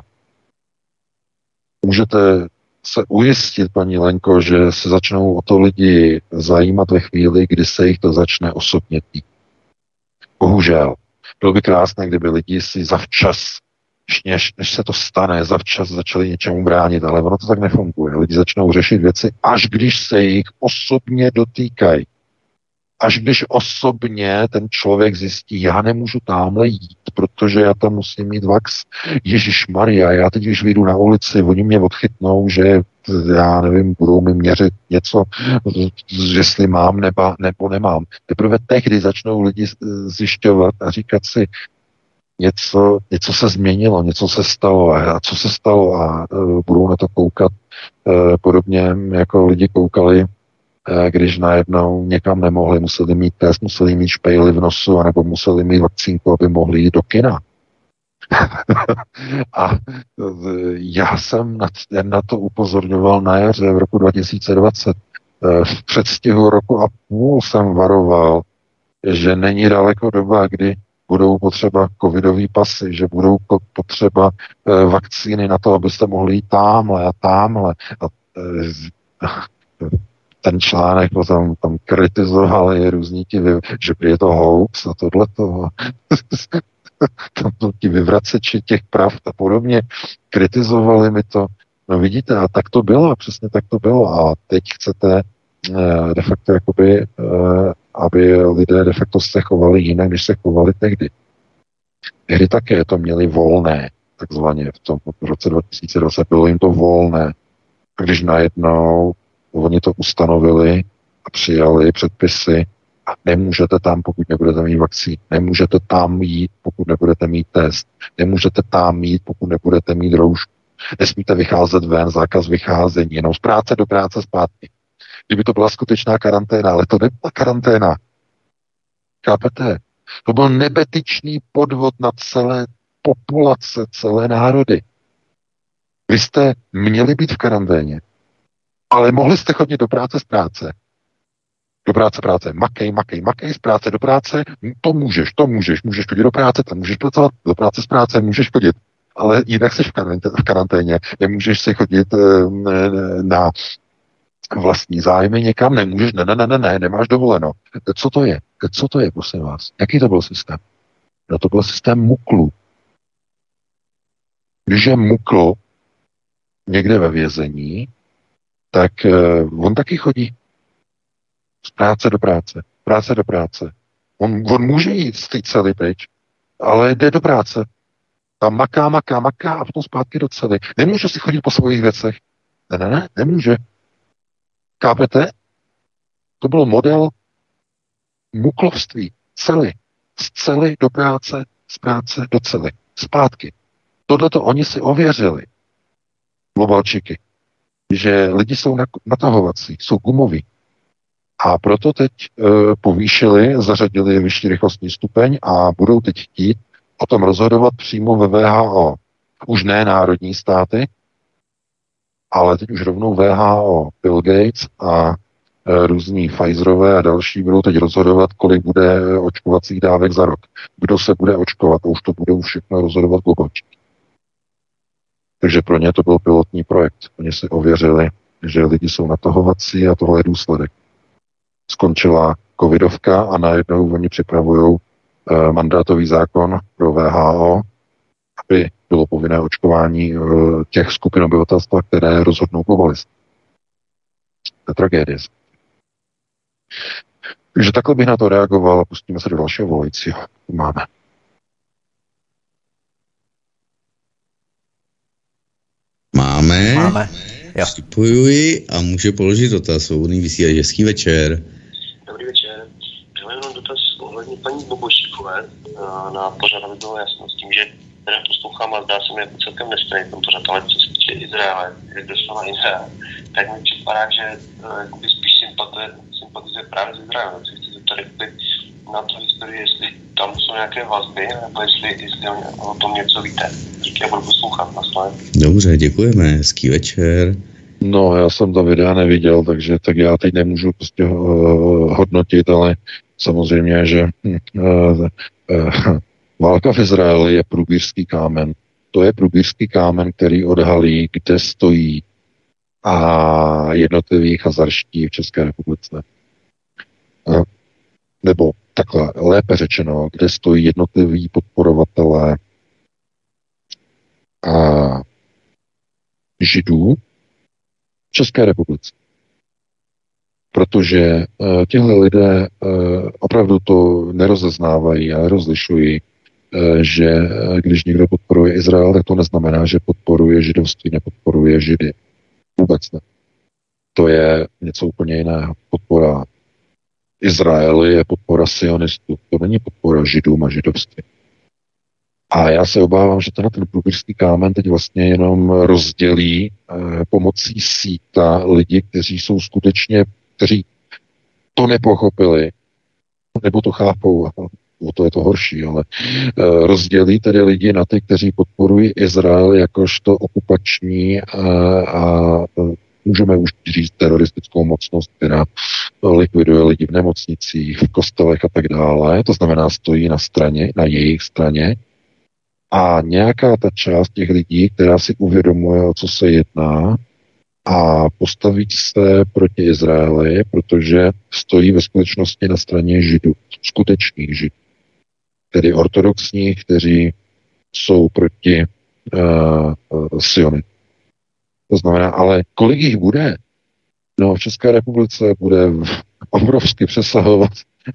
Speaker 3: Můžete se ujistit, paní Lenko, že se začnou o to lidi zajímat ve chvíli, kdy se jich to začne osobně týkat. Bohužel. Bylo by krásné, kdyby lidi si zavčas, než, než se to stane, zavčas začali něčemu bránit, ale ono to tak nefunguje. Lidi začnou řešit věci, až když se jich osobně dotýkají. Až když osobně ten člověk zjistí, já nemůžu tamhle jít, protože já tam musím mít vax. Ježišmarja, já teď, když vyjdu na ulici, oni mě odchytnou, že já nevím, budou mi měřit něco, jestli mám neba, nebo nemám. Teprve tehdy začnou lidi zjišťovat a říkat si, něco, něco se změnilo, něco se stalo a co se stalo a uh, budou na to koukat uh, podobně, jako lidi koukali, když najednou někam nemohli, museli mít test, museli mít špejly v nosu, anebo museli mít vakcínku, aby mohli jít do kina. A já jsem na, na to upozorňoval na jaře v roku dva tisíce dvacet. V předstihu roku a půl jsem varoval, že není daleko doba, kdy budou potřeba covidový pasy, že budou potřeba vakcíny na to, abyste mohli jít támhle a támhle. A, ten článek potom tam kritizovali různí ti, že je to hoax a tohleto. Tam to ti vyvraceči těch pravd a podobně. Kritizovali mi to. No vidíte, a tak to bylo, přesně tak to bylo. A teď chcete eh, de facto jakoby, eh, aby lidé de facto se chovali jinak, než se chovali tehdy. Tehdy také to měli volné, takzvaně v tom v roce dva tisíce dvacet bylo jim to volné. A když najednou oni to ustanovili a přijali předpisy a nemůžete tam, pokud nebudete mít vakcín, nemůžete tam jít, pokud nebudete mít test, nemůžete tam jít, pokud nebudete mít roušku, nesmíte vycházet ven, zákaz vycházení, jenom z práce do práce zpátky. Kdyby to byla skutečná karanténa, ale to nebyla karanténa. Chápete? To byl nebetyčný podvod na celé populace, celé národy. Vy jste měli být v karanténě, ale mohli jste chodit do práce z práce. Do práce, práce, makej, makej, makej, z práce do práce, to můžeš, to můžeš, můžeš chodit do práce, tam můžeš pracovat, do práce z práce, můžeš chodit, ale jinak jsi v karanténě, v karanténě. Nemůžeš si chodit na vlastní zájmy někam, nemůžeš, ne, ne, ne, ne, ne, nemáš dovoleno. Co to je? Co to je, prosím vás? Jaký to byl systém? No to byl systém muklu. Když je mukl někde ve vězení, tak uh, on taky chodí z práce do práce, práce do práce. On, on může jít z té cely pryč, ale jde do práce. Tam maká, maká, maká a potom zpátky do cely. Nemůže si chodit po svých věcech. Ne, ne, ne, nemůže. Kápete? To byl model muklovství. Cely. Z cely do práce, z práce do cely. Zpátky. Tohleto oni si ověřili. Globalčiky. že lidi jsou natahovací, jsou gumoví. A proto teď e, povýšili, zařadili vyšší rychlostní stupeň a budou teď chtít o tom rozhodovat přímo ve V H O. Už ne národní státy, ale teď už rovnou V H O, Bill Gates a e, různí Pfizerové a další budou teď rozhodovat, kolik bude očkovacích dávek za rok. Kdo se bude očkovat a už to budou všechno rozhodovat globalčí. Takže pro ně to byl pilotní projekt. Oni si ověřili, že lidi jsou natahovací a tohle je důsledek. Skončila covidovka a najednou oni připravují e, mandátový zákon pro V H O, aby bylo povinné očkování e, těch skupin obyvatelstva, které rozhodnou globalisty. To je tragédie. Takže takhle bych na to reagoval a pustíme se do dalšího volajícího. Máme.
Speaker 2: Máme.
Speaker 1: Máme. Jo.
Speaker 2: Vstupuji a může položit dotaz. Svobodný vysílač. Hezký večer.
Speaker 8: Dobrý večer. Já mám jenom dotaz ohledně paní Bobošíkové na pořad, aby bylo jasno s tím, že teda poslouchám a zdá se mi jako celkem nestranný ten pořad, ale co se týče Izraele, jak došlo na Izrael, tak mi připadá, že jakoby spíš sympatizuje, sympatizuje právě z Izraele. Co chci zeptat na to historii, jestli tam jsou nějaké vazby, nebo jestli, jestli o tom něco víte. Díky, já budu poslouchat. Nasled.
Speaker 2: Dobře, děkujeme. Hezký večer.
Speaker 3: No, já jsem to videa neviděl, takže tak já teď nemůžu prostě uh, hodnotit, ale samozřejmě, že uh, uh, válka v Izraeli je průbířský kámen. To je průbířský kámen, který odhalí, kde stojí a jednotliví chazarští v České republice. Uh, nebo takhle, lépe řečeno, kde stojí jednotliví podporovatelé a židů v České republice. Protože uh, tihle lidé uh, opravdu to nerozeznávají a nerozlišují, uh, že uh, když někdo podporuje Izrael, tak to neznamená, že podporuje židovství, nepodporuje židy. Vůbec ne. To je něco úplně jiného. Podpora Izraeli je podpora sionistů. To není podpora židům a židovství. A já se obávám, že tenhle ten průbířský kámen teď vlastně jenom rozdělí eh, pomocí síta lidi, kteří jsou skutečně, kteří to nepochopili, nebo to chápou, o to je to horší, ale eh, rozdělí tedy lidi na ty, kteří podporují Izrael jakožto okupační eh, a můžeme už říct teroristickou mocnost, která likviduje lidi v nemocnicích, v kostelech a tak dále. To znamená, stojí na straně, na jejich straně. A nějaká ta část těch lidí, která si uvědomuje, o co se jedná, a postaví se proti Izraeli, protože stojí ve skutečnosti na straně židů, skutečných židů, tedy ortodoxních, kteří jsou proti uh, uh, sionitům. To znamená, ale kolik jich bude? No, v České republice bude obrovsky přesahovat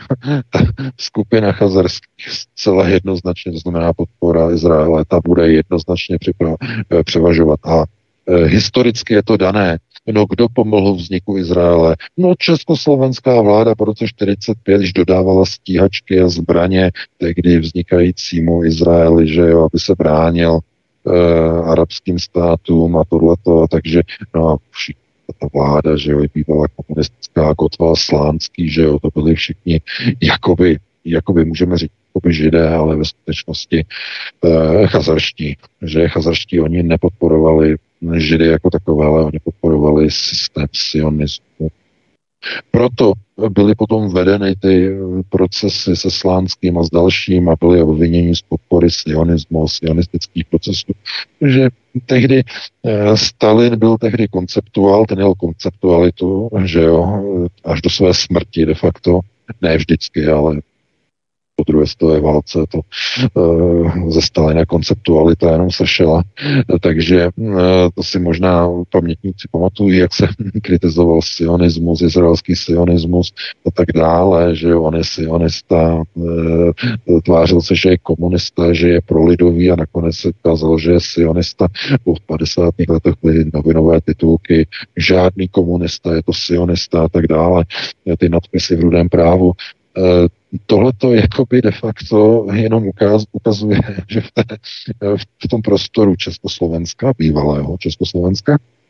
Speaker 3: skupina chazarských zcela jednoznačně, to znamená podpora Izraele, ta bude jednoznačně připra- převažovat. A e, historicky je to dané. No, kdo pomohl vzniku Izraele? No, československá vláda po roce čtyřicet pět, když dodávala stíhačky a zbraně tehdy vznikajícímu Izraeli, že jo, aby se bránil Uh, arabským státům a tohleto, takže no a všichni, ta vláda, že jo, bývala komunistická, Gottwald, Slánský, že jo, to byli všichni jakoby, jakoby můžeme říct, jakoby židé, ale ve skutečnosti uh, chazarští, že chazarští oni nepodporovali židy jako takové, ale oni podporovali systém sionismu. Proto byly potom vedeny ty procesy se Slánským a s dalším a byly obviněni z podpory sionismu, sionistických procesů. Takže tehdy Stalin byl tehdy konceptuál, ten měl konceptualitu, že jo, až do své smrti de facto, ne vždycky, ale po druhé světové válce to uh, ze Stalina konceptualita jenom sršela. Takže uh, to si možná pamětníci pamatují, jak se kritizoval sionismus, izraelský sionismus a tak dále, že on je sionista, uh, tvářil se, že je komunista, že je prolidový a nakonec se ukázalo, že je sionista. V padesátých letech byly novinové titulky, žádný komunista, je to sionista a tak dále. Ty nadpisy v Rudém právu. Tohleto jakoby de facto jenom ukaz, ukazuje, že v, té, v tom prostoru Československa, bývalého Československa,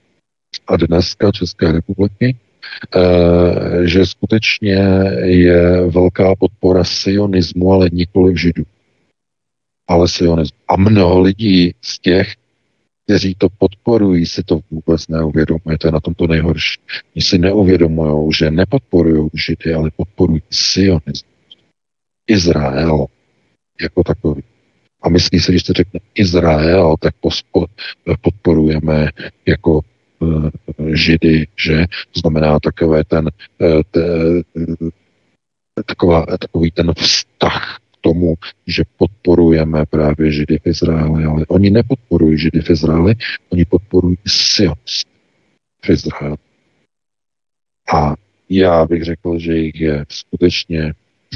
Speaker 3: a dneska České republiky, že skutečně je velká podpora sionismu, ale nikoli v Židů, ale sionismu. A mnoho lidí z těch, kteří to podporují, si to vůbec neuvědomují. To je na tom to nejhorší. Oni si neuvědomují, že nepodporují Židy, ale podporují sionismus. Izrael jako takový. A myslí si, když se řekne Izrael, tak podporujeme jako uh, Židy, že? To znamená takové ten, uh, te, uh, taková, takový ten vztah k tomu, že podporujeme právě Židy v Izraeli, ale oni nepodporují Židy v Izraeli, oni podporují sionisty v Izraeli. A já bych řekl, že jich je skutečně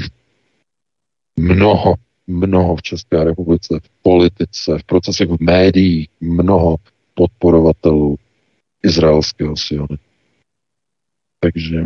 Speaker 3: mnoho, mnoho v České republice, v politice, v procesech, v médiích, mnoho podporovatelů izraelského sionismu. Takže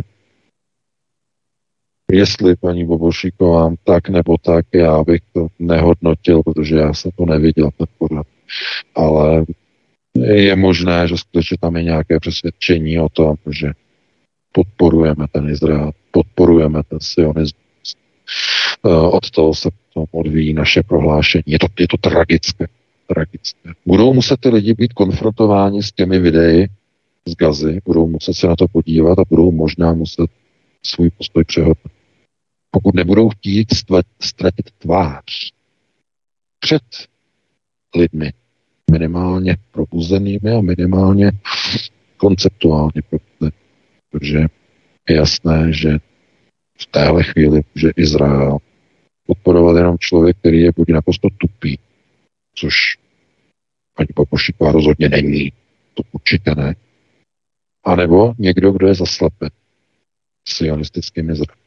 Speaker 3: jestli paní Bobošíková tak nebo tak, já bych to nehodnotil, protože já jsem to neviděl ten pořad. Ale je možné, že skutečně tam je nějaké přesvědčení o tom, že podporujeme ten Izrael, podporujeme ten sionismus. Od toho se potom odvíjí naše prohlášení. Je to, je to tragické. tragické. Budou muset ty lidi být konfrontováni s těmi videi z Gazy, budou muset se na to podívat a budou možná muset svůj postoj přehodnotit. Pokud nebudou chtít ztratit tvář před lidmi, minimálně probuzenými a minimálně konceptuálně probuzenými. Protože je jasné, že v téhle chvíli může Izrael podporovat jenom člověk, který je buď naprosto tupý, což paní Bobošíková rozhodně není, to určitě ne, anebo někdo, kdo je zaslepen sionistickým Izraelem.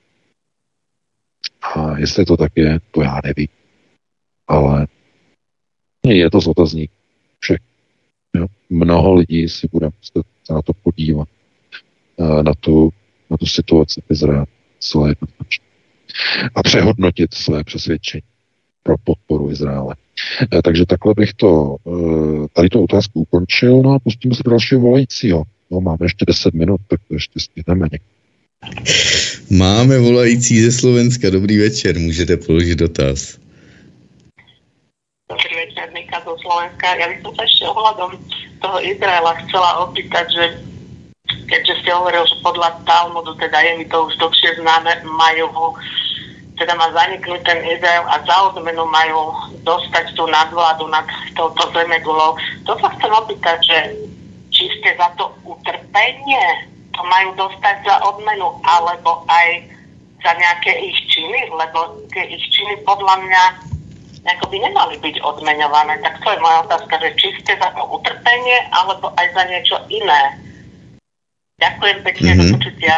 Speaker 3: A jestli to tak je, to já nevím. Ale je to z otazník všech. Jo? Mnoho lidí si bude muset se na to podívat, na tu, na tu situaci v Izraeli celé jednoznačně. A přehodnotit své přesvědčení pro podporu Izraele. Takže takhle bych to, tady tu otázku ukončil, no a pustíme se do dalšího volajícího. No, máme ještě deset minut, tak to ještě stihneme někdy.
Speaker 2: Máme volající ze Slovenska. Dobrý večer, můžete položit dotaz.
Speaker 9: Dobrý večer, Nika zo Slovenska. Ja by som sa ešte ohľadom toho Izraela chcela opýtať, že keďže ste hovoril, že podľa Talmudu, teda je mi to už dlhšie známe, majú, teda má zaniknúť ten Izrael a za odmenu majú dostať tú nadvládu nad touto zemegulou. To sa chcem opýtať, že či ste za to utrpenie to majú dostať za odmenu, alebo aj za nejaké ich činy, lebo tie ich činy podľa mňa nejako by nemali byť odmeňované. Tak to je moja otázka, že či ste za to utrpenie, alebo aj za niečo iné. Ďakujem pekne, mm-hmm. do počutia.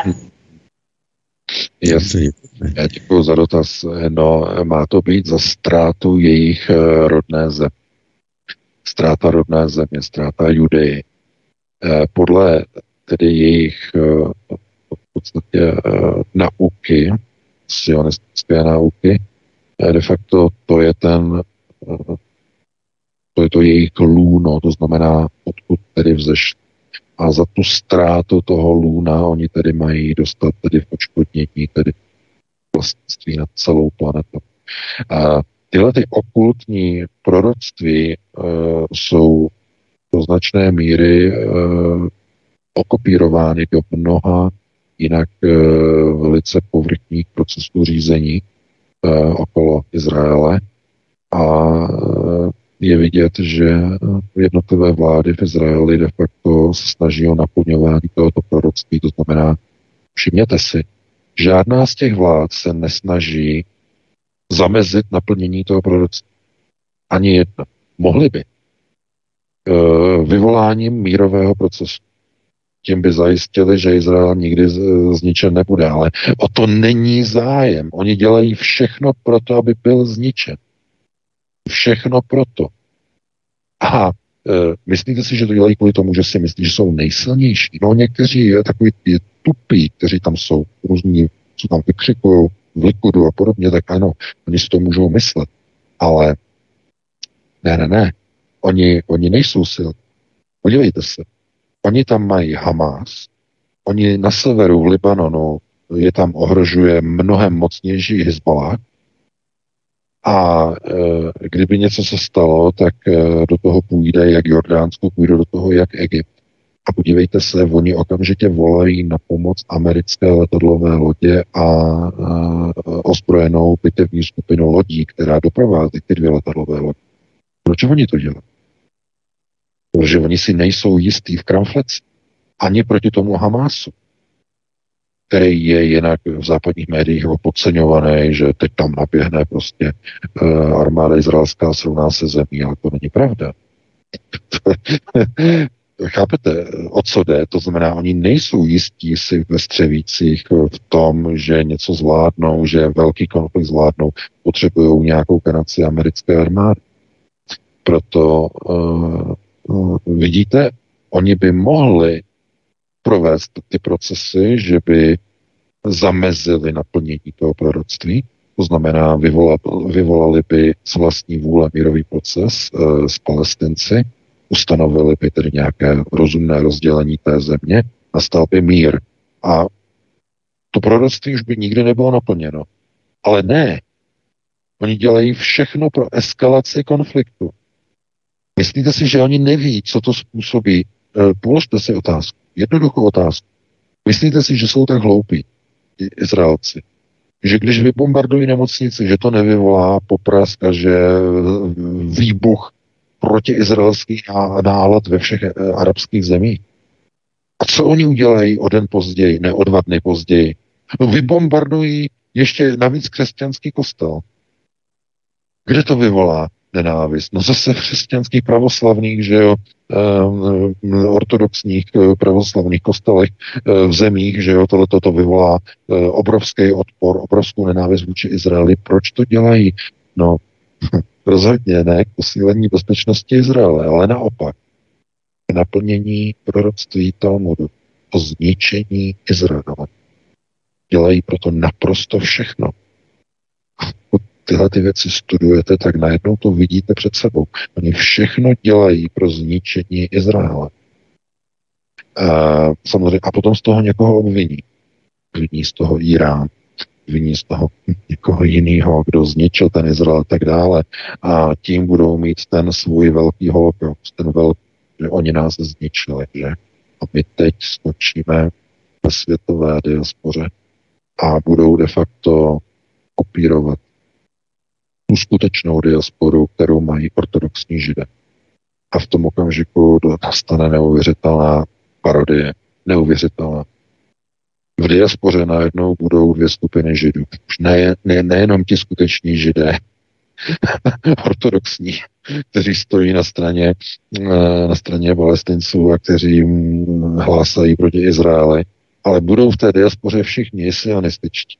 Speaker 3: Jasně. Já děkuji za dotaz. No, má to být za ztrátu jejich rodné země. Ztráta rodné země, ztráta Judei. Podle tedy jejich v podstatě nauky, sionistické nauky, de facto to je ten, to je to jejich lůno, to znamená, odkud tedy vzešli. A za tu ztrátu toho lůna oni tedy mají dostat tedy v odškodnění, tedy vlastnictví nad celou planetou. A tyhle ty okultní proroctví uh, jsou do značné míry uh, okopírovány do mnoha jinak uh, velice povrchních procesů řízení uh, okolo Izraele a uh, je vidět, že jednotlivé vlády v Izraeli de facto se snaží o naplňování tohoto proroctví. To znamená, všimněte si, žádná z těch vlád se nesnaží zamezit naplnění toho proroctví. Ani jedna. Mohli by. Vyvoláním mírového procesu. Tím by zajistili, že Izrael nikdy zničen nebude. Ale o to není zájem. Oni dělají všechno pro to, aby byl zničen. Všechno proto. A e, myslíte si, že to dělají kvůli tomu, že si myslí, že jsou nejsilnější? No někteří je takový je tupí, kteří tam jsou různí, co tam vykřikují v Likudu a podobně, tak ano, oni si to můžou myslet. Ale ne, ne, ne. Oni, oni nejsou silní. Podívejte se. Oni tam mají Hamas, oni na severu v Libanonu je tam ohrožuje mnohem mocnější Hizballah a e, kdyby něco se stalo, tak e, do toho půjde jak Jordánsko, půjde do toho jak Egypt. A podívejte se, oni okamžitě volají na pomoc americké letadlové lodě a, a ozbrojenou bitevní skupinu lodí, která doprovází ty dvě letadlové lodě. Proč oni to dělají? Protože oni si nejsou jistí v kramfleci ani proti tomu Hamásu, který je jinak v západních médiích podceňovaný, že teď tam naběhne prostě uh, armáda izraelská srovná se zemí, ale to není pravda. Chápete, o co jde? To znamená, oni nejsou jistí si ve střevících v tom, že něco zvládnou, že velký konflikt zvládnou, potřebují nějakou kanaci americké armády. Proto uh, uh, vidíte, oni by mohli provést ty procesy, že by zamezili naplnění toho proroctví, to znamená vyvolali, vyvolali by z vlastní vůle mírový proces uh, s Palestinci, ustanovili by tedy nějaké rozumné rozdělení té země, nastal by mír. A to proroctví už by nikdy nebylo naplněno. Ale ne. Oni dělají všechno pro eskalaci konfliktu. Myslíte si, že oni neví, co to způsobí? Položte si otázku. Jednoduchou otázku. Myslíte si, že jsou tak hloupí Izraelci? Že když vybombardují nemocnici, že to nevyvolá poprask a že výbuch protiizraelský nálad ve všech arabských zemích. A co oni udělají o den později, ne o dva dny později? No, vybombardují ještě navíc křesťanský kostel. Kde to vyvolá nenávist? No zase v křesťanských pravoslavných, že jo, eh, ortodoxních pravoslavných kostelech eh, v zemích, že jo, tohleto to vyvolá eh, obrovský odpor, obrovskou nenávist vůči Izraeli. Proč to dělají? No, rozhodně ne k posílení bezpečnosti Izraele, ale naopak k naplnění proroctví Talmudu o zničení Izraele. Dělají proto naprosto všechno. Pokud tyhle ty věci studujete, tak najednou to vidíte před sebou. Oni všechno dělají pro zničení Izraele. A, samozřejmě, a potom z toho někoho obviní. Obviní z toho Irán, viní z toho někoho jiného, kdo zničil ten Izrael a tak dále. A tím budou mít ten svůj velký holokaust, ten velký, že oni nás zničili, že? A my teď skočíme ve světové diaspoře a budou de facto kopírovat tu skutečnou diasporu, kterou mají ortodoxní Židé. A v tom okamžiku nastane neuvěřitelná parodie. Neuvěřitelná. V diaspoře najednou budou dvě skupiny Židů. Už ne, ne, nejenom ti skuteční Židé, ortodoxní, kteří stojí na straně, na straně Palestinců a kteří hlásají proti Izraeli, ale budou v té diaspoře všichni sionističtí.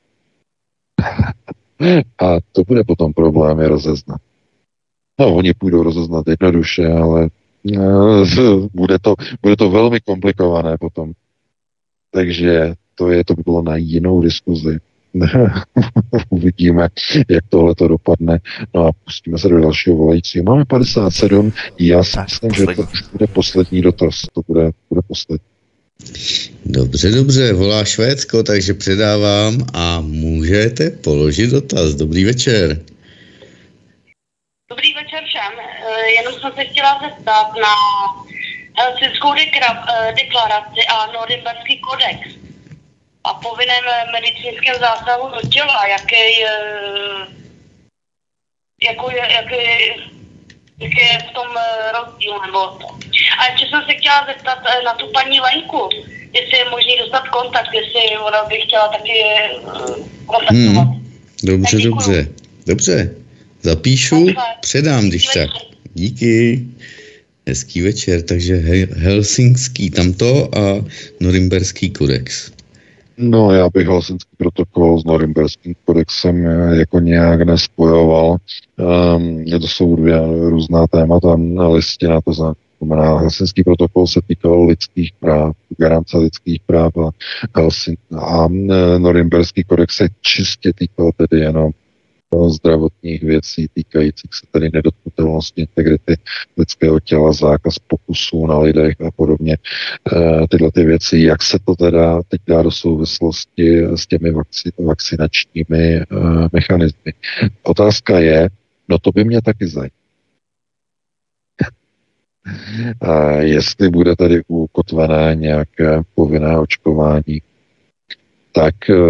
Speaker 3: A to bude potom problém je rozeznat. No, oni půjdou rozeznat jednoduše, ale bude to, bude to velmi komplikované potom. Takže to je, to by bylo na jinou diskuzi. Uvidíme, jak tohle to dopadne. No a pustíme se do dalšího volajícího. Máme padesát sedm, já si myslím, že to už bude poslední dotaz. To bude, bude poslední.
Speaker 2: Dobře, dobře, volá Švédsko, takže předávám a můžete položit dotaz. Dobrý večer.
Speaker 7: Dobrý večer všem. Jenom jsem se chtěla zeptat na Helsinskou deklaraci a Norimberský kodex a povinném medicínském zásahu do těla, jaký, jako je, jaký, jaký je v tom rozdíl nebo to. A ještě jsem se chtěla zeptat na tu paní Lenku, jestli je možný dostat kontakt, jestli ona by chtěla taky kontaktovat.
Speaker 2: Hmm, dobře, dobře, dobře. Zapíšu, předám, když tak. Díky. Hezký večer, takže Helsinský tamto a Norimberský kodex.
Speaker 3: No, já bych Helsinský protokol s Norimberským kodexem jako nějak nespojoval. Um, to jsou dvě různá témata. Listina, to znamená, Helsinský protokol se týkal lidských práv, garance lidských práv a, Helsin- a Norimberský kodex se čistě týkal tedy jenom zdravotních věcí týkajících se tedy nedotknutelnosti, integrity lidského těla, zákaz pokusů na lidech a podobně. E, tyhle ty věci, jak se to teda teď dá do souvislosti s těmi vakci, vakcinačními e, mechanismy. Otázka je, no to by mě taky zajímalo. E, jestli bude tady ukotvené nějaké povinné očkování, tak e,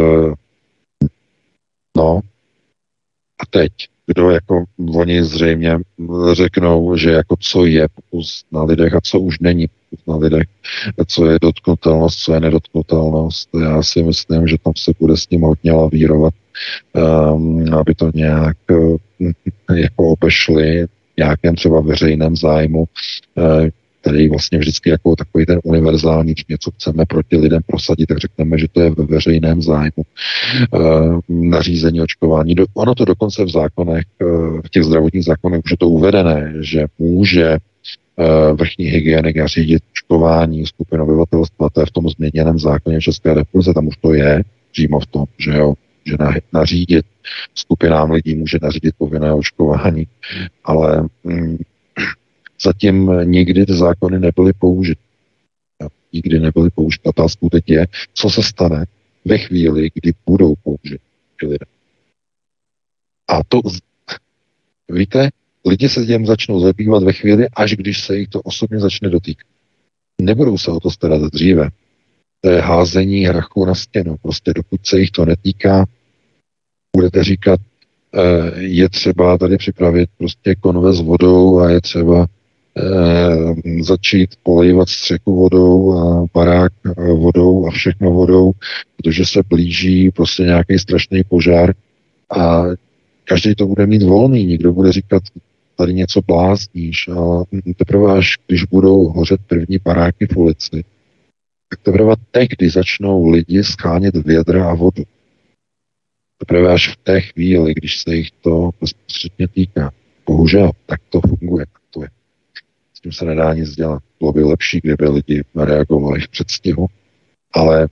Speaker 3: no a teď, kdo jako oni zřejmě řeknou, že jako co je pokus na lidech a co už není pokus na lidech, co je dotknutelnost, co je nedotknutelnost. Já si myslím, že tam se bude s tím hodně lavírovat, um, aby to nějak uh, jako obešli nějakém třeba veřejném zájmu, uh, který vlastně vždycky jako takový ten univerzální, když něco chceme proti lidem prosadit, tak řekneme, že to je ve veřejném zájmu. E, nařízení očkování. Do, ono to dokonce v zákonech, v těch zdravotních zákonech už je to uvedené, že může e, vrchní hygienik nařídit očkování skupin obyvatelstva, to je v tom změněném zákoně České republice, tam už to je přímo v tom, že jo, že na, nařídit skupinám lidí může nařídit povinné očkování, ale mm, zatím nikdy ty zákony nebyly použity. Nikdy nebyly použity. Otázkou teď je, co se stane ve chvíli, kdy budou použity lidé. A to, víte, lidi se těm začnou zabývat ve chvíli, až když se jich to osobně začne dotýkat. Nebudou se o to starat dříve. To je házení hrachu na stěnu. Prostě dokud se jich to netýká, budete říkat, je třeba tady připravit prostě konve s vodou a je třeba e, začít polejvat střechu vodou a barák vodou a všechno vodou, protože se blíží prostě nějaký strašný požár a každý to bude mít volný, někdo bude říkat, tady něco blázníš a teprve až když budou hořet první baráky v ulici, tak teprve tehdy začnou lidi schánět vědra a vodu. Teprve až v té chvíli, když se jich to bezprostředně týká. Bohužel, tak to funguje, tak to je. S tím se nedá nic dělat. Bylo by lepší, kdyby lidi reagovali v předstihu, ale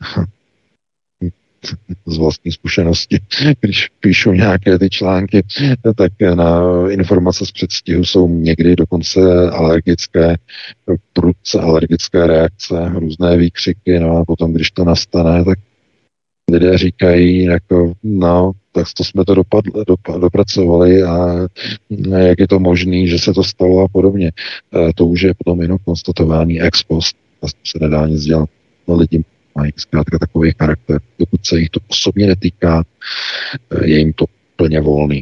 Speaker 3: z vlastní zkušenosti, když píšu nějaké ty články, tak na informace z předstihu jsou někdy dokonce alergické, prudce alergické reakce, různé výkřiky, no a potom, když to nastane, tak lidé říkají, jako, no, tak to jsme to dopadli, dopad, dopracovali a jak je to možné, že se to stalo a podobně. E, to už je potom jenom konstatování ex post, a se nedá nic dělat. No, lidi mají zkrátka takový charakter. Dokud se jich to osobně netýká, je jim to plně volný.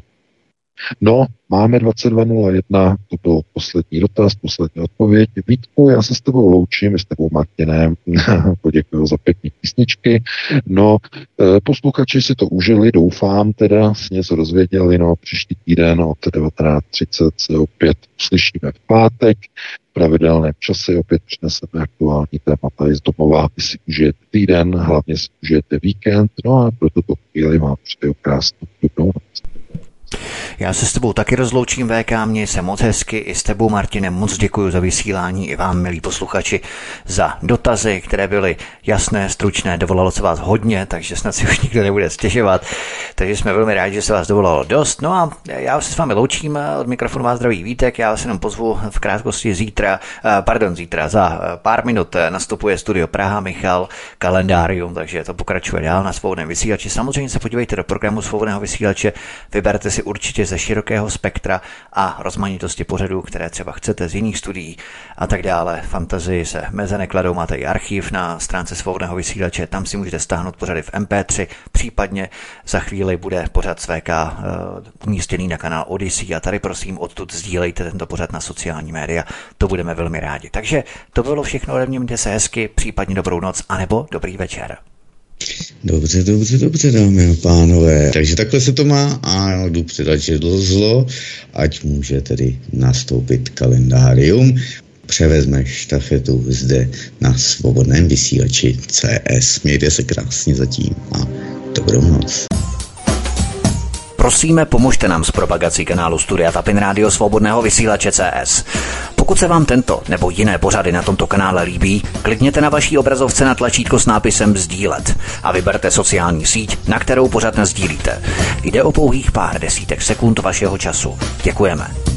Speaker 3: No, máme dvacet dva nula jedna, to byl poslední dotaz, poslední odpověď. Vítku, já se s tebou loučím, s tebou Martinem, poděkuju za pěkné písničky. No, posluchači si to užili, doufám teda, si něco dozvěděli, no, příští týden od devatenáct třicet se opět slyšíme v pátek, v pravidelném čase opět přineseme aktuální témata i z domova, vy si užijete týden, hlavně si užijete víkend, no a pro tuto chvíli vám přeju krásnou dobrou noc.
Speaker 1: Já se s tebou taky rozloučím, V K, měj se moc hezky, i s tebou, Martine, moc děkuji za vysílání, i vám, milí posluchači, za dotazy, které byly jasné, stručné, dovolalo se vás hodně, takže snad si už nikdo nebude stěžovat, takže jsme velmi rádi, že se vás dovolalo dost. No a já se s vámi loučím, od mikrofonu vás zdraví Vítek, já vás jenom pozvu v krátkosti zítra, pardon, zítra, za pár minut nastupuje Studio Praha, Michal, Kalendárium, takže to pokračuje dál na Svobodném vysílači. Samozřejmě se podívejte do programu Svobodného vysílače, vyberte si určitě ze širokého spektra a rozmanitosti pořadů, které třeba chcete z jiných studií a tak dále. Fantazii se meze nekladou, máte i archiv na stránce Svobodného vysílače, tam si můžete stáhnout pořady v em pé tři, případně za chvíli bude pořad S V K uh, umístěný na kanál Odyssey a tady prosím odtud sdílejte tento pořad na sociální média, to budeme velmi rádi. Takže to bylo všechno ode mě, mějte se hezky, případně dobrou noc, anebo dobrý večer.
Speaker 2: Dobře, dobře, dobře, dámy a pánové. Takže takhle se to má a jdu předat židlo zlo, ať může tedy nastoupit Kalendárium. Převezme štafetu zde na Svobodném vysílači C S. Mějte se krásně zatím a dobrou noc.
Speaker 1: Prosíme, pomožte nám s propagací kanálu Studia Tapin Rádio Svobodného vysílače C S. Pokud se vám tento nebo jiné pořady na tomto kanále líbí, klikněte na vaší obrazovce na tlačítko s nápisem sdílet a vyberte sociální síť, na kterou pořad nasdílíte. Jde o pouhých pár desítek sekund vašeho času. Děkujeme.